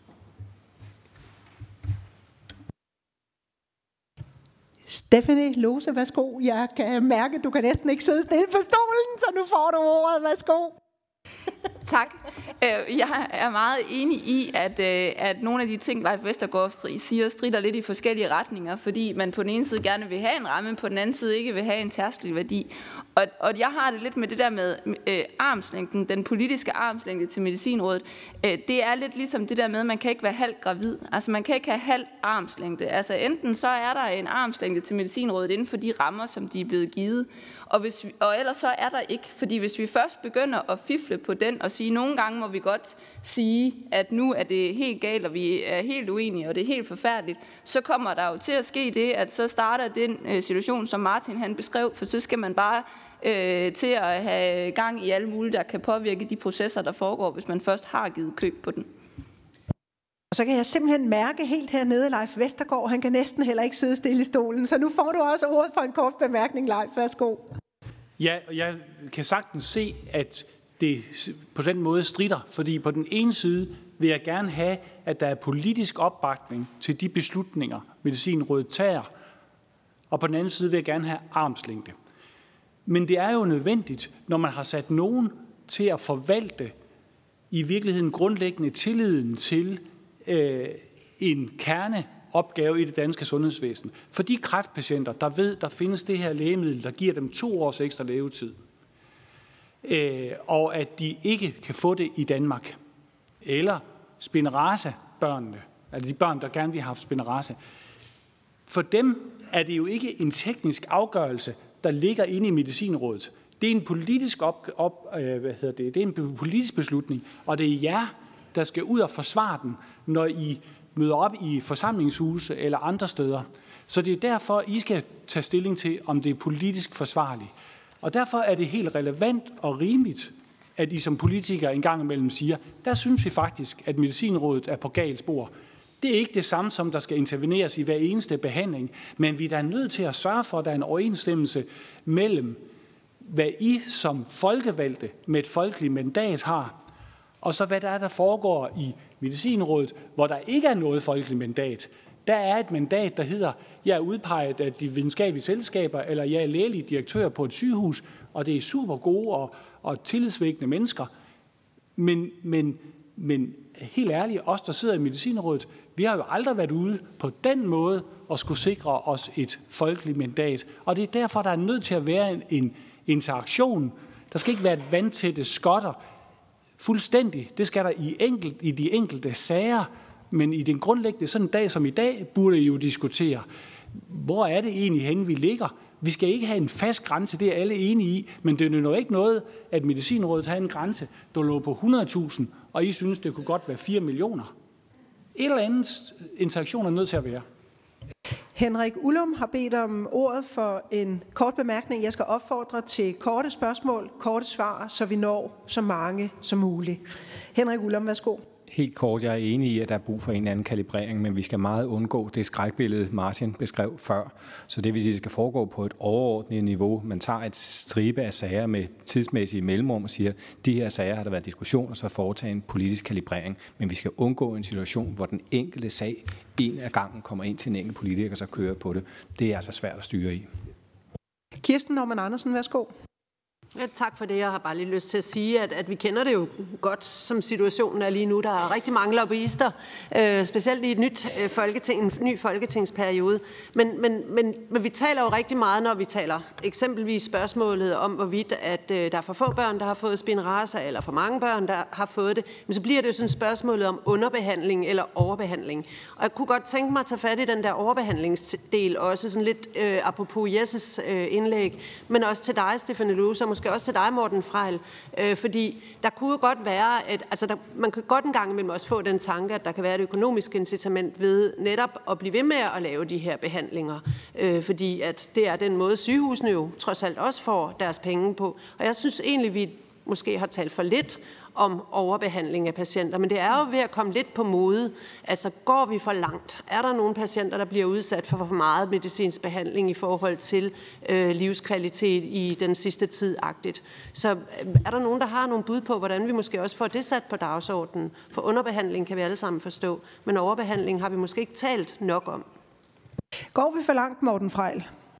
Stephanie Lose, værsgo. Jeg kan mærke, at du kan næsten ikke sidde stille på stolen, så nu får du ordet. Værsgo. Tak. Jeg er meget enig i, at, at nogle af de ting, Leif Vestergaard siger, strider lidt i forskellige retninger, fordi man på den ene side gerne vil have en ramme, på den anden side ikke vil have en tærskelværdi. Og, og jeg har det lidt med det der med øh, armslængden, den politiske armslængde til Medicinrådet. Øh, det er lidt ligesom det der med, at man kan ikke være halvt gravid. Altså man kan ikke have halv armslængde. Altså enten så er der en armslængde til Medicinrådet inden for de rammer, som de er blevet givet. Og, hvis vi, og ellers så er der ikke, fordi hvis vi først begynder at fifle på den og sige, nogle gange må vi godt sige, at nu er det helt galt, og vi er helt uenige, og det er helt forfærdeligt, så kommer der jo til at ske det, at så starter den øh, situation, som Martin han beskrev, for så skal man bare øh, til at have gang i alle mulige, der kan påvirke de processer, der foregår, hvis man først har givet køb på den. Og så kan jeg simpelthen mærke helt hernede, Leif Vestergaard, han kan næsten heller ikke sidde stille i stolen, så nu får du også ordet for en kort bemærkning, Leif. Værsgo. Ja, og jeg kan sagtens se, at det på den måde stritter, fordi på den ene side vil jeg gerne have, at der er politisk opbakning til de beslutninger, Medicinrådet tager, og på den anden side vil jeg gerne have armslængde. Men det er jo nødvendigt, når man har sat nogen til at forvalte i virkeligheden grundlæggende tilliden til øh, en kerneopgave i det danske sundhedsvæsen. For de kræftpatienter, der ved, der findes det her lægemiddel, der giver dem to års ekstra levetid, øh, og at de ikke kan få det i Danmark, eller Spinraza-børnene, altså de børn, der gerne vil have haft Spinraza. For dem er det jo ikke en teknisk afgørelse, der ligger inde i Medicinrådet. Det er en politisk, op, op, øh, hvad hedder det? Det er en politisk beslutning, og det er jer, der skal ud og forsvare den, når I møder op i forsamlingshuse eller andre steder. Så det er derfor, I skal tage stilling til, om det er politisk forsvarligt. Og derfor er det helt relevant og rimeligt, at I som politikere en gang imellem siger, der synes vi faktisk, at Medicinrådet er på galt spor. Det er ikke det samme som, der skal interveneres i hver eneste behandling, men vi er da nødt til at sørge for, at der er en overensstemmelse mellem, hvad I som folkevalgte med et folkeligt mandat har, og så hvad der er, der foregår i Medicinrådet, hvor der ikke er noget folkeligt mandat. Der er et mandat, der hedder, jeg er udpeget af de videnskabelige selskaber, eller jeg er lægelig direktør på et sygehus, og det er super gode og, og tillidsvækkende mennesker. Men, men, men helt ærligt, os der sidder i Medicinrådet, vi har jo aldrig været ude på den måde at skulle sikre os et folkeligt mandat. Og det er derfor, der er nødt til at være en, en interaktion. Der skal ikke være et vandtætte skotter. Fuldstændig. Det skal der i, enkelt, i de enkelte sager, men i den grundlæggende, sådan en dag som i dag, burde I jo diskutere, hvor er det egentlig henne, vi ligger. Vi skal ikke have en fast grænse, det er alle enige i, men det er jo ikke noget, at Medicinrådet har en grænse, der lå på hundrede tusind, og I synes, det kunne godt være fire millioner. Et eller andet interaktion er nødt til at være. Henrik Ullum har bedt om ordet for en kort bemærkning. Jeg skal opfordre til korte spørgsmål, korte svar, så vi når så mange som muligt. Henrik Ullum, værsgo. Helt kort, jeg er enig i, at der er brug for en eller anden kalibrering, men vi skal meget undgå det skrækbillede, Martin beskrev før. Så det vil sige, at det skal foregå på et overordnet niveau. Man tager et stribe af sager med tidsmæssige mellemrum og siger, at de her sager har der været diskussion, og så foretage en politisk kalibrering. Men vi skal undgå en situation, hvor den enkelte sag en af gangen kommer ind til en enkelt politiker, og så kører på det. Det er altså svært at styre i. Kirsten Normann Andersen, værsgo. Ja, tak for det. Jeg har bare lige lyst til at sige, at, at vi kender det jo godt, som situationen er lige nu. Der er rigtig mange lobbyister, øh, specielt i et nyt øh, folketing, en ny folketingsperiode. Men, men, men, men vi taler jo rigtig meget, når vi taler eksempelvis spørgsmålet om, hvorvidt at, øh, der er for få børn, der har fået Spinraza, eller for mange børn, der har fået det. Men så bliver det jo sådan spørgsmålet om underbehandling eller overbehandling. Og jeg kunne godt tænke mig at tage fat i den der overbehandlingsdel også, sådan lidt øh, apropos Jesses øh, indlæg, men også til dig, Stephanie Lohse, og måske også til dig, Morten Frejl, øh, fordi der kunne jo godt være, at altså der, man kan godt en gang imellem også få den tanke, at der kan være et økonomisk incitament ved netop at blive ved med at lave de her behandlinger, øh, fordi at det er den måde, sygehusene jo trods alt også får deres penge på. Og jeg synes egentlig, vi måske har talt for lidt om overbehandling af patienter, men det er jo ved at komme lidt på mode. Altså, går vi for langt? Er der nogle patienter, der bliver udsat for for meget medicinsk behandling i forhold til øh, livskvalitet i den sidste tid-agtigt? Så øh, er der nogen, der har nogle bud på, hvordan vi måske også får det sat på dagsordenen? For underbehandling kan vi alle sammen forstå, men overbehandling har vi måske ikke talt nok om. Går vi for langt, Morten Frejl?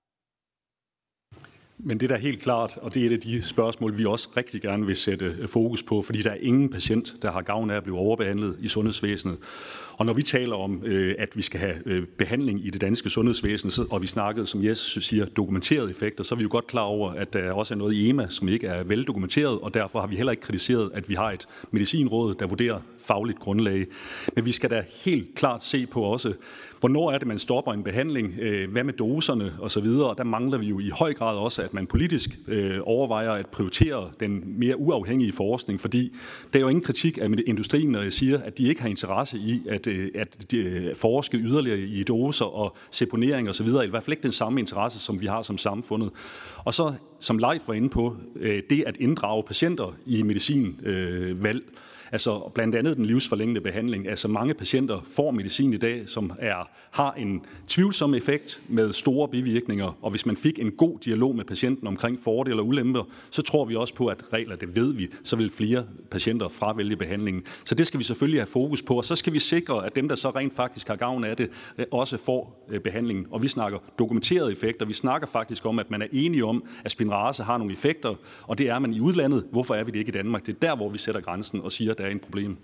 Men det er da helt klart, og det er et af de spørgsmål, vi også rigtig gerne vil sætte fokus på, fordi der er ingen patient, der har gavn af at blive overbehandlet i sundhedsvæsenet. Og når vi taler om, at vi skal have behandling i det danske sundhedsvæsen, og vi snakkede, som Jes siger, dokumenterede effekter, så er vi jo godt klar over, at der også er noget i E M A, som ikke er veldokumenteret, og derfor har vi heller ikke kritiseret, at vi har et medicinråd, der vurderer fagligt grundlag. Men vi skal da helt klart se på også, hvornår er det, man stopper en behandling, hvad med doserne osv., og der mangler vi jo i høj grad også, at man politisk øh, overvejer at prioritere den mere uafhængige forskning, fordi der er jo ingen kritik af industrien, når jeg siger, at de ikke har interesse i at, øh, at de, forske yderligere i doser og seponering osv., i hvert fald ikke den samme interesse, som vi har som samfundet. Og så, som Leif var inde på, øh, det at inddrage patienter i medicinvalg, øh, altså blandt andet den livsforlængende behandling. Altså mange patienter får medicin i dag, som er, har en tvivlsom effekt med store bivirkninger, og hvis man fik en god dialog med patienten omkring fordele og ulemper, så tror vi også på, at regler, det ved vi, så vil flere patienter fravælge behandlingen. Så det skal vi selvfølgelig have fokus på, og så skal vi sikre, at dem, der så rent faktisk har gavn af det, også får behandlingen. Og vi snakker dokumenterede effekter. Vi snakker faktisk om, at man er enige om, at Spinraza har nogle effekter, og det er man i udlandet. Hvorfor er vi det ikke i Danmark? Det er der, hvor vi sætter grænsen og siger, der er en problem.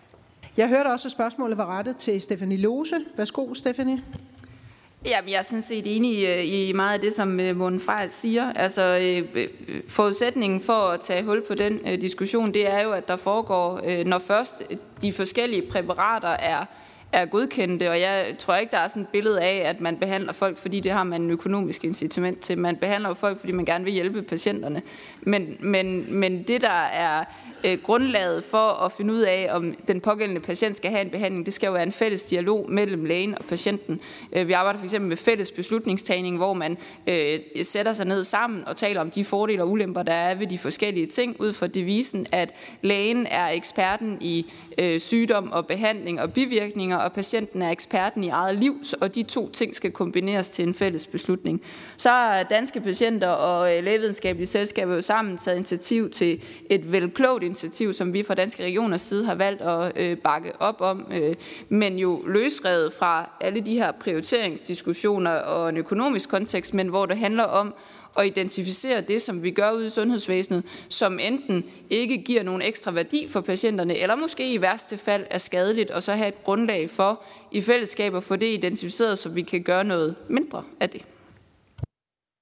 Jeg hørte også, at spørgsmålet var rettet til Stephanie Lohse. Værsgo, Stephanie. Jamen, jeg er sådan set enig i meget af det, som Morten Frejl siger. Altså, forudsætningen for at tage hul på den diskussion, det er jo, at der foregår, når først de forskellige præparater er er godkendte, og jeg tror ikke, der er sådan et billede af, at man behandler folk, fordi det har man en økonomisk incitament til. Man behandler jo folk, fordi man gerne vil hjælpe patienterne. Men, men, men det, der er øh, grundlaget for at finde ud af, om den pågældende patient skal have en behandling, det skal jo være en fælles dialog mellem lægen og patienten. Øh, vi arbejder for eksempel med fælles beslutningstagning, hvor man øh, sætter sig ned sammen og taler om de fordele og ulemper, der er ved de forskellige ting, ud fra devisen, at lægen er eksperten i øh, sygdom og behandling og bivirkninger, og patienten er eksperten i eget liv, og de to ting skal kombineres til en fælles beslutning. Så har Danske Patienter og Lægevidenskabelige Selskaber jo sammen taget initiativ til et velklogt initiativ, som vi fra Danske Regioners side har valgt at øh, bakke op om, øh, men jo løsrevet fra alle de her prioriteringsdiskussioner og en økonomisk kontekst, men hvor det handler om at identificere det, som vi gør ude i sundhedsvæsenet, som enten ikke giver nogen ekstra værdi for patienterne, eller måske i værste fald er skadeligt, og så have et grundlag for i fællesskab at få det identificeret, så vi kan gøre noget mindre af det.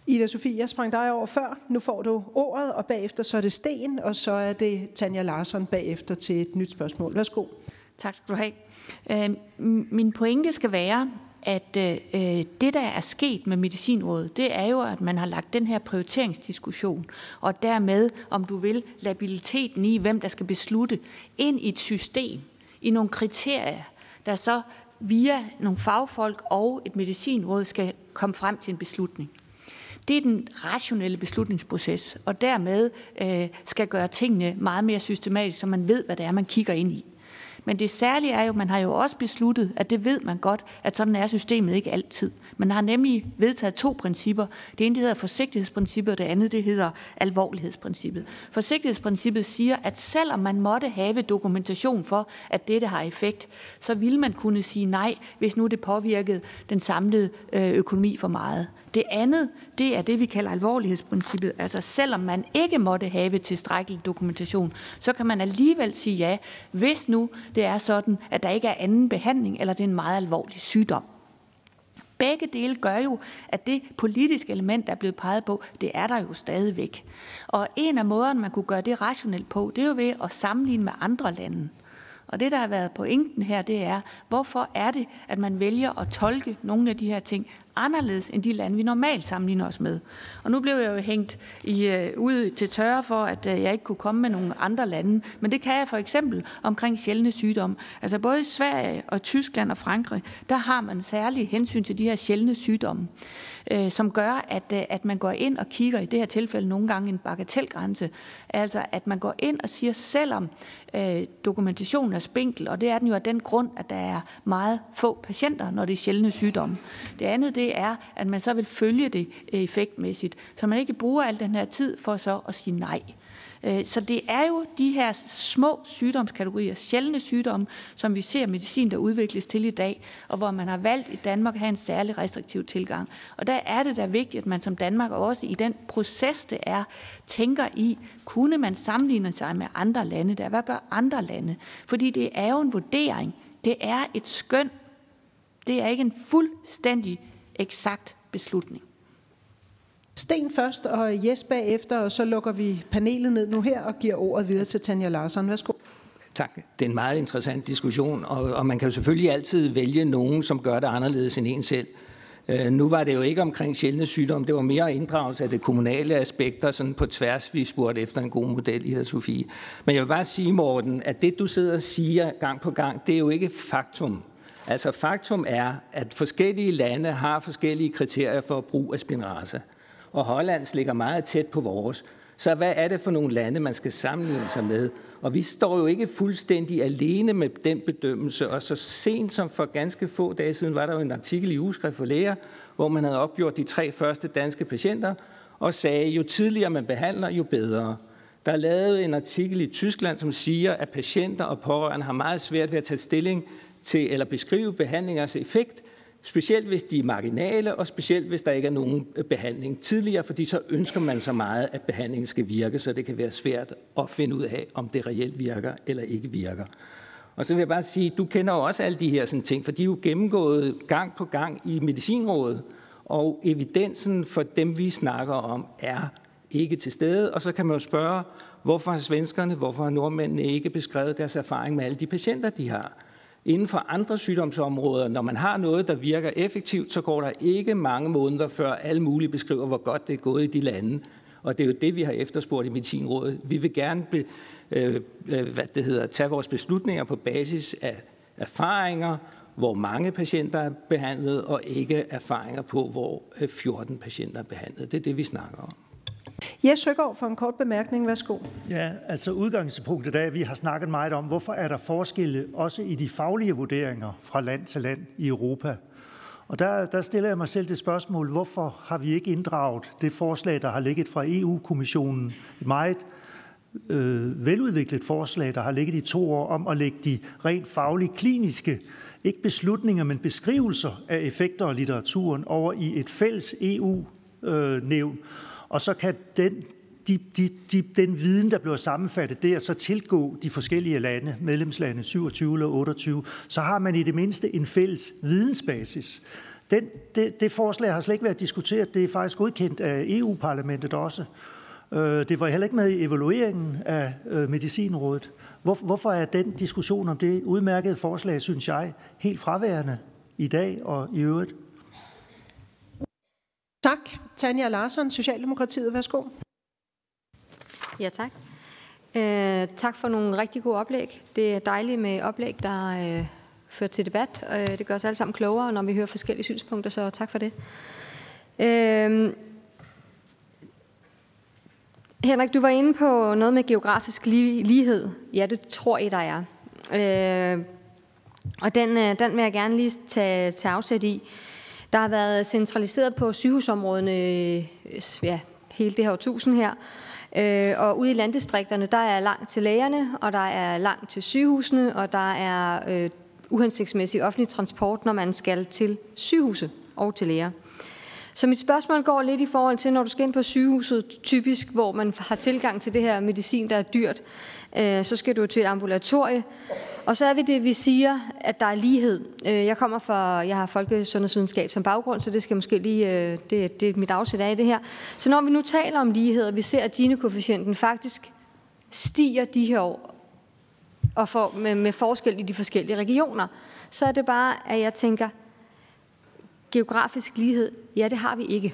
Ida Sofie, jeg sprang dig over før. Nu får du ordet, og bagefter så er det Sten, og så er det Tanja Larsson bagefter til et nyt spørgsmål. Værsgo. Tak skal du have. Øh, min pointe skal være, at øh, det, der er sket med Medicinrådet, det er jo, at man har lagt den her prioriteringsdiskussion, og dermed, om du vil, labiliteten i, hvem der skal beslutte, ind i et system, i nogle kriterier, der så via nogle fagfolk og et medicinråd skal komme frem til en beslutning. Det er den rationelle beslutningsproces, og dermed øh, skal gøre tingene meget mere systematisk, så man ved, hvad det er, man kigger ind i. Men det særlige er jo, at man har jo også besluttet, at det ved man godt, at sådan er systemet ikke altid. Man har nemlig vedtaget to principper. Det ene det hedder forsigtighedsprincippet, og det andet det hedder alvorlighedsprincippet. Forsigtighedsprincippet siger, at selvom man måtte have dokumentation for, at dette har effekt, så vil man kunne sige nej, hvis nu det påvirkede den samlede økonomi for meget. Det andet, det er det, vi kalder alvorlighedsprincippet. Altså selvom man ikke måtte have tilstrækkelig dokumentation, så kan man alligevel sige ja, hvis nu det er sådan, at der ikke er anden behandling, eller det er en meget alvorlig sygdom. Begge dele gør jo, at det politiske element, der er blevet peget på, det er der jo stadigvæk. Og en af måderne, man kunne gøre det rationelt på, det er jo ved at sammenligne med andre lande. Og det, der har været pointen her, det er, hvorfor er det, at man vælger at tolke nogle af de her ting anderledes end de lande, vi normalt sammenligner os med. Og nu blev jeg jo hængt i, uh, ud til tørre for, at uh, jeg ikke kunne komme med nogle andre lande. Men det kan jeg for eksempel omkring sjældne sygdomme. Altså både i Sverige og Tyskland og Frankrig, der har man særlige hensyn til de her sjældne sygdomme, uh, som gør, at, uh, at man går ind og kigger, i det her tilfælde nogle gange en bagatelgrænse. Altså at man går ind og siger, selvom uh, dokumentationen er spinkel, og det er den jo af den grund, at der er meget få patienter, når det er sjældne sygdomme. Det andet, det er, at man så vil følge det effektmæssigt, så man ikke bruger al den her tid for så at sige nej. Så det er jo de her små sygdomskategorier, sjældne sygdomme, som vi ser medicin, der udvikles til i dag, og hvor man har valgt i Danmark at have en særlig restriktiv tilgang. Og der er det da vigtigt, at man som Danmark også i den proces, det er, tænker i, kunne man sammenligne sig med andre lande der? Hvad gør andre lande? Fordi det er jo en vurdering. Det er et skøn. Det er ikke en fuldstændig eksakt beslutning. Sten først, og Jes bagefter, og så lukker vi panelet ned nu her og giver ordet videre til Tanja Larsson. Værsgo. Tak. Det er en meget interessant diskussion, og, og man kan jo selvfølgelig altid vælge nogen, som gør det anderledes end en selv. Uh, nu var det jo ikke omkring sjældne sygdomme, det var mere inddragelse af det kommunale aspekter, sådan på tværs, vi spurgte efter en god model, Ida Sofie. Men jeg vil bare sige, Morten, at det du sidder og siger gang på gang, det er jo ikke faktum. Altså faktum er, at forskellige lande har forskellige kriterier for brug af Spinraza, og Holland ligger meget tæt på vores. Så hvad er det for nogle lande, man skal sammenligne sig med? Og vi står jo ikke fuldstændig alene med den bedømmelse, og så sent som for ganske få dage siden var der jo en artikel i Ugeskrift for Læger, hvor man havde opgjort de tre første danske patienter, og sagde, jo tidligere man behandler, jo bedre. Der er lavet en artikel i Tyskland, som siger, at patienter og pårørende har meget svært ved at tage stilling til eller beskrive behandlingers effekt, specielt hvis de er marginale, og specielt hvis der ikke er nogen behandling tidligere, fordi så ønsker man så meget, at behandlingen skal virke, så det kan være svært at finde ud af, om det reelt virker eller ikke virker. Og så vil jeg bare sige, du kender jo også alle de her sådan ting, for de er jo gennemgået gang på gang i Medicinrådet, og evidensen for dem, vi snakker om, er ikke til stede. Og så kan man jo spørge, hvorfor har svenskerne, hvorfor har nordmændene ikke beskrevet deres erfaring med alle de patienter, de har? Inden for andre sygdomsområder, når man har noget, der virker effektivt, så går der ikke mange måneder, før alle mulige beskriver, hvor godt det er gået i de lande. Og det er jo det, vi har efterspurgt i Medicinrådet. Vi vil gerne be, øh, hvad det hedder, tage vores beslutninger på basis af erfaringer, hvor mange patienter er behandlet, og ikke erfaringer på, hvor fjorten patienter er behandlet. Det er det, vi snakker om. Jes Søgaard for en kort bemærkning. Værsgo. Ja, altså udgangspunktet er, at vi har snakket meget om, hvorfor er der forskelle også i de faglige vurderinger fra land til land i Europa. Og der, der stiller jeg mig selv det spørgsmål, hvorfor har vi ikke inddraget det forslag, der har ligget fra E U-kommissionen, et meget øh, veludviklet forslag, der har ligget i to år, om at lægge de rent faglige, kliniske, ikke beslutninger, men beskrivelser af effekter og litteraturen over i et fælles E U-nævn. Og så kan den, de, de, de, den viden, der bliver sammenfattet der, så tilgå de forskellige lande, medlemslande syvogtyve eller otteogtyve, så har man i det mindste en fælles vidensbasis. Den, det, det forslag har slet ikke været diskuteret. Det er faktisk godkendt af E U-parlamentet også. Det var heller ikke med i evalueringen af Medicinrådet. Hvor, hvorfor er den diskussion om det udmærkede forslag, synes jeg, helt fraværende i dag og i øvrigt? Tak. Tanja Larsson, Socialdemokratiet. Værsgo. Ja, tak. Øh, tak for nogle rigtig gode oplæg. Det er dejligt med oplæg, der øh, fører til debat. Øh, det gør os alle sammen klogere, når vi hører forskellige synspunkter, så tak for det. Øh, Henrik, du var inde på noget med geografisk lighed. Ja, det tror jeg, der er. Øh, og den, den vil jeg gerne lige tage, tage afsæt i. Der har været centraliseret på sygehusområdene ja, hele det her årtusind her. Øh, og ude i landdistrikterne, der er langt til lægerne, og der er langt til sygehusene, og der er øh, uhensigtsmæssig offentlig transport, når man skal til sygehuse og til læger. Så mit spørgsmål går lidt i forhold til, når du skal ind på sygehuset, typisk, hvor man har tilgang til det her medicin, der er dyrt, øh, så skal du til et ambulatorie. Og så er vi det, vi siger, at der er lighed. Jeg kommer fra, jeg har folkesundhedsvidenskab som baggrund, så det skal måske lige, det, det er mit afsæt af i det her. Så når vi nu taler om lighed, og vi ser, at Gini-koefficienten faktisk stiger de her år, og for, med, med forskel i de forskellige regioner, så er det bare, at jeg tænker, geografisk lighed, ja, det har vi ikke.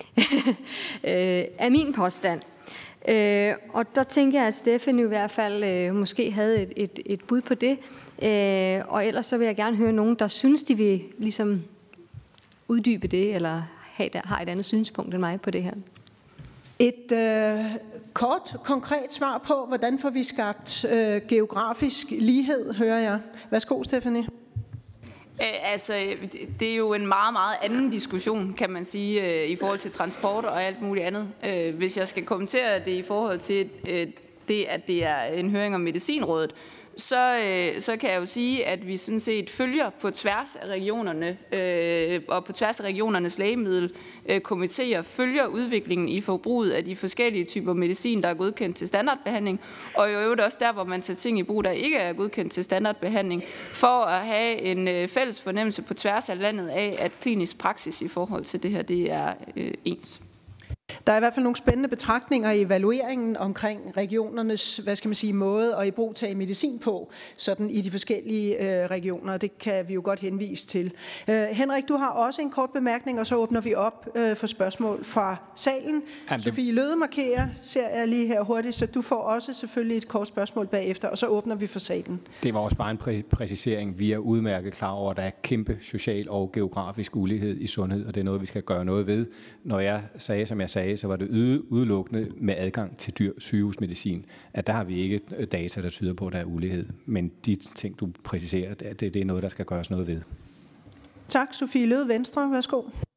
er min påstand. Øh, og der tænker jeg, at Steffen i hvert fald øh, måske havde et, et, et bud på det. Øh, og ellers så vil jeg gerne høre nogen, der synes, de vil ligesom uddybe det, eller have, har et andet synspunkt end mig på det her. Et øh, kort, konkret svar på, hvordan får vi skabt øh, geografisk lighed, hører jeg. Værsgo, Stephanie. Altså, det er jo en meget, meget anden diskussion, kan man sige, i forhold til transport og alt muligt andet. Hvis jeg skal kommentere det i forhold til det, at det er en høring om Medicinrådet, så, så kan jeg jo sige, at vi sådan set følger på tværs af regionerne øh, og på tværs af regionernes lægemiddelkomitéer, følger udviklingen i forbruget af de forskellige typer medicin, der er godkendt til standardbehandling, og i øvrigt også der, hvor man tager ting i brug, der ikke er godkendt til standardbehandling, for at have en fælles fornemmelse på tværs af landet af, at klinisk praksis i forhold til det her, det er øh, ens. Der er i hvert fald nogle spændende betragtninger i evalueringen omkring regionernes, hvad skal man sige, måde at ibrugtage medicin på, sådan i de forskellige øh, regioner. Det kan vi jo godt henvise til. Øh, Henrik, du har også en kort bemærkning, og så åbner vi op øh, for spørgsmål fra salen. Jamen, Sofie Løde markerer, ser jeg lige her hurtigt, så du får også selvfølgelig et kort spørgsmål bagefter, og så åbner vi for salen. Det var også bare en præ- præcisering. Vi er udmærket klar over, at der er kæmpe social og geografisk ulighed i sundhed, og det er noget, vi skal gøre noget ved. Når jeg sagde, som jeg sagde, så var det udelukkende med adgang til dyr sygehusmedicin, at der har vi ikke data, der tyder på, at der er ulighed. Men de ting, du præciserer, det, det er noget, der skal gøres noget ved. Tak, Sofie Løde, Venstre. Værsgo.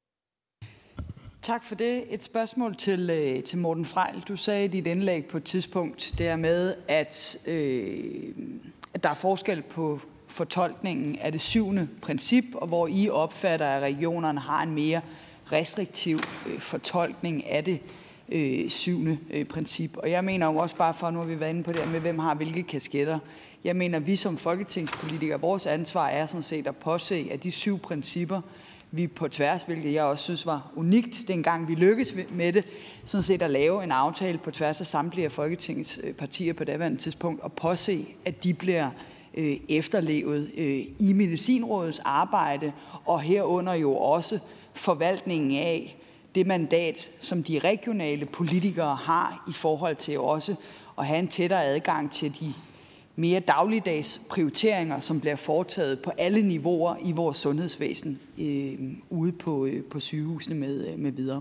Tak for det. Et spørgsmål til, til Morten Frejl. Du sagde i dit indlæg på et tidspunkt der med, at, øh, at der er forskel på fortolkningen af det syvende princip, og hvor I opfatter, at regionerne har en mere restriktiv øh, fortolkning af det øh, syvende øh, princip. Og jeg mener jo også bare for, nu har vi været inde på det med, hvem har hvilke kasketter. Jeg mener, vi som folketingspolitikere, vores ansvar er sådan set at påse, at de syv principper, vi på tværs, hvilket jeg også synes var unikt, dengang vi lykkedes med det, sådan set at lave en aftale på tværs af samtlige af Folketingets øh, partier på daværende tidspunkt, og påse, at de bliver øh, efterlevet øh, i Medicinrådets arbejde, og herunder jo også forvaltningen af det mandat, som de regionale politikere har i forhold til også at have en tættere adgang til de mere dagligdags prioriteringer, som bliver foretaget på alle niveauer i vores sundhedsvæsen øh, ude på, øh, på sygehusene med, øh, med videre.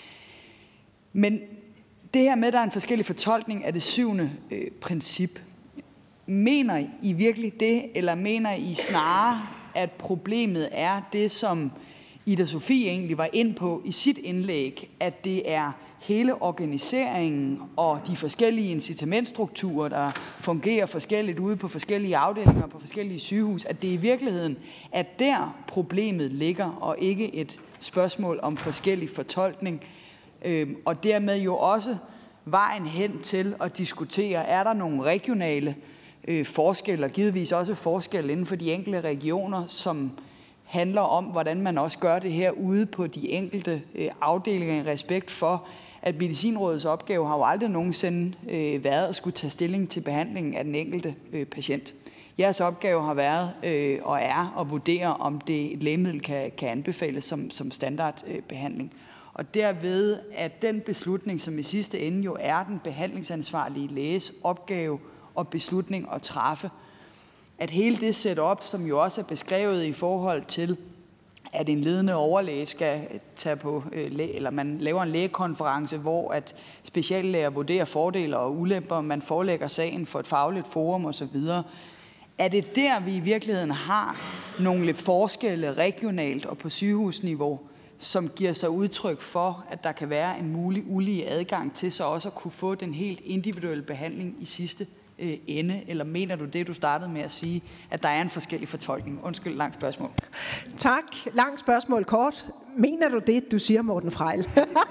Men det her med, at der er en forskellig fortolkning af det syvende øh, princip, mener I virkelig det, eller mener I snarere, at problemet er det, som Ida Sofie egentlig var ind på i sit indlæg, at det er hele organiseringen og de forskellige incitamentstrukturer, der fungerer forskelligt ude på forskellige afdelinger på forskellige sygehus, at det i virkeligheden er der problemet ligger, og ikke et spørgsmål om forskellig fortolkning. Øhm, og dermed jo også vejen hen til at diskutere, er der nogle regionale øh, forskelle, og givetvis også forskelle inden for de enkelte regioner, som handler om, hvordan man også gør det her ude på de enkelte øh, afdelinger i respekt for, at Medicinrådets opgave har jo aldrig nogensinde øh, været at skulle tage stilling til behandlingen af den enkelte øh, patient. Jeres opgave har været øh, og er at vurdere, om det et lægemiddel kan, kan anbefales som, som standardbehandling. Øh, og derved, at den beslutning, som i sidste ende jo er den behandlingsansvarlige læges opgave og beslutning at træffe, at hele det setup, som jo også er beskrevet i forhold til, at en ledende overlæge skal tage på, eller man laver en lægekonference, hvor at speciallæger vurderer fordele og ulemper, man forelægger sagen for et fagligt forum osv., er det der, vi i virkeligheden har nogle lidt forskelle regionalt og på sygehusniveau, som giver sig udtryk for, at der kan være en mulig ulige adgang til så også at kunne få den helt individuelle behandling i sidste øh, ende? Eller mener du det, du startede med at sige, at der er en forskellig fortolkning? Undskyld, langt spørgsmål. Tak. Langt spørgsmål kort. Mener du det, du siger, Morten Frejl?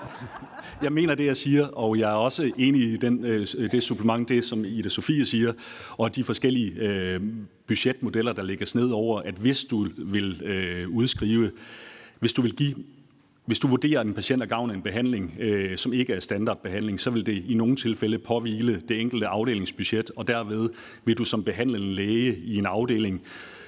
Jeg mener det, jeg siger, og jeg er også enig i den, det supplement, det som Ida Sofie siger, og de forskellige øh, budgetmodeller, der lægges ned over, at hvis du vil øh, udskrive, hvis du vil give Hvis du vurderer, at en patient er gavn af en behandling, øh, som ikke er standardbehandling, så vil det i nogle tilfælde påhvile det enkelte afdelingsbudget, og derved vil du som behandlende læge i en afdeling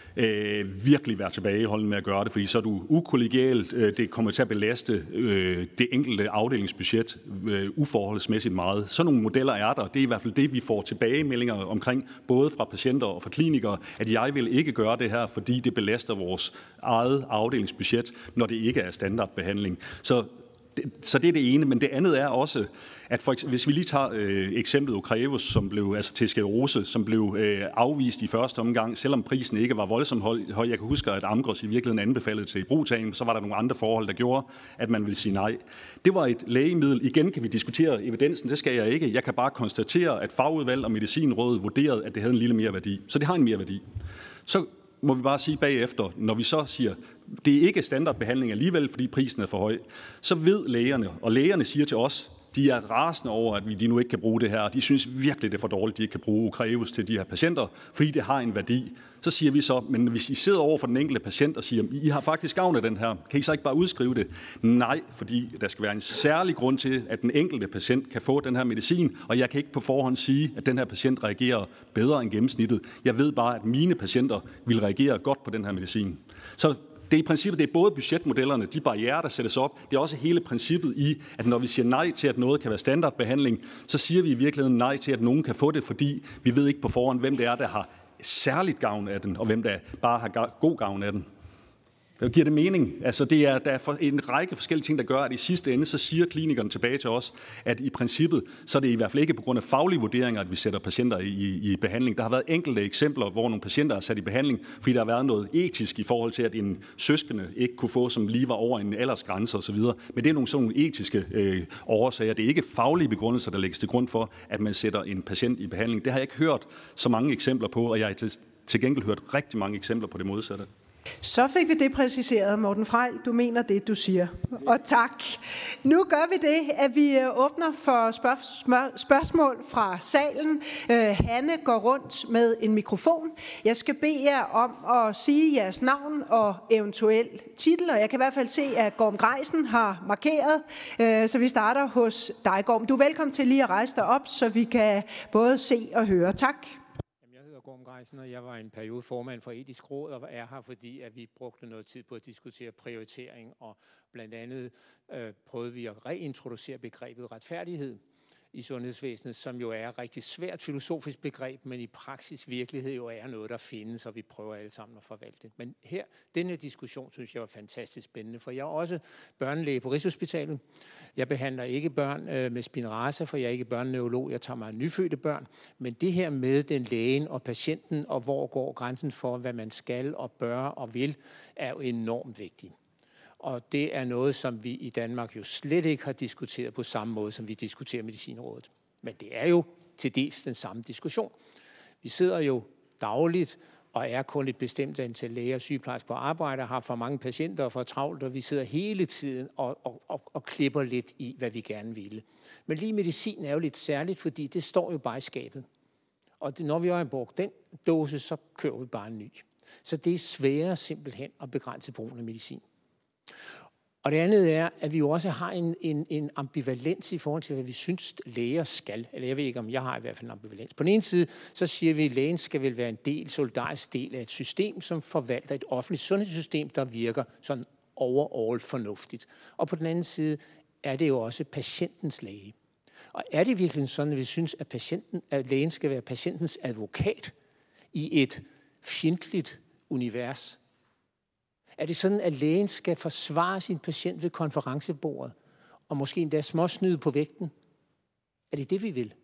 øh, virkelig være tilbageholdende med at gøre det, fordi så er du ukollegialt, øh, det kommer til at belaste øh, det enkelte afdelingsbudget øh, uforholdsmæssigt meget. Sådan nogle modeller er der. Det er i hvert fald det, vi får tilbagemeldinger omkring, både fra patienter og fra klinikere, at jeg vil ikke gøre det her, fordi det belaster vores eget afdelingsbudget, når det ikke er standardbehandling. Så Så det er det ene, men det andet er også, at for eksempel, hvis vi lige tager øh, eksemplet Ocrevus, som blev, altså til sklerose, som blev øh, afvist i første omgang, selvom prisen ikke var voldsomt høj. Jeg kan huske, at Amgros i virkeligheden anbefalede til ibrugtagen, så var der nogle andre forhold, der gjorde, at man ville sige nej. Det var et lægemiddel. Igen kan vi diskutere evidensen, det skal jeg ikke. Jeg kan bare konstatere, at fagudvalg og Medicinrådet vurderede, at det havde en lille mere værdi. Så det har en mere værdi. Så må vi bare sige bagefter, når vi så siger, det er ikke standardbehandling alligevel, fordi prisen er for høj, så ved lægerne, og lægerne siger til os, de er rasende over, at vi de nu ikke kan bruge det her, og de synes virkelig, det er for dårligt, de ikke kan bruge Ocrevus til de her patienter, fordi det har en værdi. Så siger vi så, men hvis I sidder over for den enkelte patient og siger, I har faktisk gavn af den her, kan I så ikke bare udskrive det? Nej, fordi der skal være en særlig grund til, at den enkelte patient kan få den her medicin, og jeg kan ikke på forhånd sige, at den her patient reagerer bedre end gennemsnittet. Jeg ved bare, at mine patienter vil reagere godt på den her medicin. Så det er i princippet, det er både budgetmodellerne, de barrierer, der sættes op, det er også hele princippet i, at når vi siger nej til, at noget kan være standardbehandling, så siger vi i virkeligheden nej til, at nogen kan få det, fordi vi ved ikke på forhånd, hvem det er, der har særligt gavn af den, og hvem der bare har god gavn af den. Giver det mening? Altså, det er, der er en række forskellige ting, der gør, at i sidste ende, så siger klinikerne tilbage til os, at i princippet, så er det i hvert fald ikke på grund af faglige vurderinger, at vi sætter patienter i, i behandling. Der har været enkelte eksempler, hvor nogle patienter er sat i behandling, fordi der har været noget etisk i forhold til, at en søskende ikke kunne få, som lige var over en aldersgrænse osv. Men det er nogle sådan nogle etiske øh, årsager. Det er ikke faglige begrundelser, der lægges til grund for, at man sætter en patient i behandling. Det har jeg ikke hørt så mange eksempler på, og jeg har til, til gengæld hørt rigtig mange eksempler på det modsatte. Så fik vi det præciseret, Morten Frejl. Du mener det, du siger. Og tak. Nu gør vi det, at vi åbner for spørg- spørgsmål fra salen. Uh, Hanne går rundt med en mikrofon. Jeg skal bede jer om at sige jeres navn og eventuel titel, og jeg kan i hvert fald se, at Gorm Greisen har markeret, uh, så vi starter hos dig, Gorm. Du er velkommen til lige at rejse dig op, så vi kan både se og høre. Tak. Gorm Greisen, og jeg var en periode formand for Etisk Råd og er her, fordi at vi brugte noget tid på at diskutere prioritering, og blandt andet øh, prøvede vi at reintroducere begrebet retfærdighed i sundhedsvæsenet, som jo er et rigtig svært filosofisk begreb, men i praksis virkelighed jo er noget, der findes, og vi prøver alle sammen at forvalte det. Men her, denne diskussion, synes jeg var fantastisk spændende, for jeg er også børnelæge på Rigshospitalet. Jeg behandler ikke børn øh, med spinraza, for jeg er ikke børneneurolog, jeg tager mig af nyfødte børn. Men det her med den lægen og patienten, og hvor går grænsen for, hvad man skal og bør og vil, er jo enormt vigtigt. Og det er noget, som vi i Danmark jo slet ikke har diskuteret på samme måde, som vi diskuterer Medicinrådet. Men det er jo til dels den samme diskussion. Vi sidder jo dagligt og er kun et bestemt antal læger og sygeplejersker på arbejde, og har for mange patienter og for travlt, og vi sidder hele tiden og, og, og, og klipper lidt i, hvad vi gerne ville. Men lige medicin er jo lidt særligt, fordi det står jo bare i skabet. Og det, når vi har brugt den dose, så kører vi bare en ny. Så det er sværere simpelthen at begrænse brugen af medicin. Og det andet er, at vi jo også har en, en, en ambivalens i forhold til, hvad vi synes, læger skal. Eller jeg ved ikke, om jeg har i hvert fald en ambivalens. På den ene side, så siger vi, at lægen skal vel være en del, solidarisk del af et system, som forvalter et offentligt sundhedssystem, der virker sådan overall fornuftigt. Og på den anden side er det jo også patientens læge. Og er det virkelig sådan, at vi synes, at, patienten, at lægen skal være patientens advokat i et fjendtligt univers? Er det sådan, at lægen skal forsvare sin patient ved konferencebordet, og måske endda småsnyde på vægten? Er det det, vi vil?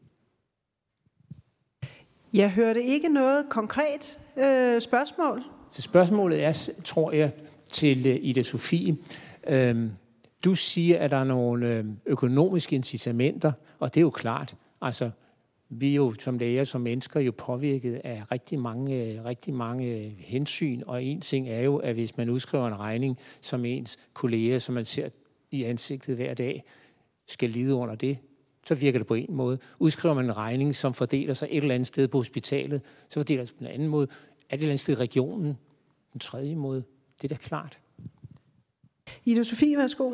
Jeg hørte ikke noget konkret øh, spørgsmål. Så spørgsmålet er, tror jeg, til uh, Ida Sofie. Øhm, du siger, at der er nogle økonomiske incitamenter, og det er jo klart. Altså, vi er jo som læger, som mennesker, jo påvirket af rigtig mange, rigtig mange hensyn, og en ting er jo, at hvis man udskriver en regning, som ens kolleger, som man ser i ansigtet hver dag, skal lide under det, så virker det på en måde. Udskriver man en regning, som fordeler sig et eller andet sted på hospitalet, så fordeler det sig på en anden måde. Er det et eller andet sted i regionen? Den tredje måde? Det er da klart. Ida Sofie, værsgo.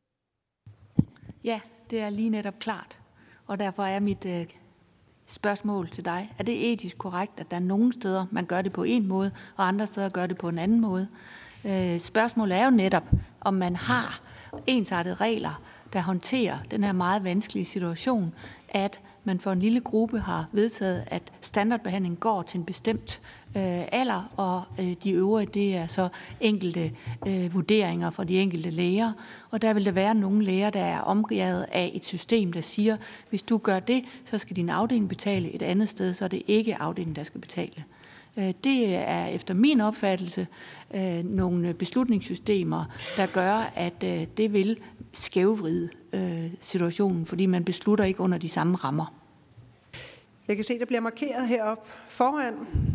Ja, det er lige netop klart, og derfor er mit øh, spørgsmål til dig. Er det etisk korrekt, at der er nogle steder, man gør det på en måde, og andre steder gør det på en anden måde? Øh, spørgsmålet er jo netop, om man har ensartede regler, der håndterer den her meget vanskelige situation, at man for en lille gruppe har vedtaget, at standardbehandling går til en bestemt øh, alder, og øh, de øvrige, det er så enkelte øh, vurderinger fra de enkelte læger. Og der vil der være nogle læger, der er omgivet af et system, der siger, hvis du gør det, så skal din afdeling betale et andet sted, så er det ikke afdelingen, der skal betale. Øh, det er efter min opfattelse øh, nogle beslutningssystemer, der gør, at øh, det vil skævvride øh, situationen, fordi man beslutter ikke under de samme rammer. Jeg kan se, der bliver markeret heroppe foran.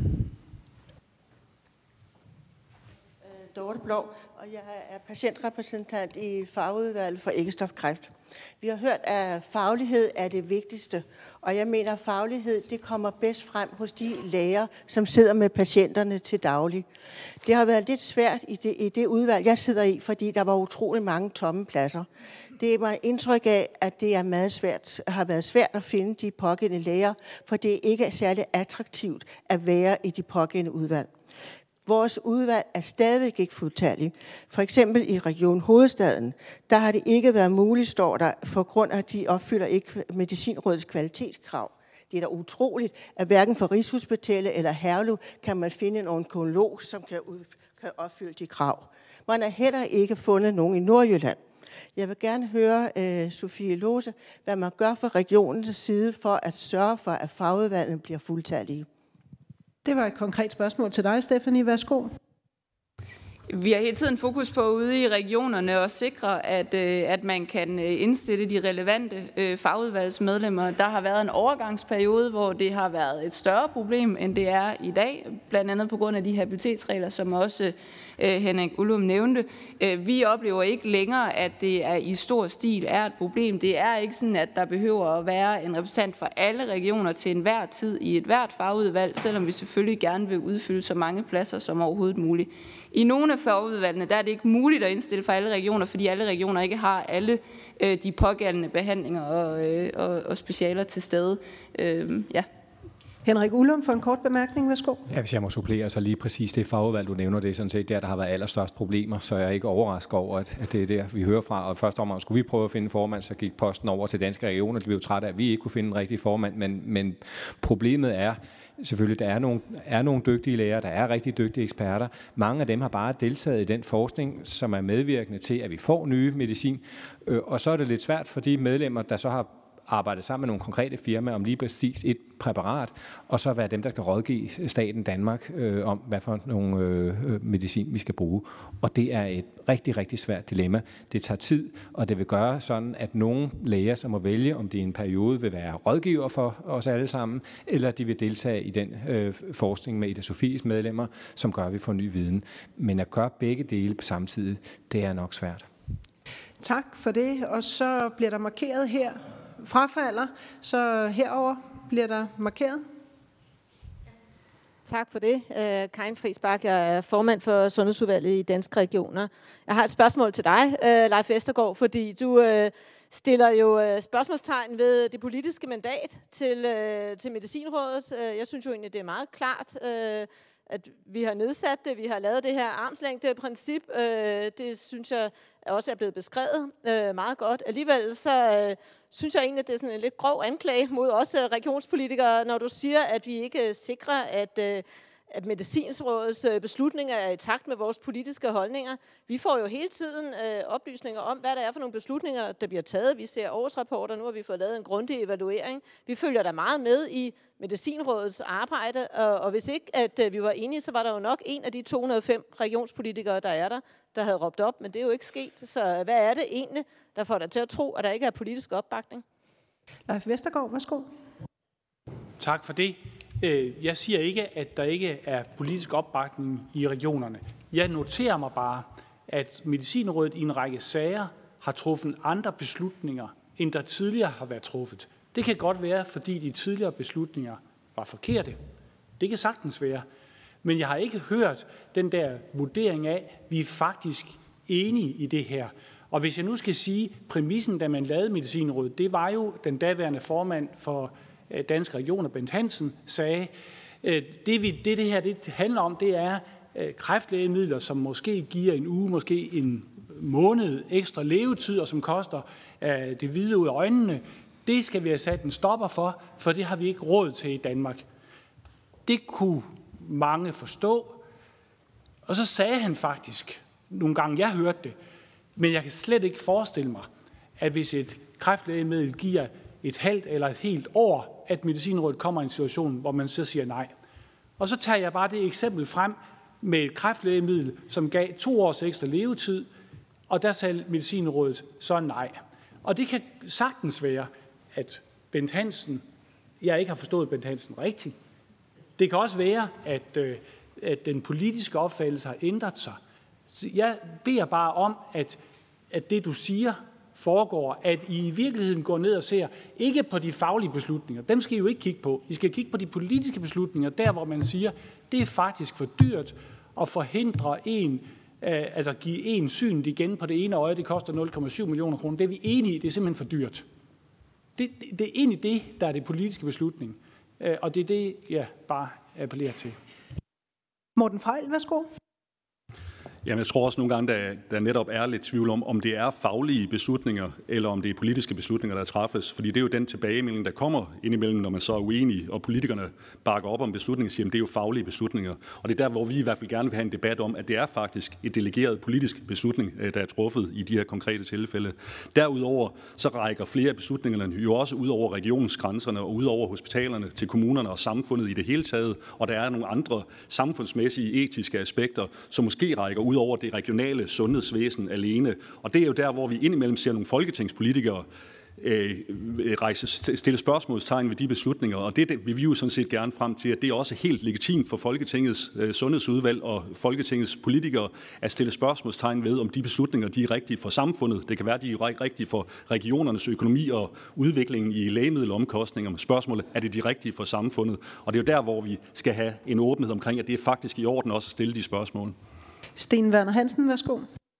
Dorte Blå, og jeg er patientrepræsentant i fagudvalget for æggestofkræft. Vi har hørt, at faglighed er det vigtigste, og jeg mener, at faglighed det kommer bedst frem hos de læger, som sidder med patienterne til daglig. Det har været lidt svært i det, i det udvalg, jeg sidder i, fordi der var utrolig mange tomme pladser. Det er mig indtryk af, at det er meget svært, har været svært at finde de pågældende læger, for det ikke er særlig attraktivt at være i de pågældende udvalg. Vores udvalg er stadigvæk ikke fuldtalligt. For eksempel i Region Hovedstaden, der har det ikke været muligt, står der, for grund af, at de opfylder ikke Medicinrådets kvalitetskrav. Det er da utroligt, at hverken for Rigshospitalet eller Herlev kan man finde en onkolog, som kan, ud, kan opfylde de krav. Man har heller ikke fundet nogen i Nordjylland. Jeg vil gerne høre, uh, Sofie Lose, hvad man gør fra regionens side for at sørge for, at fagudvalgene bliver fuldtallige. Det var et konkret spørgsmål til dig, Stephanie. Værsgo. Vi har hele tiden fokus på ude i regionerne at sikre, at, at man kan indstille de relevante fagudvalgsmedlemmer. Der har været en overgangsperiode, hvor det har været et større problem, end det er i dag, blandt andet på grund af de habilitetsregler, som også Henrik Ullum nævnte. Vi oplever ikke længere, at det er i stor stil er et problem. Det er ikke sådan, at der behøver at være en repræsentant for alle regioner til enhver tid i et hvert fagudvalg, selvom vi selvfølgelig gerne vil udfylde så mange pladser som overhovedet muligt. I nogle af fagudvalgene der er det ikke muligt at indstille for alle regioner, fordi alle regioner ikke har alle øh, de pågældende behandlinger og, øh, og, og specialer til stede. Øh, ja. Henrik Ullum for en kort bemærkning. Værsgo. Ja, hvis jeg må supplere, så lige præcis det fagudvalg, du nævner, det er sådan set der, der har været allerstørst problemer, så jeg er ikke overrasket over, at, at det er der, vi hører fra. Og først om, skulle vi prøve at finde en formand, så gik posten over til Danske Regioner. De blev trætte af, at vi ikke kunne finde en rigtig formand, men, men problemet er, selvfølgelig, der er nogle, er nogle dygtige læger, der er rigtig dygtige eksperter. Mange af dem har bare deltaget i den forskning, som er medvirkende til, at vi får nye medicin. Og så er det lidt svært for de medlemmer, der så har arbejdet sammen med nogle konkrete firmaer om lige præcis et præparat, og så være dem, der skal rådgive staten Danmark øh, om, hvad for nogle øh, medicin vi skal bruge. Og det er et rigtig, rigtig svært dilemma. Det tager tid, og det vil gøre sådan, at nogle læger, som må vælge, om de i en periode vil være rådgiver for os alle sammen, eller de vil deltage i den øh, forskning med Ida Sofies medlemmer, som gør, at vi får ny viden. Men at gøre begge dele på samme tid, det er nok svært. Tak for det, og så bliver der markeret her, frafalder, så herover bliver der markeret. Tak for det. Karin Friis Bach, jeg er formand for Sundhedsudvalget i Danske Regioner. Jeg har et spørgsmål til dig, Leif Vestergaard, fordi du stiller jo spørgsmålstegn ved det politiske mandat til, til Medicinrådet. Jeg synes jo egentlig, det er meget klart, at vi har nedsat det, vi har lavet det her armslængdeprincip. Det synes jeg også er blevet beskrevet meget godt. Alligevel så synes jeg egentlig, at det er sådan en lidt grov anklage mod os regionspolitikere, når du siger, at vi ikke sikrer, at, at Medicinrådets beslutninger er i takt med vores politiske holdninger. Vi får jo hele tiden oplysninger om, hvad der er for nogle beslutninger, der bliver taget. Vi ser årsrapporter, nu har vi fået lavet en grundig evaluering. Vi følger der meget med i Medicinrådets arbejde, og, og hvis ikke at vi var enige, så var der jo nok en af de to hundrede og fem regionspolitikere, der er der, der havde råbt op, men det er jo ikke sket. Så hvad er det egentlig, der får dig til at tro, at der ikke er politisk opbakning? Leif Vestergaard, værsgo. Tak for det. Jeg siger ikke, at der ikke er politisk opbakning i regionerne. Jeg noterer mig bare, at Medicinrådet i en række sager har truffet andre beslutninger, end der tidligere har været truffet. Det kan godt være, fordi de tidligere beslutninger var forkerte. Det kan sagtens være. Men jeg har ikke hørt den der vurdering af, at vi er faktisk enige i det her. Og hvis jeg nu skal sige, præmissen, da man lavede Medicinrådet, det var jo den daværende formand for Danske Regioner, Bent Hansen, sagde, det, vi, det det her det handler om, det er kræftlægemidler, som måske giver en uge, måske en måned ekstra levetid, og som koster det hvide ud af øjnene. Det skal vi have sat en stopper for, for det har vi ikke råd til i Danmark. Det kunne mange forstå. Og så sagde han faktisk, nogle gange jeg hørte det, men jeg kan slet ikke forestille mig, at hvis et kræftlægemiddel giver et halvt eller et helt år, at Medicinrådet kommer i en situation, hvor man så siger nej. Og så tager jeg bare det eksempel frem med et kræftlægemiddel, som gav to års ekstra levetid, og der sagde Medicinrådet så nej. Og det kan sagtens være, at Bent Hansen, jeg ikke har forstået Bent Hansen rigtigt. Det kan også være, at, øh, at den politiske opfattelse har ændret sig. Så jeg beder bare om, at, at det du siger foregår, at I i virkeligheden går ned og ser, ikke på de faglige beslutninger, dem skal I jo ikke kigge på. I skal kigge på de politiske beslutninger, der hvor man siger, det er faktisk for dyrt at forhindre en, at at give en syn igen på det ene øje, det koster nul komma syv millioner kroner. Det er vi enige i, det er simpelthen for dyrt. Det, det, det er egentlig det, der er det politiske beslutning. Og det er det, jeg bare appellerer til. Morten Frejl, værsgo. Jamen, jeg tror også nogle gange, der, der netop er lidt tvivl om, om det er faglige beslutninger, eller om det er politiske beslutninger, der træffes. Fordi det er jo den tilbagemelding, der kommer indimellem, når man så er uenig, og politikerne bakker op om beslutninger, siger, at det er jo faglige beslutninger. Og det er der, hvor vi i hvert fald gerne vil have en debat om, at det er faktisk et delegeret politisk beslutning, der er truffet i de her konkrete tilfælde. Derudover så rækker flere af beslutningerne jo også ud over regionsgrænserne og ud over hospitalerne til kommunerne og samfundet i det hele taget. Og der er nogle andre samfundsmæssige, etiske aspekter, som måske rækker ud over det regionale sundhedsvæsen alene. Og det er jo der, hvor vi indimellem ser nogle folketingspolitikere øh, rejse, stille spørgsmålstegn ved de beslutninger. Og det, det vil vi jo sådan set gerne frem til, at det er også helt legitimt for Folketingets øh, sundhedsudvalg og Folketingets politikere at stille spørgsmålstegn ved, om de beslutninger de er rigtige for samfundet. Det kan være, de er rigtige for regionernes økonomi og udviklingen i lægemiddelomkostninger. Men spørgsmålet, er det de rigtige for samfundet? Og det er jo der, hvor vi skal have en åbenhed omkring, at det er faktisk i orden også at stille de spørgsmål. Sten Werner Hansen, værsgo.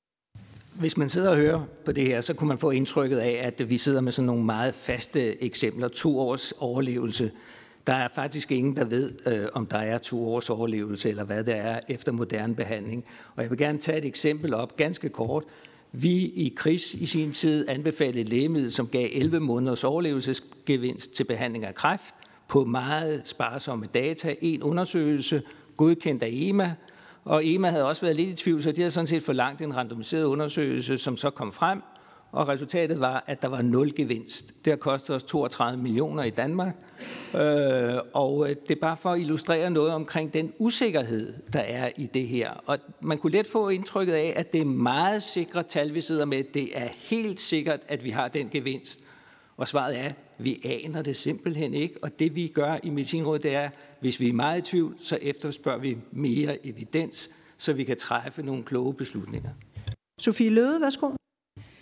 Hvis man sidder og hører på det her, så kunne man få indtrykket af, at vi sidder med sådan nogle meget faste eksempler. To års overlevelse. Der er faktisk ingen, der ved, øh, om der er to års overlevelse, eller hvad det er efter moderne behandling. Og jeg vil gerne tage et eksempel op, ganske kort. Vi i K R I S i sin tid anbefalede et lægemiddel, som gav elleve måneders overlevelsesgevinst til behandling af kræft på meget sparsomme data. En undersøgelse, godkendt af E M A, og E M A havde også været lidt i tvivl, så de havde sådan set forlangt en randomiseret undersøgelse, som så kom frem, og resultatet var, at der var nul gevinst. Det har kostet os toogtredive millioner i Danmark, øh, og det er bare for at illustrere noget omkring den usikkerhed, der er i det her. Og man kunne let få indtrykket af, at det er meget sikre tal, vi sidder med. Det er helt sikkert, at vi har den gevinst. Og svaret er, at vi aner det simpelthen ikke, og det vi gør i Medicinrådet, det er, hvis vi er meget i tvivl, så efterspørger vi mere evidens, så vi kan træffe nogle kloge beslutninger. Sofie Løde, værsgo.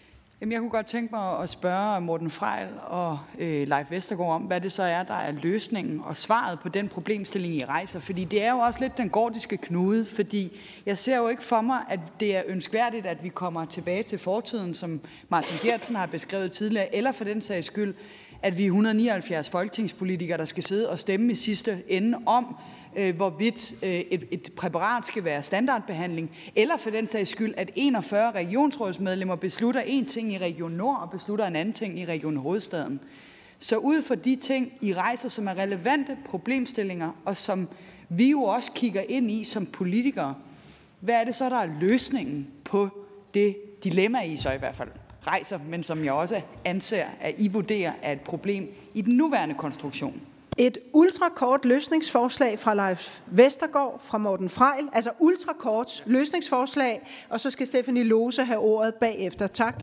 Jamen, jeg kunne godt tænke mig at spørge Morten Frejl og øh, Leif Vestergaard om, hvad det så er, der er løsningen og svaret på den problemstilling, I rejser. Fordi det er jo også lidt den gordiske knude, fordi jeg ser jo ikke for mig, at det er ønskværdigt, at vi kommer tilbage til fortiden, som Martin Geertsen har beskrevet tidligere, eller for den sags skyld, at vi er et hundrede og nioghalvfjerds folketingspolitikere, der skal sidde og stemme i sidste ende om, øh, hvorvidt øh, et, et præparat skal være standardbehandling, eller for den sags skyld, at enogfyrre regionsrådsmedlemmer beslutter en ting i Region Nord og beslutter en anden ting i Region Hovedstaden. Så ud fra de ting, I rejser, som er relevante problemstillinger, og som vi jo også kigger ind i som politikere, hvad er det så, der er løsningen på det dilemma, I så i hvert fald rejser, men som jeg også anser, at I vurderer er et problem i den nuværende konstruktion? Et ultrakort løsningsforslag fra Leif Vestergaard, fra Morten Frejl, altså ultrakort løsningsforslag, og så skal Stephanie Lose have ordet bagefter. Tak.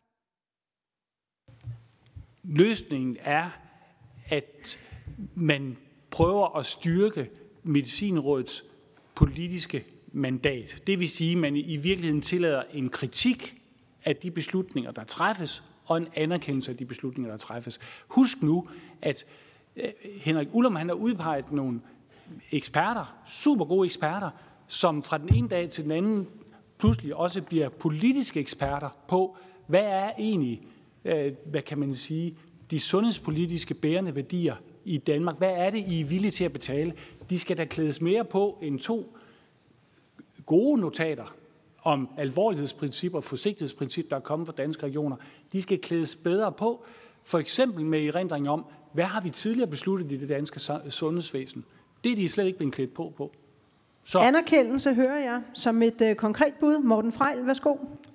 Løsningen er, at man prøver at styrke Medicinrådets politiske mandat. Det vil sige, at man i virkeligheden tillader en kritik af de beslutninger, der træffes, og en anerkendelse af de beslutninger, der træffes. Husk nu, at Henrik Ullum, han har udpeget nogle eksperter, super gode eksperter, som fra den ene dag til den anden pludselig også bliver politiske eksperter på, hvad er egentlig, hvad kan man sige, de sundhedspolitiske bærende værdier i Danmark. Hvad er det, I er villige til at betale? De skal da klædes mere på end to gode notater om alvorlighedsprincip og forsigtighedsprincip, der er kommet fra danske regioner. De skal klædes bedre på, for eksempel med erindring om, hvad har vi tidligere besluttet i det danske sundhedsvæsen? Det er de slet ikke blevet klædt på på. Så. Anerkendelse hører jeg som et øh, konkret bud. Morten Frejl, værsgo.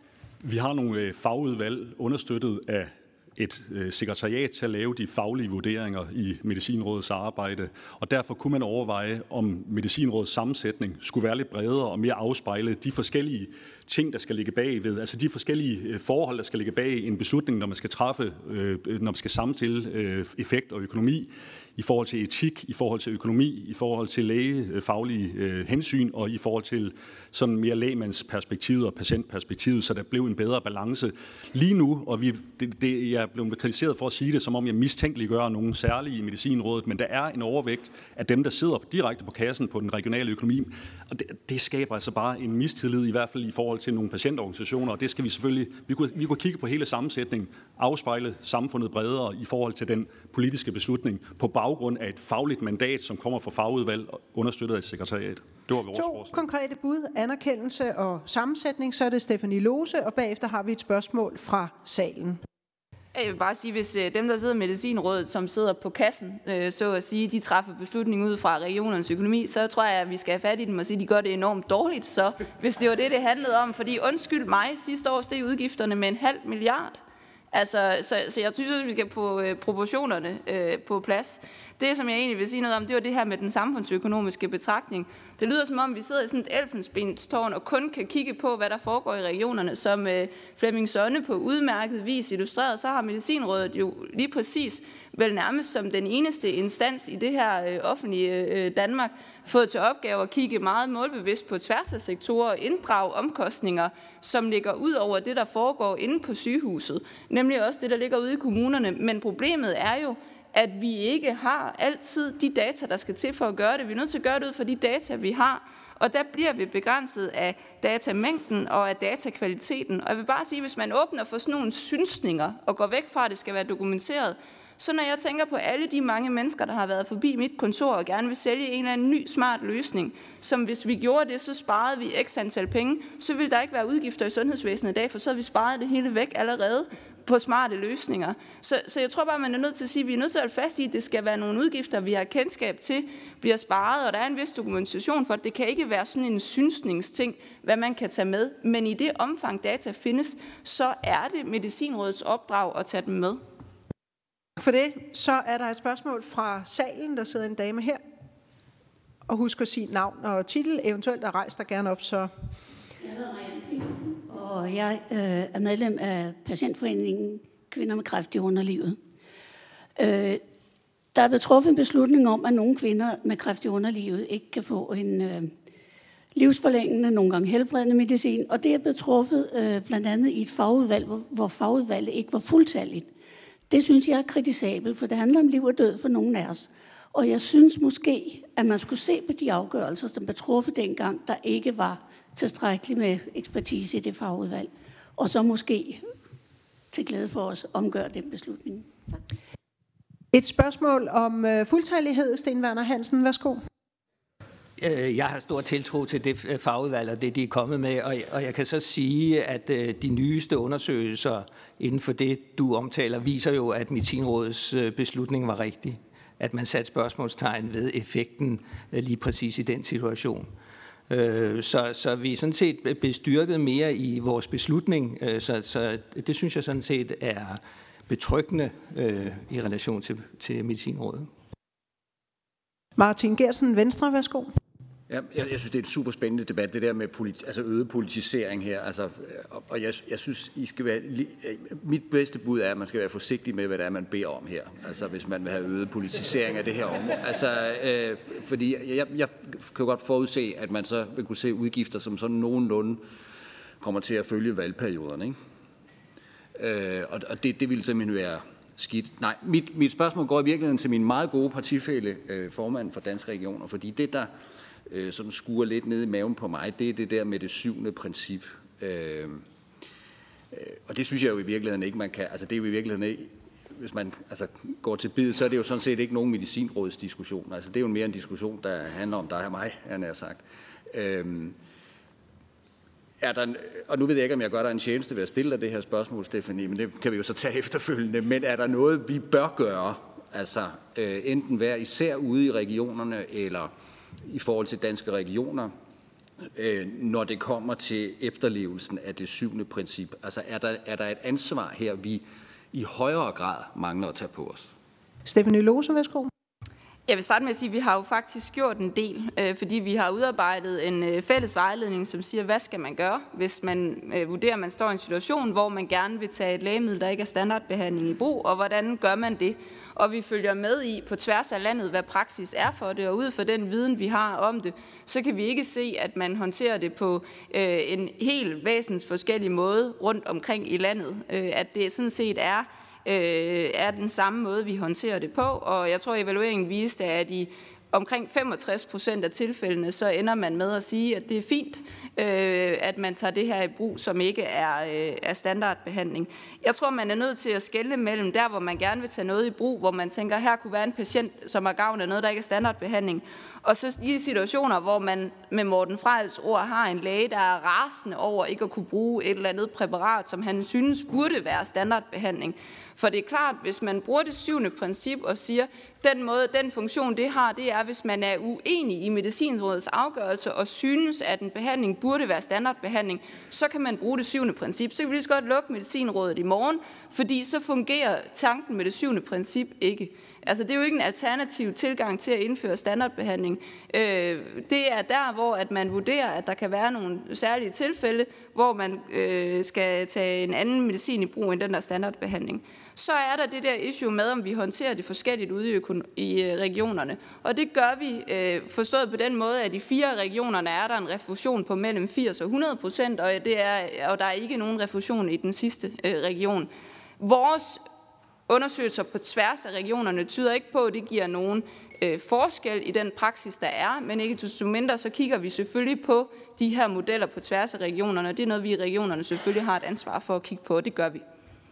Vi har nogle øh, fagudvalg understøttet af et øh, sekretariat til at lave de faglige vurderinger i Medicinrådets arbejde, og derfor kunne man overveje, om Medicinrådets sammensætning skulle være lidt bredere og mere afspejle de forskellige ting, der skal ligge bagved, altså de forskellige øh, forhold, der skal ligge bag en beslutning, når man skal træffe, øh, når man skal sammenstille øh, effekt og økonomi, i forhold til etik, i forhold til økonomi, i forhold til lægefaglige øh, hensyn og i forhold til sådan mere lægmandsperspektivet og patientperspektivet, så der blev en bedre balance. Lige nu, og vi, det, det, jeg blev kritiseret for at sige det, som om jeg mistænkeliggør nogen særlige i Medicinrådet, men der er en overvægt af dem, der sidder direkte på kassen på den regionale økonomi, og det, det skaber altså bare en mistillid, i hvert fald i forhold til nogle patientorganisationer, og det skal vi selvfølgelig, vi kunne, vi kunne kigge på hele sammensætningen, afspejle samfundet bredere i forhold til den politiske beslutning på baggrund af et fagligt mandat, som kommer fra fagudvalg understøttet af et sekretariat. Det var vores to forslag. Konkrete bud, anerkendelse og sammensætning. Så er det Stephanie Lose, og bagefter har vi et spørgsmål fra salen. Jeg vil bare sige, hvis dem, der sidder i Medicinrådet, som sidder på kassen, så at sige, de træffer beslutninger ud fra regionernes økonomi, så tror jeg, at vi skal have fat i dem og sige, at de gør det enormt dårligt. Så hvis det var det, det handlede om, fordi undskyld mig, sidste år steg udgifterne med en halv milliard. Altså, så, så jeg synes, at vi skal på øh, proportionerne øh, på plads. Det, som jeg egentlig vil sige noget om, det var det her med den samfundsøkonomiske betragtning. Det lyder som om, vi sidder i sådan et elfenbenstårn og kun kan kigge på, hvad der foregår i regionerne. Som øh, Flemming Sonne på udmærket vis illustreret, så har Medicinrådet jo lige præcis, vel nærmest som den eneste instans i det her øh, offentlige øh, Danmark, fået til opgave at kigge meget målbevidst på tværs af sektorer og inddrage omkostninger, som ligger ud over det, der foregår inde på sygehuset. Nemlig også det, der ligger ude i kommunerne. Men problemet er jo, at vi ikke har altid de data, der skal til for at gøre det. Vi er nødt til at gøre det ud fra de data, vi har. Og der bliver vi begrænset af datamængden og af datakvaliteten. Og jeg vil bare sige, at hvis man åbner for sådan nogle synsninger og går væk fra, at det skal være dokumenteret, så når jeg tænker på alle de mange mennesker, der har været forbi mit kontor og gerne vil sælge en eller anden ny smart løsning, som hvis vi gjorde det, så sparede vi x antal penge, så ville der ikke være udgifter i sundhedsvæsenet i dag, for så har vi sparet det hele væk allerede på smarte løsninger. Så, så jeg tror bare, man er nødt til at sige, at vi er nødt til at holde fast i, at det skal være nogle udgifter, vi har kendskab til, bliver sparet, og der er en vis dokumentation for, at det kan ikke være sådan en synsningsting, hvad man kan tage med. Men i det omfang data findes, så er det Medicinrådets opdrag at tage dem med. For det, så er der et spørgsmål fra salen, der sidder en dame her. Og husk at sige navn og titel, eventuelt er rejst der gerne op, så... Jeg hedder Marianne Petersen, og jeg øh, er medlem af Patientforeningen Kvinder med Kræft i Underlivet. Øh, der er blevet truffet en beslutning om, at nogle kvinder med kræft i underlivet ikke kan få en øh, livsforlængende, nogle gange helbredende medicin, og det er blevet truffet øh, blandt andet i et fagudvalg, hvor, hvor fagudvalget ikke var fuldtalligt. Det synes jeg er kritisabelt, for det handler om liv og død for nogen af os. Og jeg synes måske, at man skulle se på de afgørelser, som blev truffet dengang, der ikke var tilstrækkeligt med ekspertise i det fagudvalg, og så måske til glæde for os omgøre den beslutning. Tak. Et spørgsmål om øh, fuldtallighed, Sten Werner Hansen. Værsgo. Jeg har stor tiltro til det fagudvalg og det, de er kommet med, og jeg kan så sige, at de nyeste undersøgelser inden for det, du omtaler, viser jo, at Medicinrådets beslutning var rigtig. At man satte spørgsmålstegn ved effekten lige præcis i den situation. Så, så vi er sådan set blevet styrket mere i vores beslutning, så, så det synes jeg sådan set er betryggende i relation til, til Medicinrådet. Martin Geertsen, Venstre, værsgo. Ja, jeg, jeg synes, det er et super spændende debat, det der med politi- altså øget politisering her. Altså, og jeg, jeg synes, I skal være, mit bedste bud er, at man skal være forsigtig med, hvad det er, man beder om her. Altså, hvis man vil have øget politisering af det her område. Altså, øh, fordi jeg, jeg kan godt forudse, at man så vil kunne se udgifter, som sådan nogenlunde kommer til at følge valgperioderne, ikke? Øh, og og det, det ville simpelthen være skidt. Nej, mit, mit spørgsmål går i virkeligheden til min meget gode partifælle, øh, formand for Danske Regioner, fordi det, der øh, sådan skuer lidt ned i maven på mig, det er det der med det syvende princip. Øh, øh, og det synes jeg jo i virkeligheden ikke, man kan, altså det er jo i virkeligheden ikke, hvis man altså, går til bid, så er det jo sådan set ikke nogen medicinrådsdiskussion. Altså det er jo mere en diskussion, der handler om dig og mig, han har sagt. Øh, Er der, og nu ved jeg ikke, om jeg gør dig en tjeneste ved at stille dig det her spørgsmål, Stefanie, men det kan vi jo så tage efterfølgende. Men er der noget, vi bør gøre, altså øh, enten være især ude i regionerne eller i forhold til danske regioner, øh, når det kommer til efterlevelsen af det syvende princip? Altså er der, er der et ansvar her, vi i højere grad mangler at tage på os? Stefanie Lose, værsgo. Jeg vil starte med at sige, at vi har jo faktisk gjort en del, øh, fordi vi har udarbejdet en øh, fælles vejledning, som siger, hvad skal man gøre, hvis man øh, vurderer, at man står i en situation, hvor man gerne vil tage et lægemiddel, der ikke er standardbehandling i brug, og hvordan gør man det? Og vi følger med i på tværs af landet, hvad praksis er for det, og ud fra den viden, vi har om det, så kan vi ikke se, at man håndterer det på øh, en helt væsens forskellig måde rundt omkring i landet. Øh, at det sådan set er Øh, er den samme måde, vi håndterer det på, og jeg tror, evalueringen viste, at i omkring femogtres procent af tilfældene, så ender man med at sige, at det er fint, øh, at man tager det her i brug, som ikke er, øh, er standardbehandling. Jeg tror, man er nødt til at skelne mellem der, hvor man gerne vil tage noget i brug, hvor man tænker, her kunne være en patient, som har gavn af noget, der ikke er standardbehandling, og så de situationer, hvor man med Morten Frejls ord har en læge, der er rasende over ikke at kunne bruge et eller andet præparat, som han synes burde være standardbehandling. For det er klart, hvis man bruger det syvende princip og siger, den måde, den funktion det har, det er, hvis man er uenig i Medicinrådets afgørelse og synes, at en behandling burde være standardbehandling, så kan man bruge det syvende princip. Så kan vi lige så godt lukke Medicinrådet i morgen, fordi så fungerer tanken med det syvende princip ikke. Altså, det er jo ikke en alternativ tilgang til at indføre standardbehandling. Øh, det er der, hvor at man vurderer, at der kan være nogle særlige tilfælde, hvor man øh, skal tage en anden medicin i brug end den der standardbehandling. Så er der det der issue med, om vi håndterer det forskelligt ude i, i regionerne. Og det gør vi øh, forstået på den måde, at i fire regionerne er der en refusion på mellem firs og hundrede procent, og, det er, og der er ikke nogen refusion i den sidste øh, region. Vores undersøgelser på tværs af regionerne tyder ikke på, at det giver nogen øh, forskel i den praksis, der er, men ikke desto mindre, så kigger vi selvfølgelig på de her modeller på tværs af regionerne. Det er noget, vi i regionerne selvfølgelig har et ansvar for at kigge på, og det gør vi.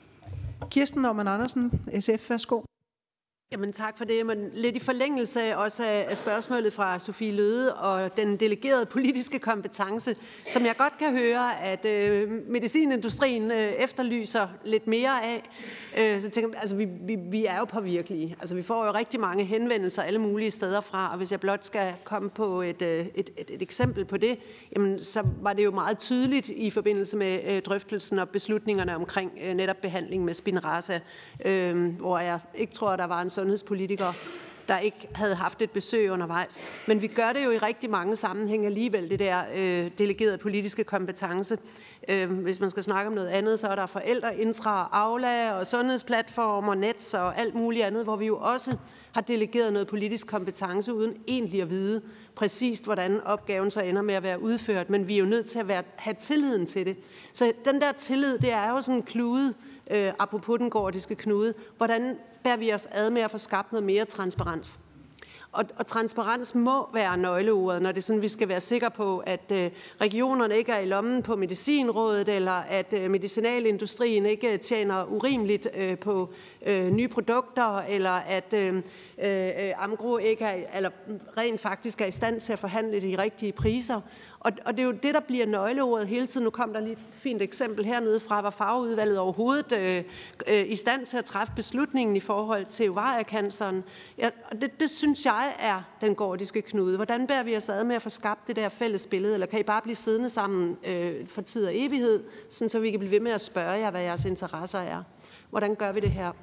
Kirsten Normann Andersen, S F, værsgo. Jamen tak for det, men lidt i forlængelse også af spørgsmålet fra Sofie Løhde og den delegerede politiske kompetence, som jeg godt kan høre, at øh, medicinindustrien øh, efterlyser lidt mere af. Øh, så tænker jeg, altså vi, vi, vi er jo påvirkelige. Altså vi får jo rigtig mange henvendelser alle mulige steder fra, og hvis jeg blot skal komme på et, et, et, et eksempel på det, jamen, så var det jo meget tydeligt i forbindelse med øh, drøftelsen og beslutningerne omkring øh, netop behandling med Spinraza, øh, hvor jeg ikke tror, der var en sundhedspolitiker der ikke havde haft et besøg undervejs. Men vi gør det jo i rigtig mange sammenhænge alligevel, det der øh, delegerede politiske kompetence. Øh, hvis man skal snakke om noget andet, så er der forældreintra, Aula og sundhedsplatformer, Nets og alt muligt andet, hvor vi jo også har delegeret noget politisk kompetence, uden egentlig at vide præcist, hvordan opgaven så ender med at være udført. Men vi er jo nødt til at være, have tilliden til det. Så den der tillid, det er jo sådan en klude, øh, apropos den gordiske knude. Hvordan bærer vi os ad med at få skabt noget mere transparens? Og, og transparens må være nøgleordet, når det er sådan, vi skal være sikre på, at øh, regionerne ikke er i lommen på Medicinrådet, eller at øh, medicinalindustrien ikke tjener urimeligt øh, på øh, nye produkter, eller at øh, øh, Amgro ikke er, eller rent faktisk er i stand til at forhandle de rigtige priser. Og, og det er jo det, der bliver nøgleordet hele tiden. Nu kom der lige et fint eksempel hernede fra, hvor fagudvalget overhovedet øh, øh, i stand til at træffe beslutningen i forhold til ovariekanceren. Ja, og det, det synes jeg er den gordiske knude. Hvordan bærer vi os ad med at få skabt det der fælles billede? Eller kan I bare blive siddende sammen øh, for tid og evighed, sådan så vi kan blive ved med at spørge jer, hvad jeres interesser er? Hvordan gør vi det her?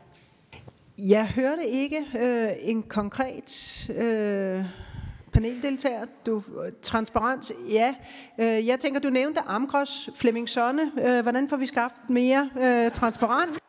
Jeg hørte ikke øh, en konkret øh, paneldeltager. Du, transparens, ja. Øh, jeg tænker, du nævnte Amgros, Flemming Sonne. Øh, hvordan får vi skabt mere øh, transparens?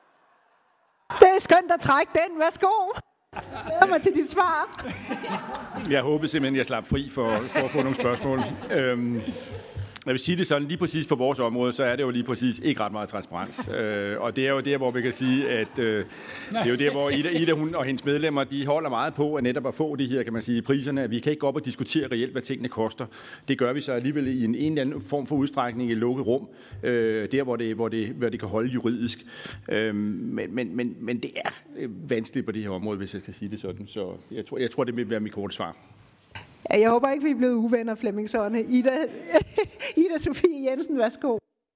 Det er skønt at trække den. Værsgo. Jeg glæder mig til dit svar. Jeg håbede simpelthen, at jeg slap fri for, for at få nogle spørgsmål. Øhm, jeg vil sige det sådan, lige præcis på vores område, så er det jo lige præcis ikke ret meget transparens. Øh, og det er jo der, hvor vi kan sige, at øh, det er jo der, hvor Ida, Ida hun og hendes medlemmer, de holder meget på at netop at få de her, kan man sige, priserne. Vi kan ikke gå op og diskutere reelt, hvad tingene koster. Det gør vi så alligevel i en, en eller anden form for udstrækning i et lukket rum, øh, der hvor det, hvor, det, hvor det kan holde juridisk. Øh, men, men, men, men det er vanskeligt på det her område, hvis jeg skal sige det sådan. Så jeg tror, jeg tror det vil være mit korte svar. Jeg håber ikke, vi er blevet uvenner, Flemming Sonne. Ida, Ida Sofie Jensen, værsgo.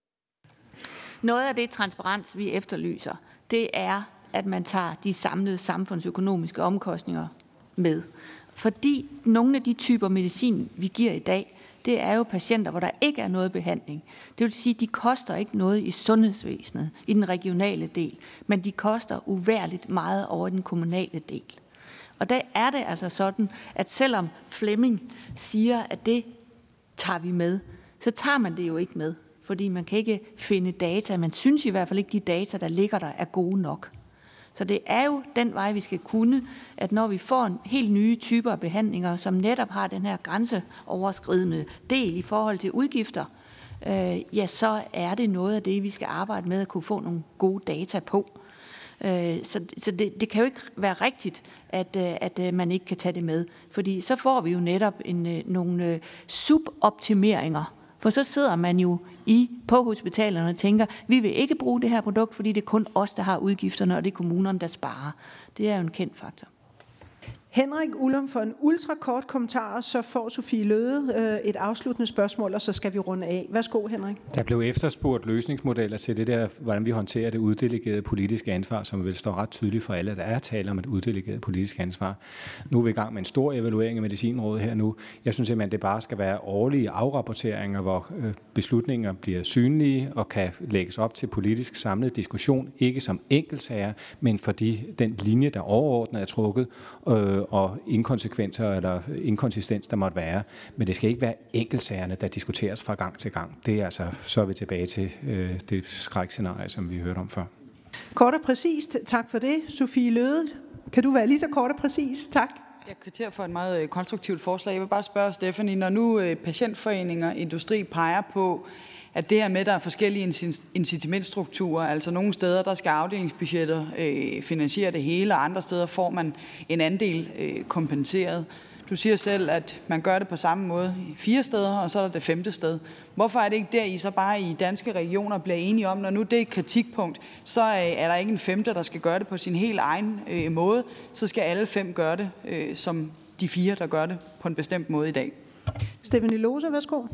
Noget af det transparens, vi efterlyser, det er, at man tager de samlede samfundsøkonomiske omkostninger med. Fordi nogle af de typer medicin, vi giver i dag, det er jo patienter, hvor der ikke er noget behandling. Det vil sige, at de koster ikke noget i sundhedsvæsenet, i den regionale del, men de koster uværligt meget over den kommunale del. Og der er det altså sådan, at selvom Flemming siger, at det tager vi med, så tager man det jo ikke med, fordi man kan ikke finde data. Man synes i hvert fald ikke, de data, der ligger der, er gode nok. Så det er jo den vej, vi skal kunne, at når vi får en helt nye typer af behandlinger, som netop har den her grænseoverskridende del i forhold til udgifter, øh, ja, så er det noget af det, vi skal arbejde med at kunne få nogle gode data på. Så, så det, det kan jo ikke være rigtigt, at, at man ikke kan tage det med, fordi så får vi jo netop en, nogle suboptimeringer, for så sidder man jo i på hospitalerne og tænker, vi vil ikke bruge det her produkt, fordi det er kun os, der har udgifterne, og det er kommunerne, der sparer. Det er jo en kendt faktor. Henrik Ullum for en ultrakort kommentar, så får Sofie Løde øh, et afsluttende spørgsmål, og så skal vi runde af. Værsgo, Henrik. Der blev efterspurgt løsningsmodeller til det der, hvordan vi håndterer det uddelegerede politiske ansvar, som vil stå ret tydeligt for alle, at der er tale om et uddelegeret politisk ansvar. Nu er vi i gang med en stor evaluering af Medicinrådet her nu. Jeg synes simpelthen, det bare skal være årlige afrapporteringer, hvor øh, beslutninger bliver synlige og kan lægges op til politisk samlet diskussion, ikke som enkeltsager, men fordi den linje, der overordnet er trukket, øh, og inkonsekvenser eller inkonsistens, der måtte være. Men det skal ikke være enkeltsagerne, der diskuteres fra gang til gang. Det er altså, så er vi tilbage til øh, det skrækscenarie, som vi hørte om før. Kort og præcist, tak for det. Sofie Løde, kan du være lige så kort og præcis? Tak. Jeg kvitterer for et meget konstruktivt forslag. Jeg vil bare spørge Stephanie, når nu patientforeninger og industri peger på, at det her med, at der er forskellige incitamentstrukturer, altså nogle steder, der skal afdelingsbudgetter øh, finansiere det hele, og andre steder får man en andel øh, kompenseret. Du siger selv, at man gør det på samme måde i fire steder, og så er der det femte sted. Hvorfor er det ikke der, I så bare i danske regioner bliver enige om, når nu det er et kritikpunkt, så er der ikke en femte, der skal gøre det på sin helt egen øh, måde, så skal alle fem gøre det, øh, som de fire, der gør det på en bestemt måde i dag. Stephanie Lose, værsgo.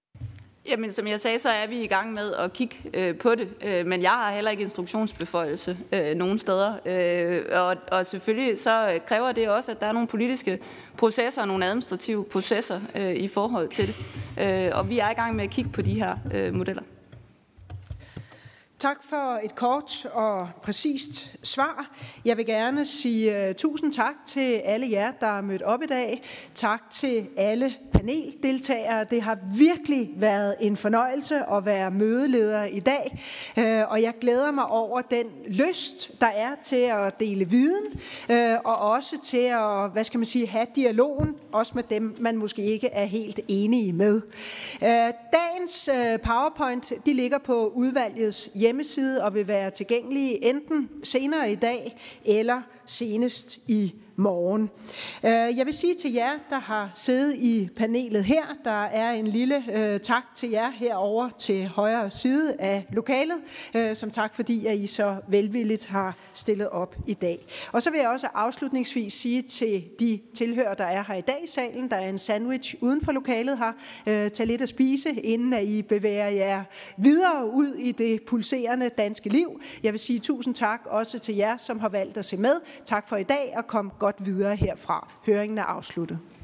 Jamen, som jeg sagde, så er vi i gang med at kigge øh, på det, øh, men jeg har heller ikke instruktionsbeføjelse øh, nogen steder. Øh, og, og selvfølgelig så kræver det også, at der er nogle politiske processer og nogle administrative processer øh, i forhold til det. Øh, og vi er i gang med at kigge på de her øh, modeller. Tak for et kort og præcist svar. Jeg vil gerne sige uh, tusind tak til alle jer, der er mødt op i dag. Tak til alle paneldeltagere. Det har virkelig været en fornøjelse at være mødeleder i dag, uh, og jeg glæder mig over den lyst, der er til at dele viden, uh, og også til at, hvad skal man sige, have dialogen, også med dem, man måske ikke er helt enige med. Uh, dagens uh, PowerPoint, de ligger på udvalgets hjemmeside og vil være tilgængelige enten senere i dag eller senest i morgen. Jeg vil sige til jer, der har siddet i panelet her, der er en lille øh, tak til jer herovre til højre side af lokalet, øh, som tak fordi, at I så velvilligt har stillet op i dag. Og så vil jeg også afslutningsvis sige til de tilhører, der er her i dag i salen, der er en sandwich uden for lokalet her. Øh, tag lidt at spise, inden at I bevæger jer videre ud i det pulserende danske liv. Jeg vil sige tusind tak også til jer, som har valgt at se med. Tak for i dag, og kom godt videre herfra. Høringen er afsluttet.